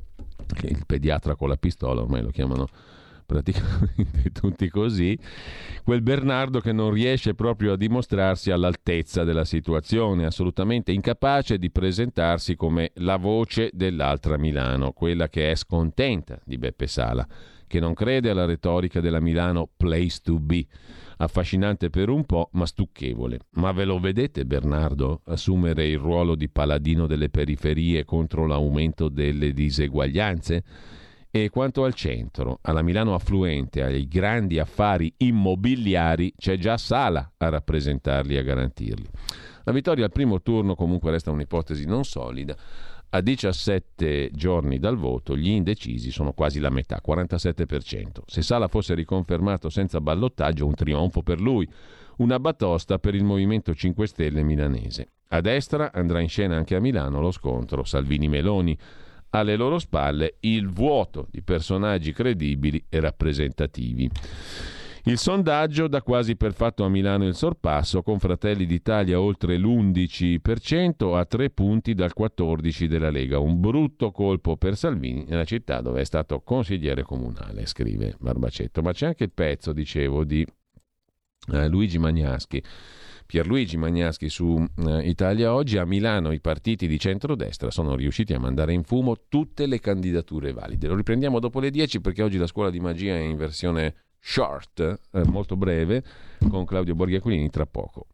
il pediatra con la pistola, ormai lo chiamano praticamente tutti così, quel Bernardo che non riesce proprio a dimostrarsi all'altezza della situazione, assolutamente incapace di presentarsi come la voce dell'altra Milano, quella che è scontenta di Beppe Sala, che non crede alla retorica della Milano place to be, affascinante per un po' ma stucchevole. Ma ve lo vedete Bernardo assumere il ruolo di paladino delle periferie contro l'aumento delle diseguaglianze? E quanto al centro, alla Milano affluente, ai grandi affari immobiliari, c'è già Sala a rappresentarli e a garantirli. La vittoria al primo turno comunque resta un'ipotesi non solida. A diciassette giorni dal voto gli indecisi sono quasi la metà, quarantasette per cento. Se Sala fosse riconfermato senza ballottaggio, un trionfo per lui, una batosta per il Movimento cinque Stelle milanese. A destra andrà in scena anche a Milano lo scontro Salvini-Meloni. Alle loro spalle il vuoto di personaggi credibili e rappresentativi. Il sondaggio dà quasi per fatto a Milano il sorpasso, con Fratelli d'Italia oltre l'undici per cento a tre punti dal quattordici per cento della Lega. Un brutto colpo per Salvini nella città dove è stato consigliere comunale, scrive Barbacetto. Ma c'è anche il pezzo, dicevo, di eh, Luigi Magnaschi. Pierluigi Magnaschi su eh, Italia Oggi. A Milano i partiti di centrodestra sono riusciti a mandare in fumo tutte le candidature valide. Lo riprendiamo dopo le dieci perché oggi la scuola di magia è in versione short, eh, molto breve, con Claudio Borghi Aquilini tra poco.